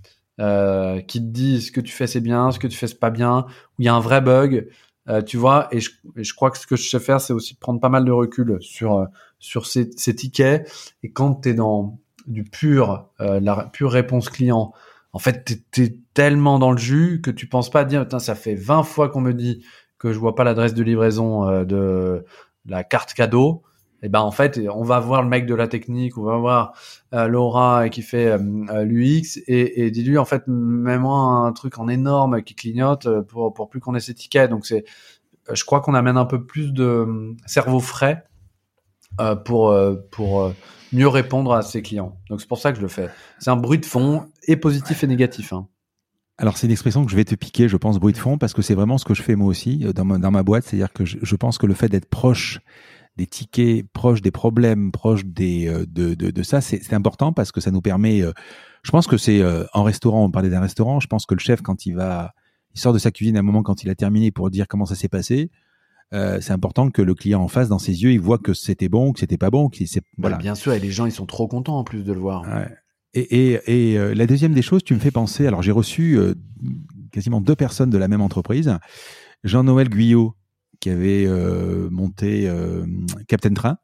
Euh, qui te dit ce que tu fais c'est bien, ce que tu fais c'est pas bien, où il y a un vrai bug, euh, tu vois. Et je, et je crois que ce que je sais faire, c'est aussi prendre pas mal de recul sur euh, sur ces, ces tickets. Et quand t'es dans du pur, euh, la pure réponse client, en fait, t'es, t'es tellement dans le jus que tu penses pas à dire, putain, ça fait vingt fois qu'on me dit que je vois pas l'adresse de livraison euh, de la carte cadeau. Et ben en fait, on va voir le mec de la technique, on va voir euh, Laura qui fait euh, l'U X et, et dis-lui en fait mets-moi un truc en énorme qui clignote pour pour plus qu'on ait ces tickets. Donc c'est, je crois qu'on amène un peu plus de euh, cerveau frais euh, pour euh, pour euh, mieux répondre à ses clients. Donc c'est pour ça que je le fais. C'est un bruit de fond et positif et négatif. Hein. Alors c'est une expression que je vais te piquer, je pense, bruit de fond, parce que c'est vraiment ce que je fais moi aussi euh, dans ma, dans ma boîte. C'est-à-dire que je, je pense que le fait d'être proche des tickets, proche des problèmes, proche des, euh, de, de, de ça, c'est, c'est important parce que ça nous permet. Euh, je pense que c'est euh, en restaurant, on parlait d'un restaurant. Je pense que le chef, quand il va, il sort de sa cuisine à un moment quand il a terminé pour dire comment ça s'est passé. Euh, c'est important que le client en face, dans ses yeux, il voit que c'était bon, que c'était pas bon, que c'est Bah, voilà. bien sûr, et les gens ils sont trop contents en plus de le voir. Ouais. Et, et, et euh, la deuxième des choses, tu me fais penser. Alors j'ai reçu euh, quasiment deux personnes de la même entreprise. Jean-Noël Guyot, qui avait euh, monté euh, Captain Train.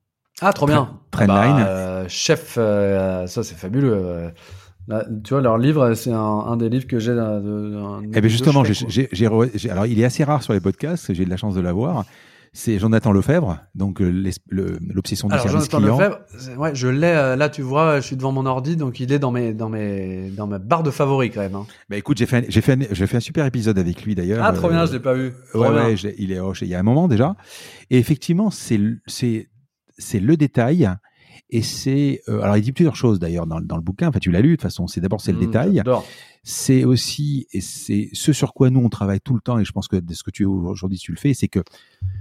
Ah trop bien. Ah Trainline. bah, euh, chef, euh, ça c'est fabuleux. Euh, là, tu vois leur livre, c'est un, un des livres que j'ai. De, de, de, Eh bien justement, de j'ai, j'ai, j'ai, j'ai, alors il est assez rare sur les podcasts, j'ai de la chance de l'avoir. C'est Jonathan Lefebvre, donc euh, le, l'obsession du Alors service Jonathan client. Lefebvre, ouais, je l'ai euh, là, tu vois, je suis devant mon ordi, donc il est dans mes dans mes dans ma barre de favoris quand même. Hein. Bah écoute, j'ai fait un, j'ai fait un, j'ai fait un super épisode avec lui d'ailleurs. Ah trop euh, bien, je l'ai pas vu. Trop ouais bien. ouais, j'ai, il est oh, il y a un moment déjà. Et effectivement, c'est c'est c'est le détail. Et c'est euh, alors il dit plusieurs choses d'ailleurs dans, dans le bouquin. Enfin, tu l'as lu de toute façon. C'est d'abord c'est le Mmh, détail. J'adore. C'est aussi et c'est ce sur quoi nous on travaille tout le temps. Et je pense que de ce que tu aujourd'hui tu le fais, c'est que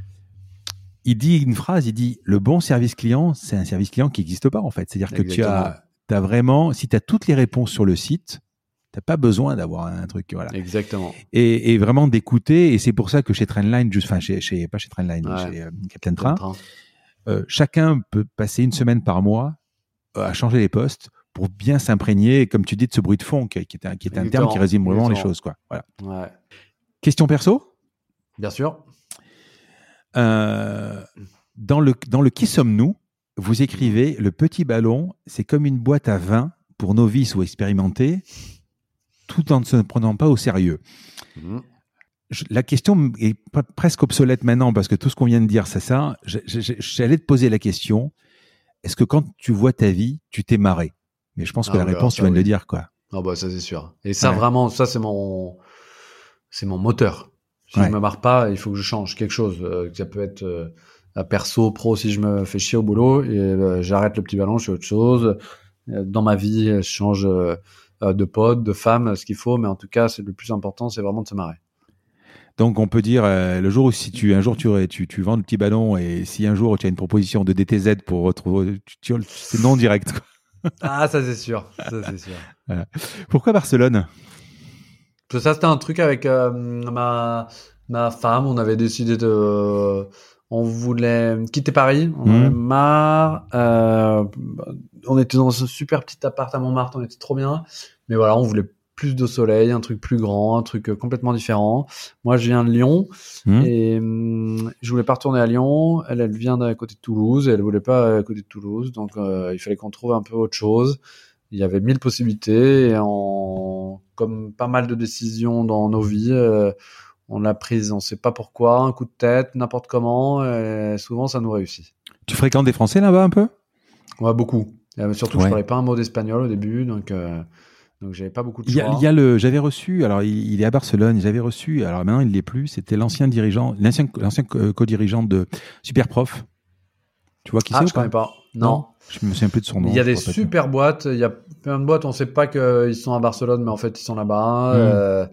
il dit une phrase, il dit le bon service client, c'est un service client qui n'existe pas en fait. C'est-à-dire que tu as, as vraiment, si tu as toutes les réponses sur le site, t'as pas besoin d'avoir un truc, voilà. Exactement. Et, et vraiment d'écouter. Et c'est pour ça que chez Trainline, juste, enfin chez, chez pas chez Trainline, Ouais. chez euh, Captain Train, Train. Euh, chacun peut passer une semaine par mois euh, à changer les postes pour bien s'imprégner, comme tu dis, de ce bruit de fond qui, qui est un, qui est un terme qui résume vraiment Exactement. les choses, quoi. Voilà. Ouais. Question perso. Bien sûr. Euh, dans le dans le Qui sommes-nous, vous écrivez le petit ballon, c'est comme une boîte à vin pour novices ou expérimentés, tout en ne se prenant pas au sérieux. Mmh. Je, la question est p- presque obsolète maintenant parce que tout ce qu'on vient de dire, c'est ça. Je, je, j'allais te poser la question, est-ce que quand tu vois ta vie, tu t'es marré? Mais je pense Ah que la ouais, réponse, ça, tu viens oui. de le dire, quoi. Ah bah ça c'est sûr. Et ça Ouais. vraiment, ça c'est mon c'est mon moteur. Si Ouais. je me marre pas, il faut que je change quelque chose. Euh, ça peut être euh, à perso, pro, si je me fais chier au boulot, et euh, j'arrête le petit ballon, je fais autre chose. Euh, Dans ma vie, je change euh, euh, de pote, de femme, ce qu'il faut, mais en tout cas, c'est le plus important, c'est vraiment de se marrer. Donc on peut dire euh, le jour où si tu un jour tu, tu tu vends le petit ballon et si un jour tu as une proposition de D T Z pour retrouver, tu, tu, c'est non direct, quoi. Ah, ça c'est sûr, ça c'est sûr. Voilà. Pourquoi Barcelone? Tout ça, c'était un truc avec euh, ma ma femme. On avait décidé de, on voulait quitter Paris. On en avait Mmh. marre. Euh, on était dans ce super petit appart à Montmartre. On était trop bien. Mais voilà, on voulait plus de soleil, un truc plus grand, un truc complètement différent. Moi, je viens de Lyon Mmh. et hum, je voulais pas retourner à Lyon. Elle, elle vient d'à côté de Toulouse et elle voulait pas à côté de Toulouse. Donc, euh, il fallait qu'on trouve un peu autre chose. Il y avait mille possibilités et en, comme pas mal de décisions dans nos vies, euh, on l'a prise, on sait pas pourquoi, un coup de tête, n'importe comment, et souvent ça nous réussit. Tu fréquentes des Français là-bas un peu? Ouais, beaucoup. Euh, surtout que Ouais. je parlais pas un mot d'espagnol au début, donc euh, donc j'avais pas beaucoup de Il y a, choix. il y a le, j'avais reçu, alors il, il est à Barcelone, j'avais reçu, alors maintenant il l'est plus, c'était l'ancien dirigeant, l'ancien, l'ancien co- co-dirigeant de Superprof. Tu vois qui Ah, c'est je ou pas? connais pas. Non. Je me souviens plus de son nom. Il y a je des pourrais pas te- super boîtes, il y a plein de boîtes, on sait pas qu'ils sont à Barcelone, mais en fait ils sont là-bas. Mm. Euh,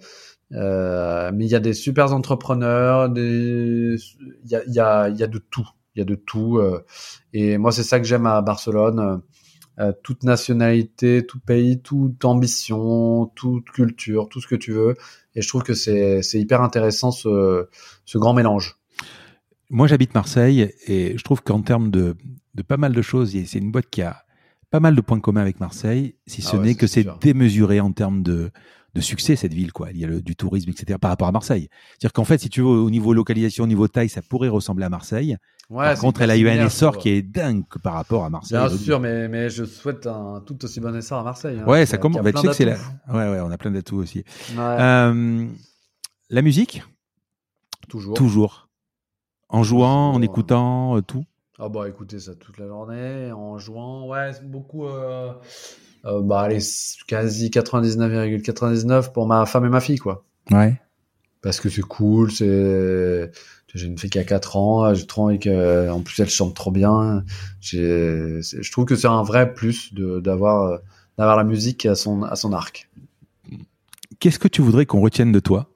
Euh, mais il y a des super entrepreneurs, des... il y a, il y a, il y a de tout. Il y a de tout. Euh, et moi, c'est ça que j'aime à Barcelone. Euh, toute nationalité, tout pays, toute ambition, toute culture, tout ce que tu veux. Et je trouve que c'est, c'est hyper intéressant ce, ce grand mélange. Moi, j'habite Marseille et je trouve qu'en termes de, de pas mal de choses, c'est une boîte qui a pas mal de points communs avec Marseille, si ce Ah ouais, n'est c'est que c'est sûr. démesuré en termes de, de succès, cette ville, quoi. Il y a le, du tourisme, et cetera, par rapport à Marseille. C'est-à-dire qu'en fait, si tu veux, au niveau localisation, au niveau taille, ça pourrait ressembler à Marseille. Ouais, par c'est contre, hyper elle a eu un similaire, je essor trouve. qui est dingue par rapport à Marseille. Bien et d'autres sûr, villes. mais, mais je souhaite un tout aussi bon essor à Marseille. Hein, Ouais, qui ça a, qui commence. a Bah, tu plein sais que c'est d'atouts. la. Ouais, ouais, on a plein d'atouts aussi. Ouais, Euh, la musique, toujours. toujours. En jouant, en Toujours. écoutant, euh, tout. Ah bah écoutez ça toute la journée, en jouant. Ouais, c'est beaucoup. Euh, euh, bah allez, c'est quasi quatre-vingt-dix-neuf virgule quatre-vingt-dix-neuf pour ma femme et ma fille, quoi. Ouais. Parce que c'est cool, c'est. J'ai une fille qui a quatre ans, j'ai trop envie que. En plus, elle chante trop bien. J'ai... c'est- Je trouve que c'est un vrai plus de, d'avoir, euh, d'avoir la musique à son, à son arc. Qu'est-ce que tu voudrais qu'on retienne de toi?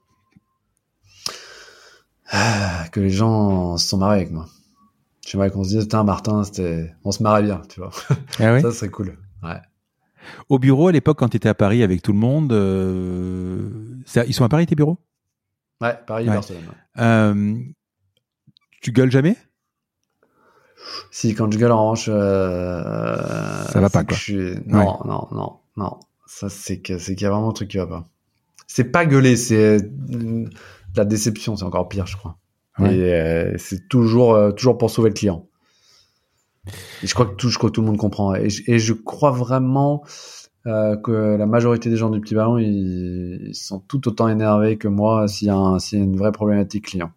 Ah, que les gens se sont marrés avec moi. J'aimerais qu'on se dise, putain, Martin, c'était, on se marrait bien, tu vois. Ah ouais. Ça serait cool. Ouais. Au bureau, à l'époque, quand tu étais à Paris avec tout le monde, euh, ça, ils sont à Paris, tes bureaux? Ouais, Paris, Ouais. Barcelone. Ouais. Euh, tu gueules jamais? Si, quand je gueule, en revanche, euh, Ça va c'est pas, que quoi. je suis, non, non, non, non. Ça, c'est que, c'est qu'il y a vraiment un truc qui va pas. C'est pas gueuler, c'est euh, la déception, c'est encore pire, je crois. Ouais. Et euh, c'est toujours, euh, toujours pour sauver le client. Et je crois que tout, je crois que tout le monde comprend. Et je, et je crois vraiment euh, que la majorité des gens du petit ballon, ils, ils sont tout autant énervés que moi s'il y a, un, s'il y a une vraie problématique client.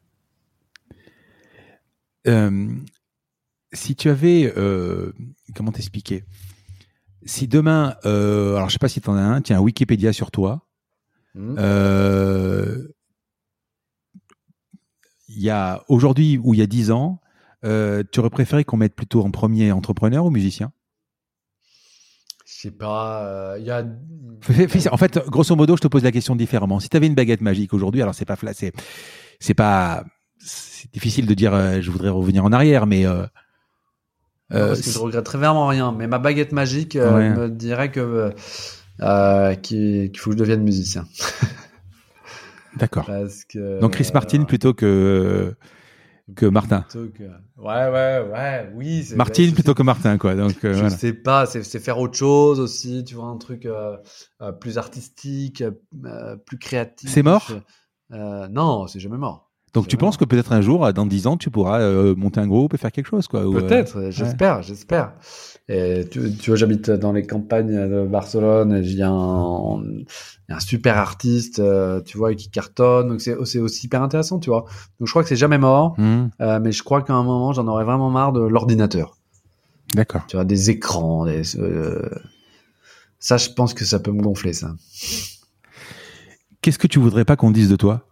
Euh, si tu avais, euh, comment t'expliquer? Si demain, euh, alors je sais pas si tu en as un, tiens, Wikipédia sur toi. Mmh. Euh, il y a aujourd'hui ou il y a dix ans, euh, tu aurais préféré qu'on mette plutôt en premier entrepreneur ou musicien? Je sais pas, il euh, y a... Fais- fais- En fait, grosso modo, je te pose la question différemment. Si tu avais une baguette magique aujourd'hui, alors c'est pas fla- c'est c'est pas c'est difficile de dire euh, je voudrais revenir en arrière, mais euh, Non, euh, parce que je si- regretterais vraiment rien. Mais ma baguette magique euh, ouais. me dirait que euh, qu'il, qu'il faut que je devienne musicien. D'accord. Parce que Donc Chris Martin plutôt que que Martin. plutôt que... Ouais, ouais, ouais, oui. C'est, Martin ouais, c'est- plutôt que Martin, quoi. Donc euh, je voilà. sais pas, c'est, c'est faire autre chose aussi, tu vois, un truc euh, euh, plus artistique, euh, plus créatif. C'est mort? Euh, non, c'est jamais mort. Donc C'est tu jamais penses mort. que peut-être un jour, dans dix ans, tu pourras euh, monter un groupe et faire quelque chose, quoi. Ou, euh, Peut-être, ouais. j'espère, j'espère. Et tu, tu vois, j'habite dans les campagnes de Barcelone, et il y a un, il y a un super artiste, euh, tu vois, qui cartonne, donc c'est, c'est aussi hyper intéressant, tu vois. Donc je crois que c'est jamais mort, Mmh. euh, mais je crois qu'à un moment, j'en aurais vraiment marre de l'ordinateur. D'accord. Tu vois, des écrans, des, euh, ça, je pense que ça peut me gonfler, ça. Qu'est-ce que tu voudrais pas qu'on dise de toi?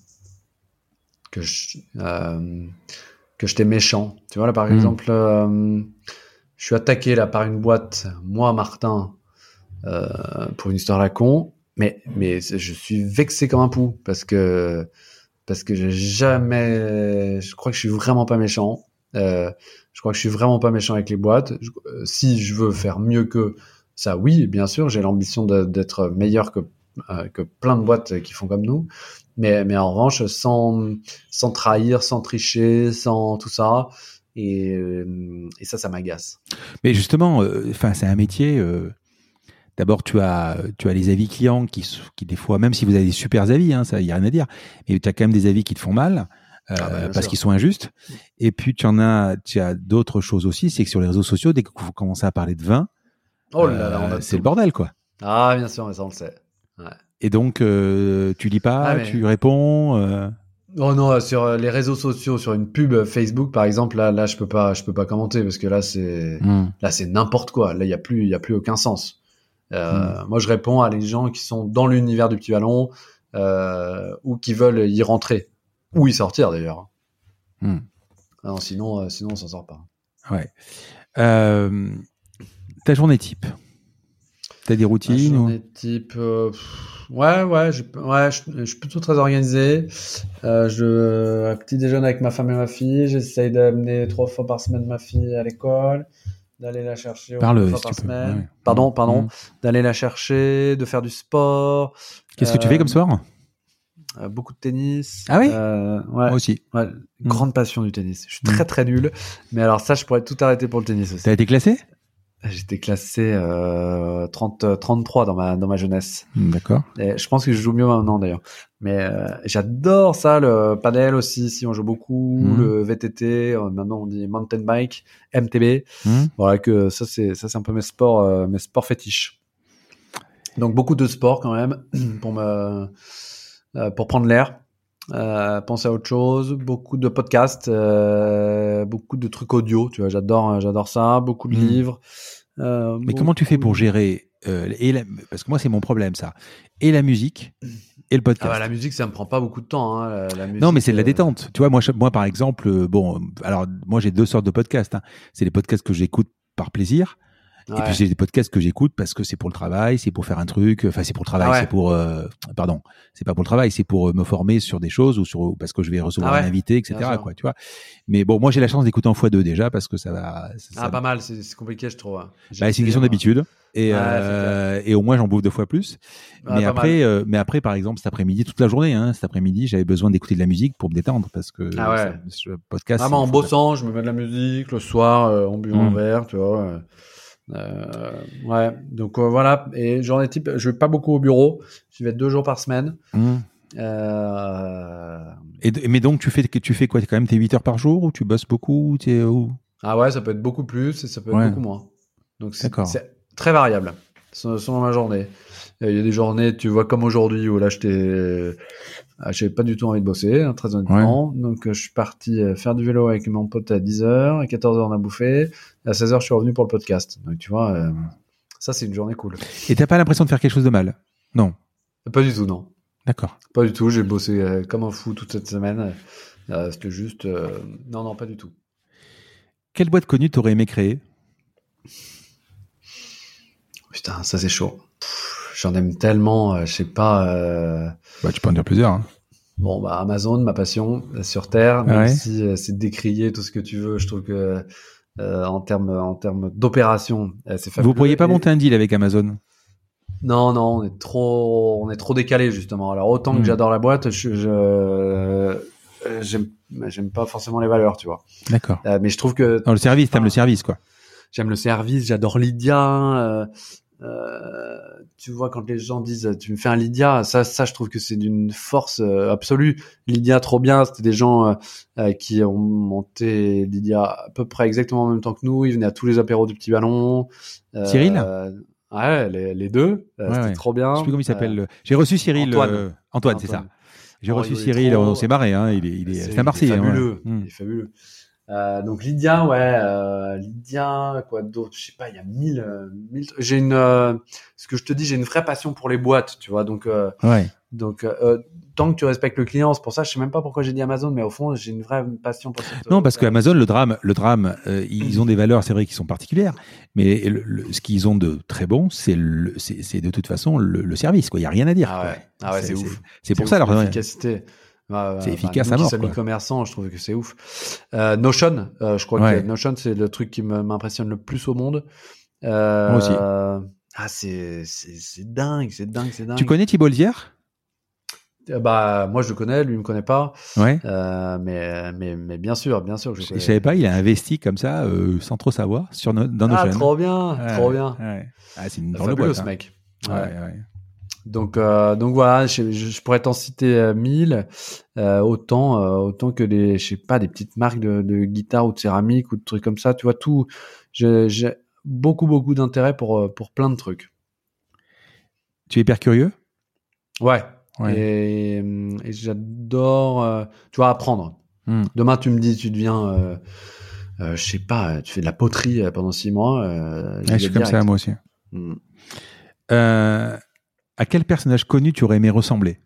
Que je, euh, que j'étais méchant. Tu vois, là, par Mmh. exemple, euh, je suis attaqué, là, par une boîte, moi, Martin, euh, pour une histoire à la con, mais, mais je suis vexé comme un pou, parce que, parce que j'ai jamais, je crois que je suis vraiment pas méchant. Euh, je crois que je suis vraiment pas méchant avec les boîtes. Je, euh, si je veux faire mieux que ça, oui, bien sûr, j'ai l'ambition de, d'être meilleur que, euh, que plein de boîtes qui font comme nous. Mais, mais en revanche, sans, sans trahir, sans tricher, sans tout ça. Et, euh, et ça, ça m'agace. Mais justement, enfin, c'est un métier. Euh, d'abord, tu as, tu as les avis clients qui, qui des fois, même si vous avez des super avis, hein, ça, y a rien à dire. Mais tu as quand même des avis qui te font mal. Euh, Ah bah, bien parce sûr. qu'ils sont injustes. Et puis tu en as, tu as d'autres choses aussi, c'est que sur les réseaux sociaux, dès que vous commencez à parler de vin, Oh là là, on euh, a c'est tout. le bordel, quoi. Ah, bien sûr, mais ça, on le sait. Ouais. Et donc, euh, tu lis pas, Ah, mais... tu réponds. Euh... Oh non, sur les réseaux sociaux, sur une pub Facebook par exemple, là, là, je peux pas, je peux pas commenter parce que là, c'est, Mmh. là, c'est n'importe quoi. Là, il y a plus, il y a plus aucun sens. Euh, Mmh. Moi, je réponds à les gens qui sont dans l'univers du petit ballon euh, ou qui veulent y rentrer ou y sortir d'ailleurs. Mmh. Non, sinon, euh, sinon, on s'en sort pas. Ouais. Euh, ta journée type. T'as des routines Ma ou... journée type, euh, pff, ouais, ouais, je, ouais, je, je suis plutôt très organisé. Euh, je, un petit déjeuner avec ma femme et ma fille. J'essaye d'amener trois fois par semaine ma fille à l'école, d'aller la chercher au moins une Parle fois si par tu peux. semaine. Ouais. Pardon, Mmh. pardon, Mmh. d'aller la chercher, de faire du sport. Qu'est-ce que tu fais Euh, comme sport? euh, beaucoup de tennis. Ah oui? Euh, ouais, Moi aussi. ouais, Mmh. grande passion du tennis. Je suis Mmh. très très nul, mais alors ça, je pourrais tout arrêter pour le tennis T'as aussi. été classé? J'étais classé euh, trente, trente-trois dans ma dans ma jeunesse. Mmh, d'accord. Et je pense que je joue mieux maintenant d'ailleurs. Mais euh, j'adore ça, le padel aussi, si on joue beaucoup, Mmh. le V T T, euh, maintenant on dit mountain bike, M T B. Mmh. Voilà que ça c'est ça c'est un peu mes sports euh, mes sports fétiches. Donc beaucoup de sport quand même pour me euh, pour prendre l'air, euh, penser à autre chose, beaucoup de podcasts, euh, beaucoup de trucs audio, tu vois, j'adore j'adore ça, beaucoup de Mmh. livres. Euh, Mais comment tu fais beaucoup pour de- gérer euh, et la- parce que moi c'est mon problème ça, et la musique et le Ah bah podcast. la musique ça me prend pas beaucoup de temps hein, la, la Non, mais musique. c'est de la euh, détente. Tu vois, moi, je- moi par exemple, euh, bon, euh, alors moi j'ai deux sortes de podcasts. Hein. C'est les podcasts que j'écoute par plaisir, et ouais. puis j'ai des podcasts que j'écoute parce que c'est pour le travail, c'est pour faire un truc. Enfin, c'est pour le travail, Ah ouais. c'est pour, euh, pardon, c'est pas pour le travail, c'est pour euh, me former sur des choses ou sur parce que je vais recevoir Ah ouais, un invité, bien et cetera. sûr. Quoi, tu vois. Mais bon, moi j'ai la chance d'écouter en fois deux déjà parce que ça va. Ça, Ah ça- pas mal, c'est c'est compliqué je trouve. hein. J'ai bah, c'est une essayé question moi. d'habitude. Et, Ouais, c'est clair. euh, et au moins j'en bouffe deux fois plus. Ouais, Mais pas après, mal. euh, mais après, par exemple, cet après-midi, toute la journée, hein, cet après-midi, j'avais besoin d'écouter de la musique pour me détendre parce que Ah ouais. ça, ce podcast, Vraiment il en faut. bossant, je me mets de la musique le soir euh, en buvant un Mm. verre, tu vois. euh, euh, ouais, donc euh, voilà. Et journée type, je vais pas beaucoup au bureau. Je vais deux jours par semaine. Mm. Euh... Et, d- mais donc, tu fais, tu fais quoi? Quand même tes huit heures par jour ou tu bosses beaucoup ou t'es où? Ah ouais, ça peut être beaucoup plus et ça peut être Ouais, beaucoup moins. Donc c'est d'accord. c'est très variable selon selon ma journée. Euh, Il y a des journées, tu vois, comme aujourd'hui où là j'étais, ah, j'avais pas du tout envie de bosser, hein, très Ouais. honnêtement. Donc euh, je suis parti euh, faire du vélo avec mon pote à dix heures, à quatorze heures on a bouffé, à seize heures je suis revenu pour le podcast. Donc tu vois, euh, ça c'est une journée cool. Et t'as pas l'impression de faire quelque chose de mal? Non. Pas du tout, non. D'accord. Pas du tout. J'ai bossé euh, comme un fou toute cette semaine. Euh, C'était juste, euh, non, non, pas du tout. Quelle boîte connue t'aurais aimé créer? Putain, ça c'est chaud. Pff, J'en aime tellement, euh, je sais pas. Euh... Bah, tu peux en dire plusieurs. Hein. Bon, bah Amazon, ma passion euh, sur Terre, même Ouais. si euh, c'est décrié tout ce que tu veux, je trouve que euh, en termes en termes d'opération, euh, c'est fabuleux. Vous pourriez pas Et- monter un deal avec Amazon? Non, non, on est trop, on est trop décalé justement. Alors autant Hmm. que j'adore la boîte, je, je euh, j'aime, j'aime pas forcément les valeurs, tu vois. D'accord. Euh, mais je trouve que Dans le service, t'aimes Enfin, le service, quoi. j'aime le service, j'adore Lydia. Euh, euh, tu vois, quand les gens disent tu me fais un Lydia, ça, ça, je trouve que c'est d'une force euh, absolue. Lydia, trop bien. C'était des gens euh, euh, qui ont monté Lydia à peu près exactement en même temps que nous. Ils venaient à tous les apéros du Petit Ballon. Euh, Cyril? Ouais, les, les deux. Euh, Ouais, c'était ouais. trop bien. Je sais plus comment il s'appelle. Euh, le- J'ai reçu Cyril. Antoine. euh, Antoine, c'est ça. Antoine. J'ai On reçu rigolait Cyril, trop. on s'est marré. Hein. Il est, il est, C'est- c'est un Marseillais. il est hein, ouais. fabuleux. Hmm. Il est fabuleux. Euh, donc Lydia, ouais, euh, Lydia, quoi d'autre, je sais pas, il y a mille, euh, mille. tr- J'ai une, euh, ce que je te dis, j'ai une vraie passion pour les boîtes, tu vois. Donc, euh, Ouais. donc, euh, tant que tu respectes le client, c'est pour ça, je sais même pas pourquoi j'ai dit Amazon, mais au fond, j'ai une vraie passion pour cette. Non, parce que euh, Amazon, le drame, le drame, euh, ils ont des valeurs, c'est vrai, qui sont particulières, mais le- le- ce qu'ils ont de très bon, c'est le, c'est, c'est de toute façon le, le service, quoi. Il y a rien à dire. Ah quoi. ouais, ah ouais, c'est, ouf. C'est pour ouf, ça, alors. ouais. l'efficacité. Ouais, ouais, C'est enfin, efficace nous à qui mort, sommes quoi. e-commerçants, je trouve que c'est ouf. Euh, Notion, euh, je crois Ouais. que Notion, c'est le truc qui me- m'impressionne le plus au monde. Euh, Moi aussi. Ah, c'est, c'est, c'est dingue, c'est dingue, c'est dingue. Tu connais Thibault Lzière? Euh, Bah, moi, je le connais, lui, il me connaît pas. Ouais. Euh, mais, mais, mais bien sûr, bien sûr que je Je, connais. je savais pas, il a investi comme ça, euh, sans trop savoir, sur no, dans Ah, Notion. trop bien, Ouais, trop bien. ouais. Ah, c'est une drôle de Fabuleux, boîte. ce hein. mec. Ouais, Ouais. ouais. Donc, euh, donc voilà, je, je, je pourrais t'en citer euh, mille, euh, autant, euh, autant que des, je sais pas, des petites marques de, de guitare ou de céramique ou de trucs comme ça. Tu vois, tout. J'ai, j'ai beaucoup, beaucoup d'intérêt pour, euh, pour plein de trucs. Tu es hyper curieux? Ouais. Ouais. Et, et j'adore, euh, tu vois, apprendre. Hmm. Demain, tu me dis, tu deviens, euh, euh, je sais pas, tu fais de la poterie euh, pendant six mois. Euh, j'y Ouais, je suis vais comme direct. ça, moi aussi. Mm. Euh, à quel personnage connu tu aurais aimé ressembler?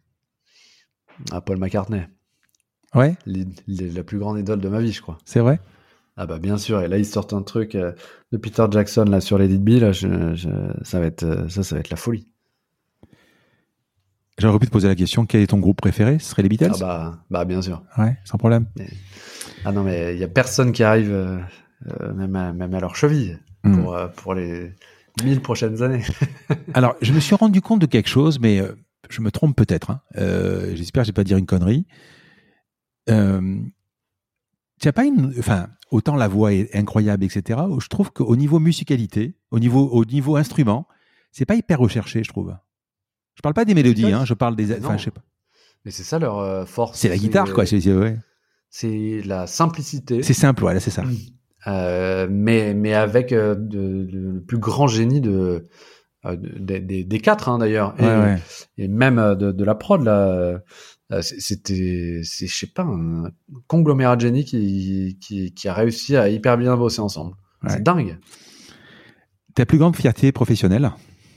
À Paul McCartney, Ouais, l'id- l'id- la plus grande idole de ma vie, je crois. c'est vrai? Ah bah bien sûr, et là ils sortent un truc euh, de Peter Jackson là sur l'Edit B, là, je, je, ça va être euh, ça, ça va être la folie. J'aurais pu te poser la question, quel est ton groupe préféré? Ce serait les Beatles? Ah bah bah bien sûr. Ouais, sans problème. Mais, ah non mais il y a personne qui arrive euh, euh, même à, même à leur cheville Mm. pour euh, pour les mille prochaines années. Alors, je me suis rendu compte de quelque chose, mais euh, je me trompe peut-être. Hein. Euh, j'espère que je vais pas dire une connerie. Euh, tu n'as pas une, enfin, autant la voix est incroyable, et cetera. Je trouve qu'au niveau musicalité, au niveau, au niveau instrument, c'est pas hyper recherché, je trouve. Je parle pas des mélodies, Beatles hein, je parle des, Mais enfin, non. je sais pas. Mais c'est ça leur euh, force. C'est la guitare, quoi. C'est, c'est, ouais. C'est la simplicité. C'est simple, voilà, c'est ça. Euh, mais mais avec euh, de, de, le plus grand génie de, euh, de des, des quatre hein, d'ailleurs et, Ouais, ouais. et même de, de la prod là. Euh, c'était c'est je sais pas un conglomérat de génie qui, qui qui a réussi à hyper bien bosser ensemble. Ouais. C'est dingue. Ta plus grande fierté professionnelle?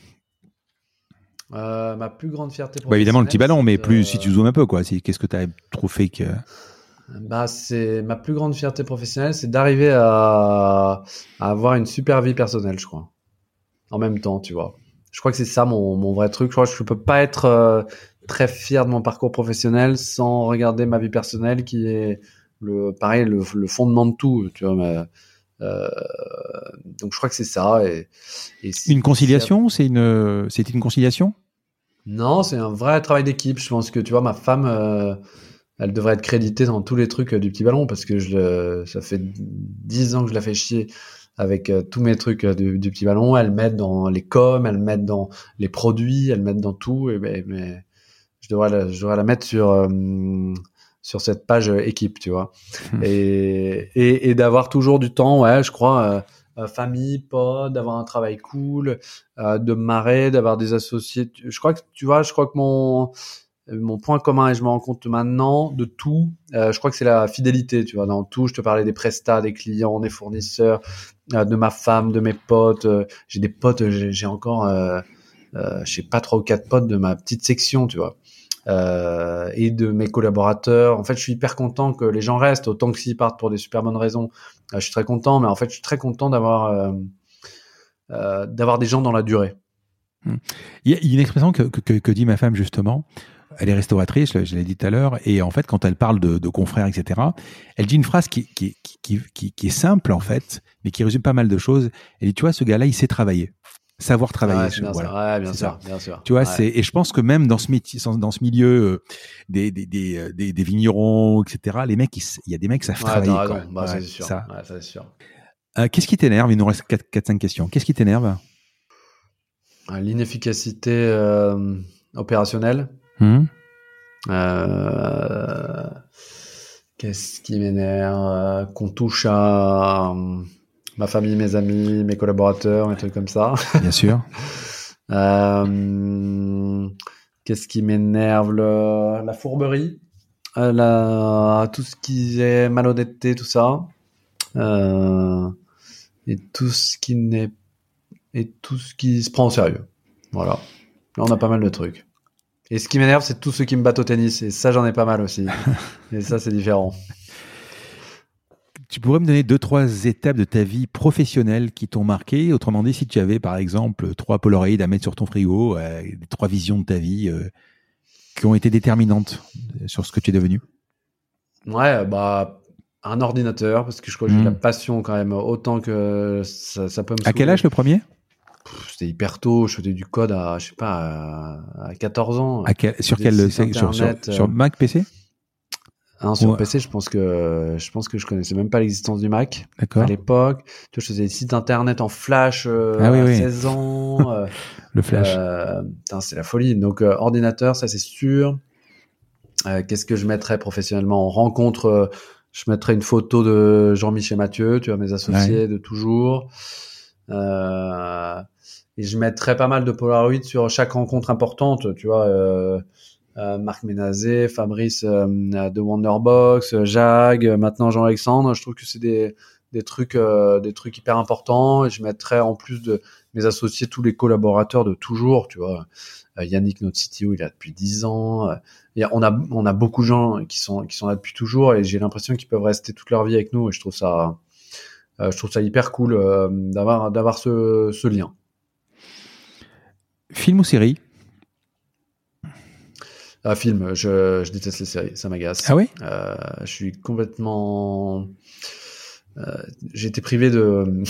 Euh, ma plus grande fierté professionnelle. Bah évidemment le petit ballon, mais de... plus si tu zoomes un peu quoi. C'est, qu'est-ce que tu as trop fait que? Bah c'est ma plus grande fierté professionnelle, c'est d'arriver à... à avoir une super vie personnelle, je crois. En même temps, tu vois. Je crois que c'est ça mon mon vrai truc. Je crois que je peux pas être euh, très fier de mon parcours professionnel sans regarder ma vie personnelle qui est le pareil le, le fondement de tout, tu vois. Mais, euh, donc je crois que c'est ça. Et, et une conciliation, c'est une, c'était une conciliation? Non, c'est un vrai travail d'équipe. Je pense que tu vois, ma femme, euh, elle devrait être créditée dans tous les trucs euh, du petit ballon parce que je le, ça fait dix ans que je la fais chier avec euh, tous mes trucs euh, du, du petit ballon. Elle m'aide dans les coms, elle m'aide dans les produits, elle m'aide dans tout. Et mais, mais je devrais la, je devrais la mettre sur euh, sur cette page euh, équipe, tu vois. Mmh. Et, et et d'avoir toujours du temps, ouais, je crois. Euh, Euh, famille, potes, d'avoir un travail cool, euh, de me marrer, d'avoir des associés. Je crois que tu vois, je crois que mon mon point commun et je me rends compte maintenant de tout. Euh, je crois que c'est la fidélité, tu vois, dans tout. Je te parlais des prestats, des clients, des fournisseurs, euh, de ma femme, de mes potes. Euh, j'ai des potes, j'ai, j'ai encore, euh, euh, je sais pas trois ou quatre potes de ma petite section, tu vois. Euh, et de mes collaborateurs. En fait, je suis hyper content que les gens restent, autant que s'ils partent pour des super bonnes raisons. Euh, je suis très content, mais en fait, je suis très content d'avoir euh, euh, d'avoir des gens dans la durée. Il y a une expression que, que, que dit ma femme justement. Elle est restauratrice, je l'ai dit tout à l'heure, et en fait, quand elle parle de, de confrères, et cetera, elle dit une phrase qui, qui, qui, qui, qui est simple en fait, mais qui résume pas mal de choses. Elle dit, tu vois, ce gars-là, il sait travailler. Savoir travailler. Ouais, c'est bien voilà. ça. Ouais, bien c'est sûr, ça. bien sûr. Tu vois, ouais. c'est, et je pense que même dans ce métier, dans ce milieu euh, des, des, des, des, des vignerons, et cetera, les mecs, il y a des mecs qui savent Ouais, travailler. t'as Quoi. raison. Bah, Ouais, ça, c'est sûr. ça. Ouais, ça, c'est sûr. Euh, qu'est-ce qui t'énerve? Il nous reste quatre cinq questions. Qu'est-ce qui t'énerve? L'inefficacité euh, opérationnelle. Mmh. Euh, qu'est-ce qui m'énerve euh, qu'on touche à euh, ma famille, mes amis, mes collaborateurs, des trucs comme ça. Bien sûr. euh, qu'est-ce qui m'énerve le, la fourberie, euh, la, tout ce qui est malhonnêteté, tout ça, euh, et tout ce qui n'est et tout ce qui se prend au sérieux. Voilà. Là, on a pas mal de trucs. Et ce qui m'énerve, c'est tous ceux qui me battent au tennis. Et ça, j'en ai pas mal aussi. Et ça, c'est différent. Tu pourrais me donner deux, trois étapes de ta vie professionnelle qui t'ont marqué? Autrement dit, si tu avais, par exemple, trois Polaroids à mettre sur ton frigo, euh, trois visions de ta vie euh, qui ont été déterminantes sur ce que tu es devenu? Ouais, bah, un ordinateur, parce que je crois que Mmh. j'ai la passion quand même, autant que ça, ça peut me À quel âge le premier? Pff, c'était hyper tôt, je faisais du code à, je sais pas, à, à quatorze ans. À quel, sur Des quel sites sur, sur, internet, sur euh, Mac, P C? Hein, sur Ouais. P C, je pense que je pense que je connaissais même pas l'existence du Mac D'accord. à l'époque. Tu vois, je faisais des sites internet en Flash euh, Ah oui, à oui. seize ans. euh, Le Flash. euh, putain, c'est la folie. Donc euh, ordinateur, ça c'est sûr. Euh, qu'est-ce que je mettrais professionnellement en rencontre euh, Je mettrais une photo de Jean-Michel Mathieu, tu vois, mes associés Ouais. de toujours. Euh, et je mettrais pas mal de Polaroid sur chaque rencontre importante, tu vois. Euh, euh, Marc Ménazé, Fabrice euh, de Wonderbox, Jag, maintenant Jean-Alexandre. Je trouve que c'est des des trucs euh, des trucs hyper importants. Et je mettrais en plus de mes associés tous les collaborateurs de toujours, tu vois. Euh, Yannick, notre C T O, il est là depuis dix ans. Euh, et on a on a beaucoup de gens qui sont qui sont là depuis toujours et j'ai l'impression qu'ils peuvent rester toute leur vie avec nous et je trouve ça euh, je trouve ça hyper cool euh, d'avoir, d'avoir ce, ce lien. Film ou série ? Un film, je, je déteste les séries, ça m'agace. Ah oui ? euh, Je suis complètement... Euh, j'ai été privé de...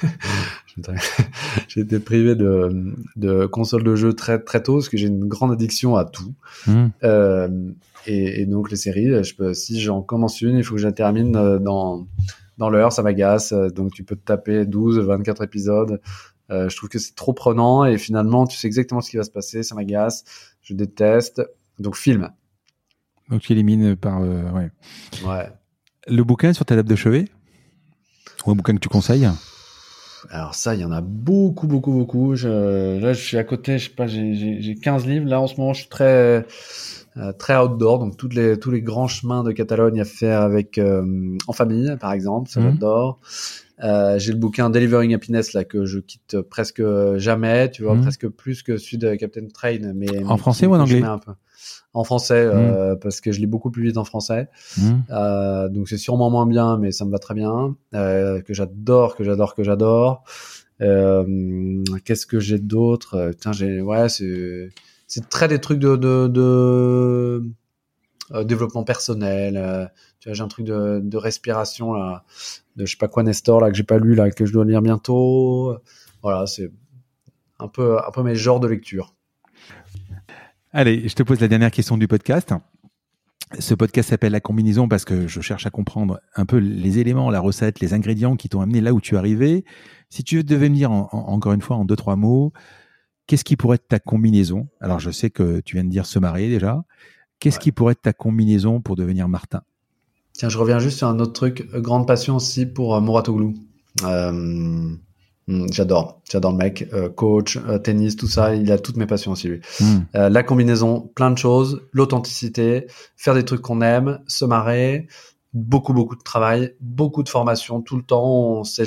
j'ai été privé de, de consoles de jeux très, très tôt, parce que j'ai une grande addiction à tout. Mmh. Euh, et, et donc les séries, je peux, si j'en commence une, il faut que je la termine dans, dans l'heure, ça m'agace. Donc tu peux te taper douze, vingt-quatre épisodes. Euh, je trouve que c'est trop prenant, et finalement, tu sais exactement ce qui va se passer, ça m'agace, je déteste. Donc, film. Donc, tu élimines par... Euh, ouais. Ouais. Le bouquin sur ta table de chevet ? Ou un bouquin que tu conseilles ? Alors ça, il y en a beaucoup, beaucoup, beaucoup. Je, là, je suis à côté, je sais pas, j'ai, j'ai, j'ai quinze livres. Là, en ce moment, je suis très, euh, très outdoor. Donc, toutes les, tous les grands chemins de Catalogne à faire avec, euh, en famille, par exemple. Ça, mmh. j'adore. Euh, j'ai le bouquin Delivering Happiness, là, que je quitte presque jamais. Tu vois, mmh. presque plus que celui de Captain Train. Mais, en mais français qui, ou en anglais? Un peu. En français, mmh. euh, parce que je lis beaucoup plus vite en français. Mmh. Euh, donc c'est sûrement moins bien, mais ça me va très bien. Euh, que j'adore, que j'adore, que j'adore. Euh, qu'est-ce que j'ai d'autre? Tiens, j'ai, ouais, c'est, c'est très des trucs de, de, de euh, développement personnel. Euh, tu vois, j'ai un truc de, de respiration là, de je sais pas quoi Nestor là que j'ai pas lu là, que je dois lire bientôt. Voilà, c'est un peu, un peu mes genres de lecture. Allez, je te pose la dernière question du podcast. Ce podcast s'appelle La Combinaison parce que je cherche à comprendre un peu les éléments, la recette, les ingrédients qui t'ont amené là où tu es arrivé. Si tu devais me dire en, en, encore une fois en deux, trois mots, qu'est-ce qui pourrait être ta combinaison? Alors, je sais que tu viens de dire se marier déjà. Qu'est-ce ouais. qui pourrait être ta combinaison pour devenir Martin? Tiens, je reviens juste sur un autre truc. Grande passion aussi pour euh, Mouratoglou. Euh... J'adore, j'adore le mec, euh, coach, euh, tennis, tout ça, il a toutes mes passions aussi lui. Mm. Euh, la combinaison, plein de choses, l'authenticité, faire des trucs qu'on aime, se marrer, beaucoup beaucoup de travail, beaucoup de formation tout le temps, on sait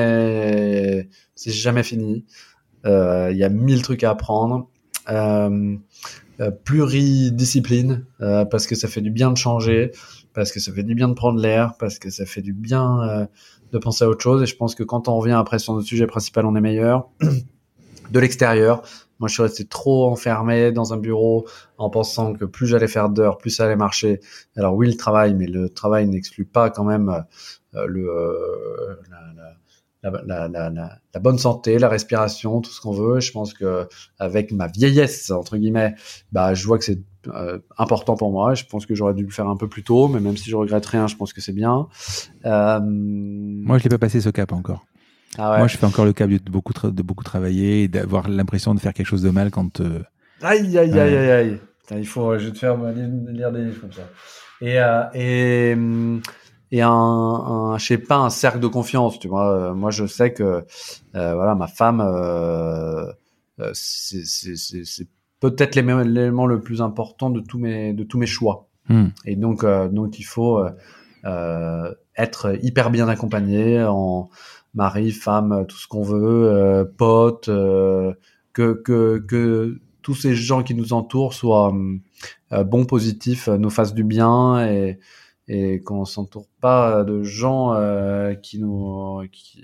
jamais, c'est jamais fini. Il euh, y a mille trucs à apprendre. Euh, euh, pluridiscipline euh, parce que ça fait du bien de changer, parce que ça fait du bien de prendre l'air, parce que ça fait du bien euh, de penser à autre chose. Et je pense que quand on revient après sur notre sujet principal, on est meilleur. De l'extérieur, moi je suis resté trop enfermé dans un bureau en pensant que plus j'allais faire d'heures, plus ça allait marcher. Alors oui, le travail, mais le travail n'exclut pas quand même euh, le euh, la, la, la, la, la, la bonne santé, la respiration, tout ce qu'on veut. Je pense que avec ma vieillesse entre guillemets, bah je vois que c'est euh, important pour moi. Je pense que j'aurais dû le faire un peu plus tôt, mais même si je regrette rien, je pense que c'est bien. Euh... Moi, je l'ai pas passé ce cap encore. Ah ouais. Moi, je fais encore le cap de beaucoup tra- de beaucoup travailler et d'avoir l'impression de faire quelque chose de mal quand. Euh... Aïe aïe aïe aïe aïe. Putain, il faut, je vais te faire lire des livres comme ça. Et euh, et et un, un, je sais pas, un cercle de confiance. Tu vois, moi, je sais que euh, voilà, ma femme, euh, c'est, c'est, c'est, c'est peut-être l'élément le plus important de tous mes de tous mes choix. Hmm. Et donc euh, donc il faut euh, être hyper bien accompagné en mari, femme, tout ce qu'on veut, euh, potes, euh, que, que, que tous ces gens qui nous entourent soient euh, bons, positifs, nous fassent du bien et, et qu'on s'entoure pas de gens euh, qui nous, qui,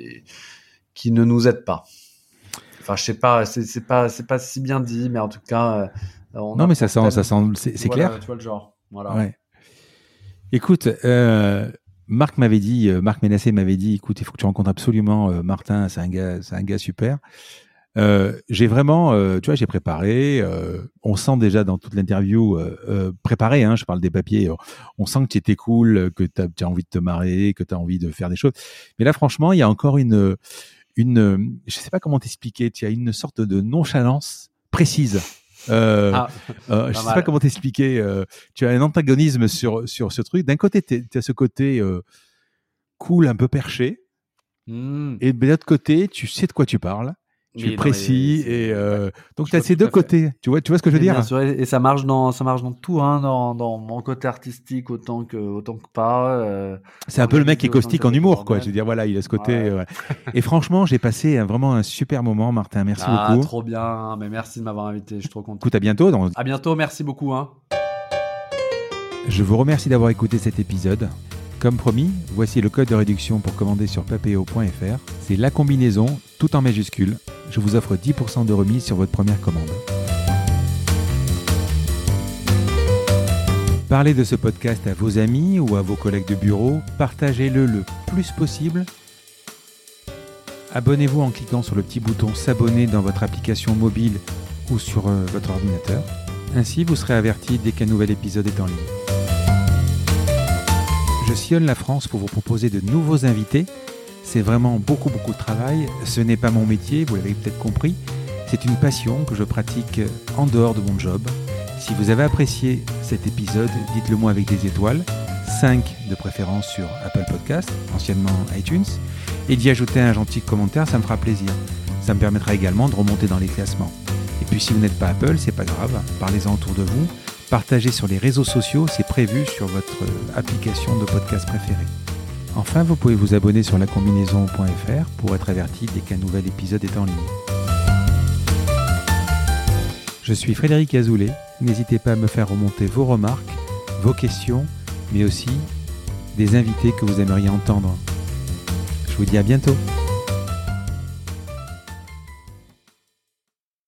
qui ne nous aident pas. Enfin, je sais pas, c'est, c'est pas, c'est pas si bien dit, mais en tout cas, on non, mais ça sent, ça sent, c'est, c'est voilà, clair. Tu vois le genre. Voilà. Ouais. Écoute, euh, Marc m'avait dit, euh, Marc Ménassé m'avait dit, écoute, il faut que tu rencontres absolument euh, Martin, c'est un gars, c'est un gars super. Euh, j'ai vraiment, euh, tu vois, j'ai préparé. Euh, on sent déjà dans toute l'interview euh, euh, préparé. Hein, je parle des papiers. Euh, on sent que tu étais cool, que tu as envie de te marrer, que tu as envie de faire des choses. Mais là, franchement, il y a encore une, une, je sais pas comment t'expliquer. Tu as une sorte de nonchalance précise. Euh, ah, euh, je sais mal. pas comment t'expliquer. Euh, tu as un antagonisme sur sur ce truc. D'un côté, tu as ce côté euh, cool, un peu perché, mm. et de l'autre côté, tu sais de quoi tu parles. Tu es précis et euh, donc tu as ces deux côtés. Tu vois, tu vois ce que je veux dire? Bien sûr, et ça marche dans ça marche dans tout, hein, dans dans mon côté artistique autant que autant que pas. Euh, c'est un peu le mec qui est caustique en humour, quoi. Je veux dire, voilà, il a ce côté. Ouais. Ouais. Et franchement, j'ai passé un, vraiment un super moment, Martin. Merci ah, beaucoup. Trop bien, mais merci de m'avoir invité. Je suis trop content. Écoute, à bientôt. Dans... À bientôt, merci beaucoup. Hein. Je vous remercie d'avoir écouté cet épisode. Comme promis, voici le code de réduction pour commander sur papéo point f r. C'est la combinaison, tout en majuscule. Je vous offre dix pour cent de remise sur votre première commande. Parlez de ce podcast à vos amis ou à vos collègues de bureau. Partagez-le le plus possible. Abonnez-vous en cliquant sur le petit bouton s'abonner dans votre application mobile ou sur euh, votre ordinateur. Ainsi, vous serez averti dès qu'un nouvel épisode est en ligne. Je sillonne la France pour vous proposer de nouveaux invités. C'est vraiment beaucoup, beaucoup de travail. Ce n'est pas mon métier, vous l'avez peut-être compris. C'est une passion que je pratique en dehors de mon job. Si vous avez apprécié cet épisode, dites-le moi avec des étoiles, cinq de préférence sur Apple Podcast, anciennement iTunes, et d'y ajouter un gentil commentaire, ça me fera plaisir. Ça me permettra également de remonter dans les classements. Et puis si vous n'êtes pas Apple, c'est pas grave, parlez-en autour de vous. Partagez sur les réseaux sociaux, c'est prévu sur votre application de podcast préférée. Enfin, vous pouvez vous abonner sur la combinaison point f r pour être averti dès qu'un nouvel épisode est en ligne. Je suis Frédéric Azoulay. N'hésitez pas à me faire remonter vos remarques, vos questions, mais aussi des invités que vous aimeriez entendre. Je vous dis à bientôt.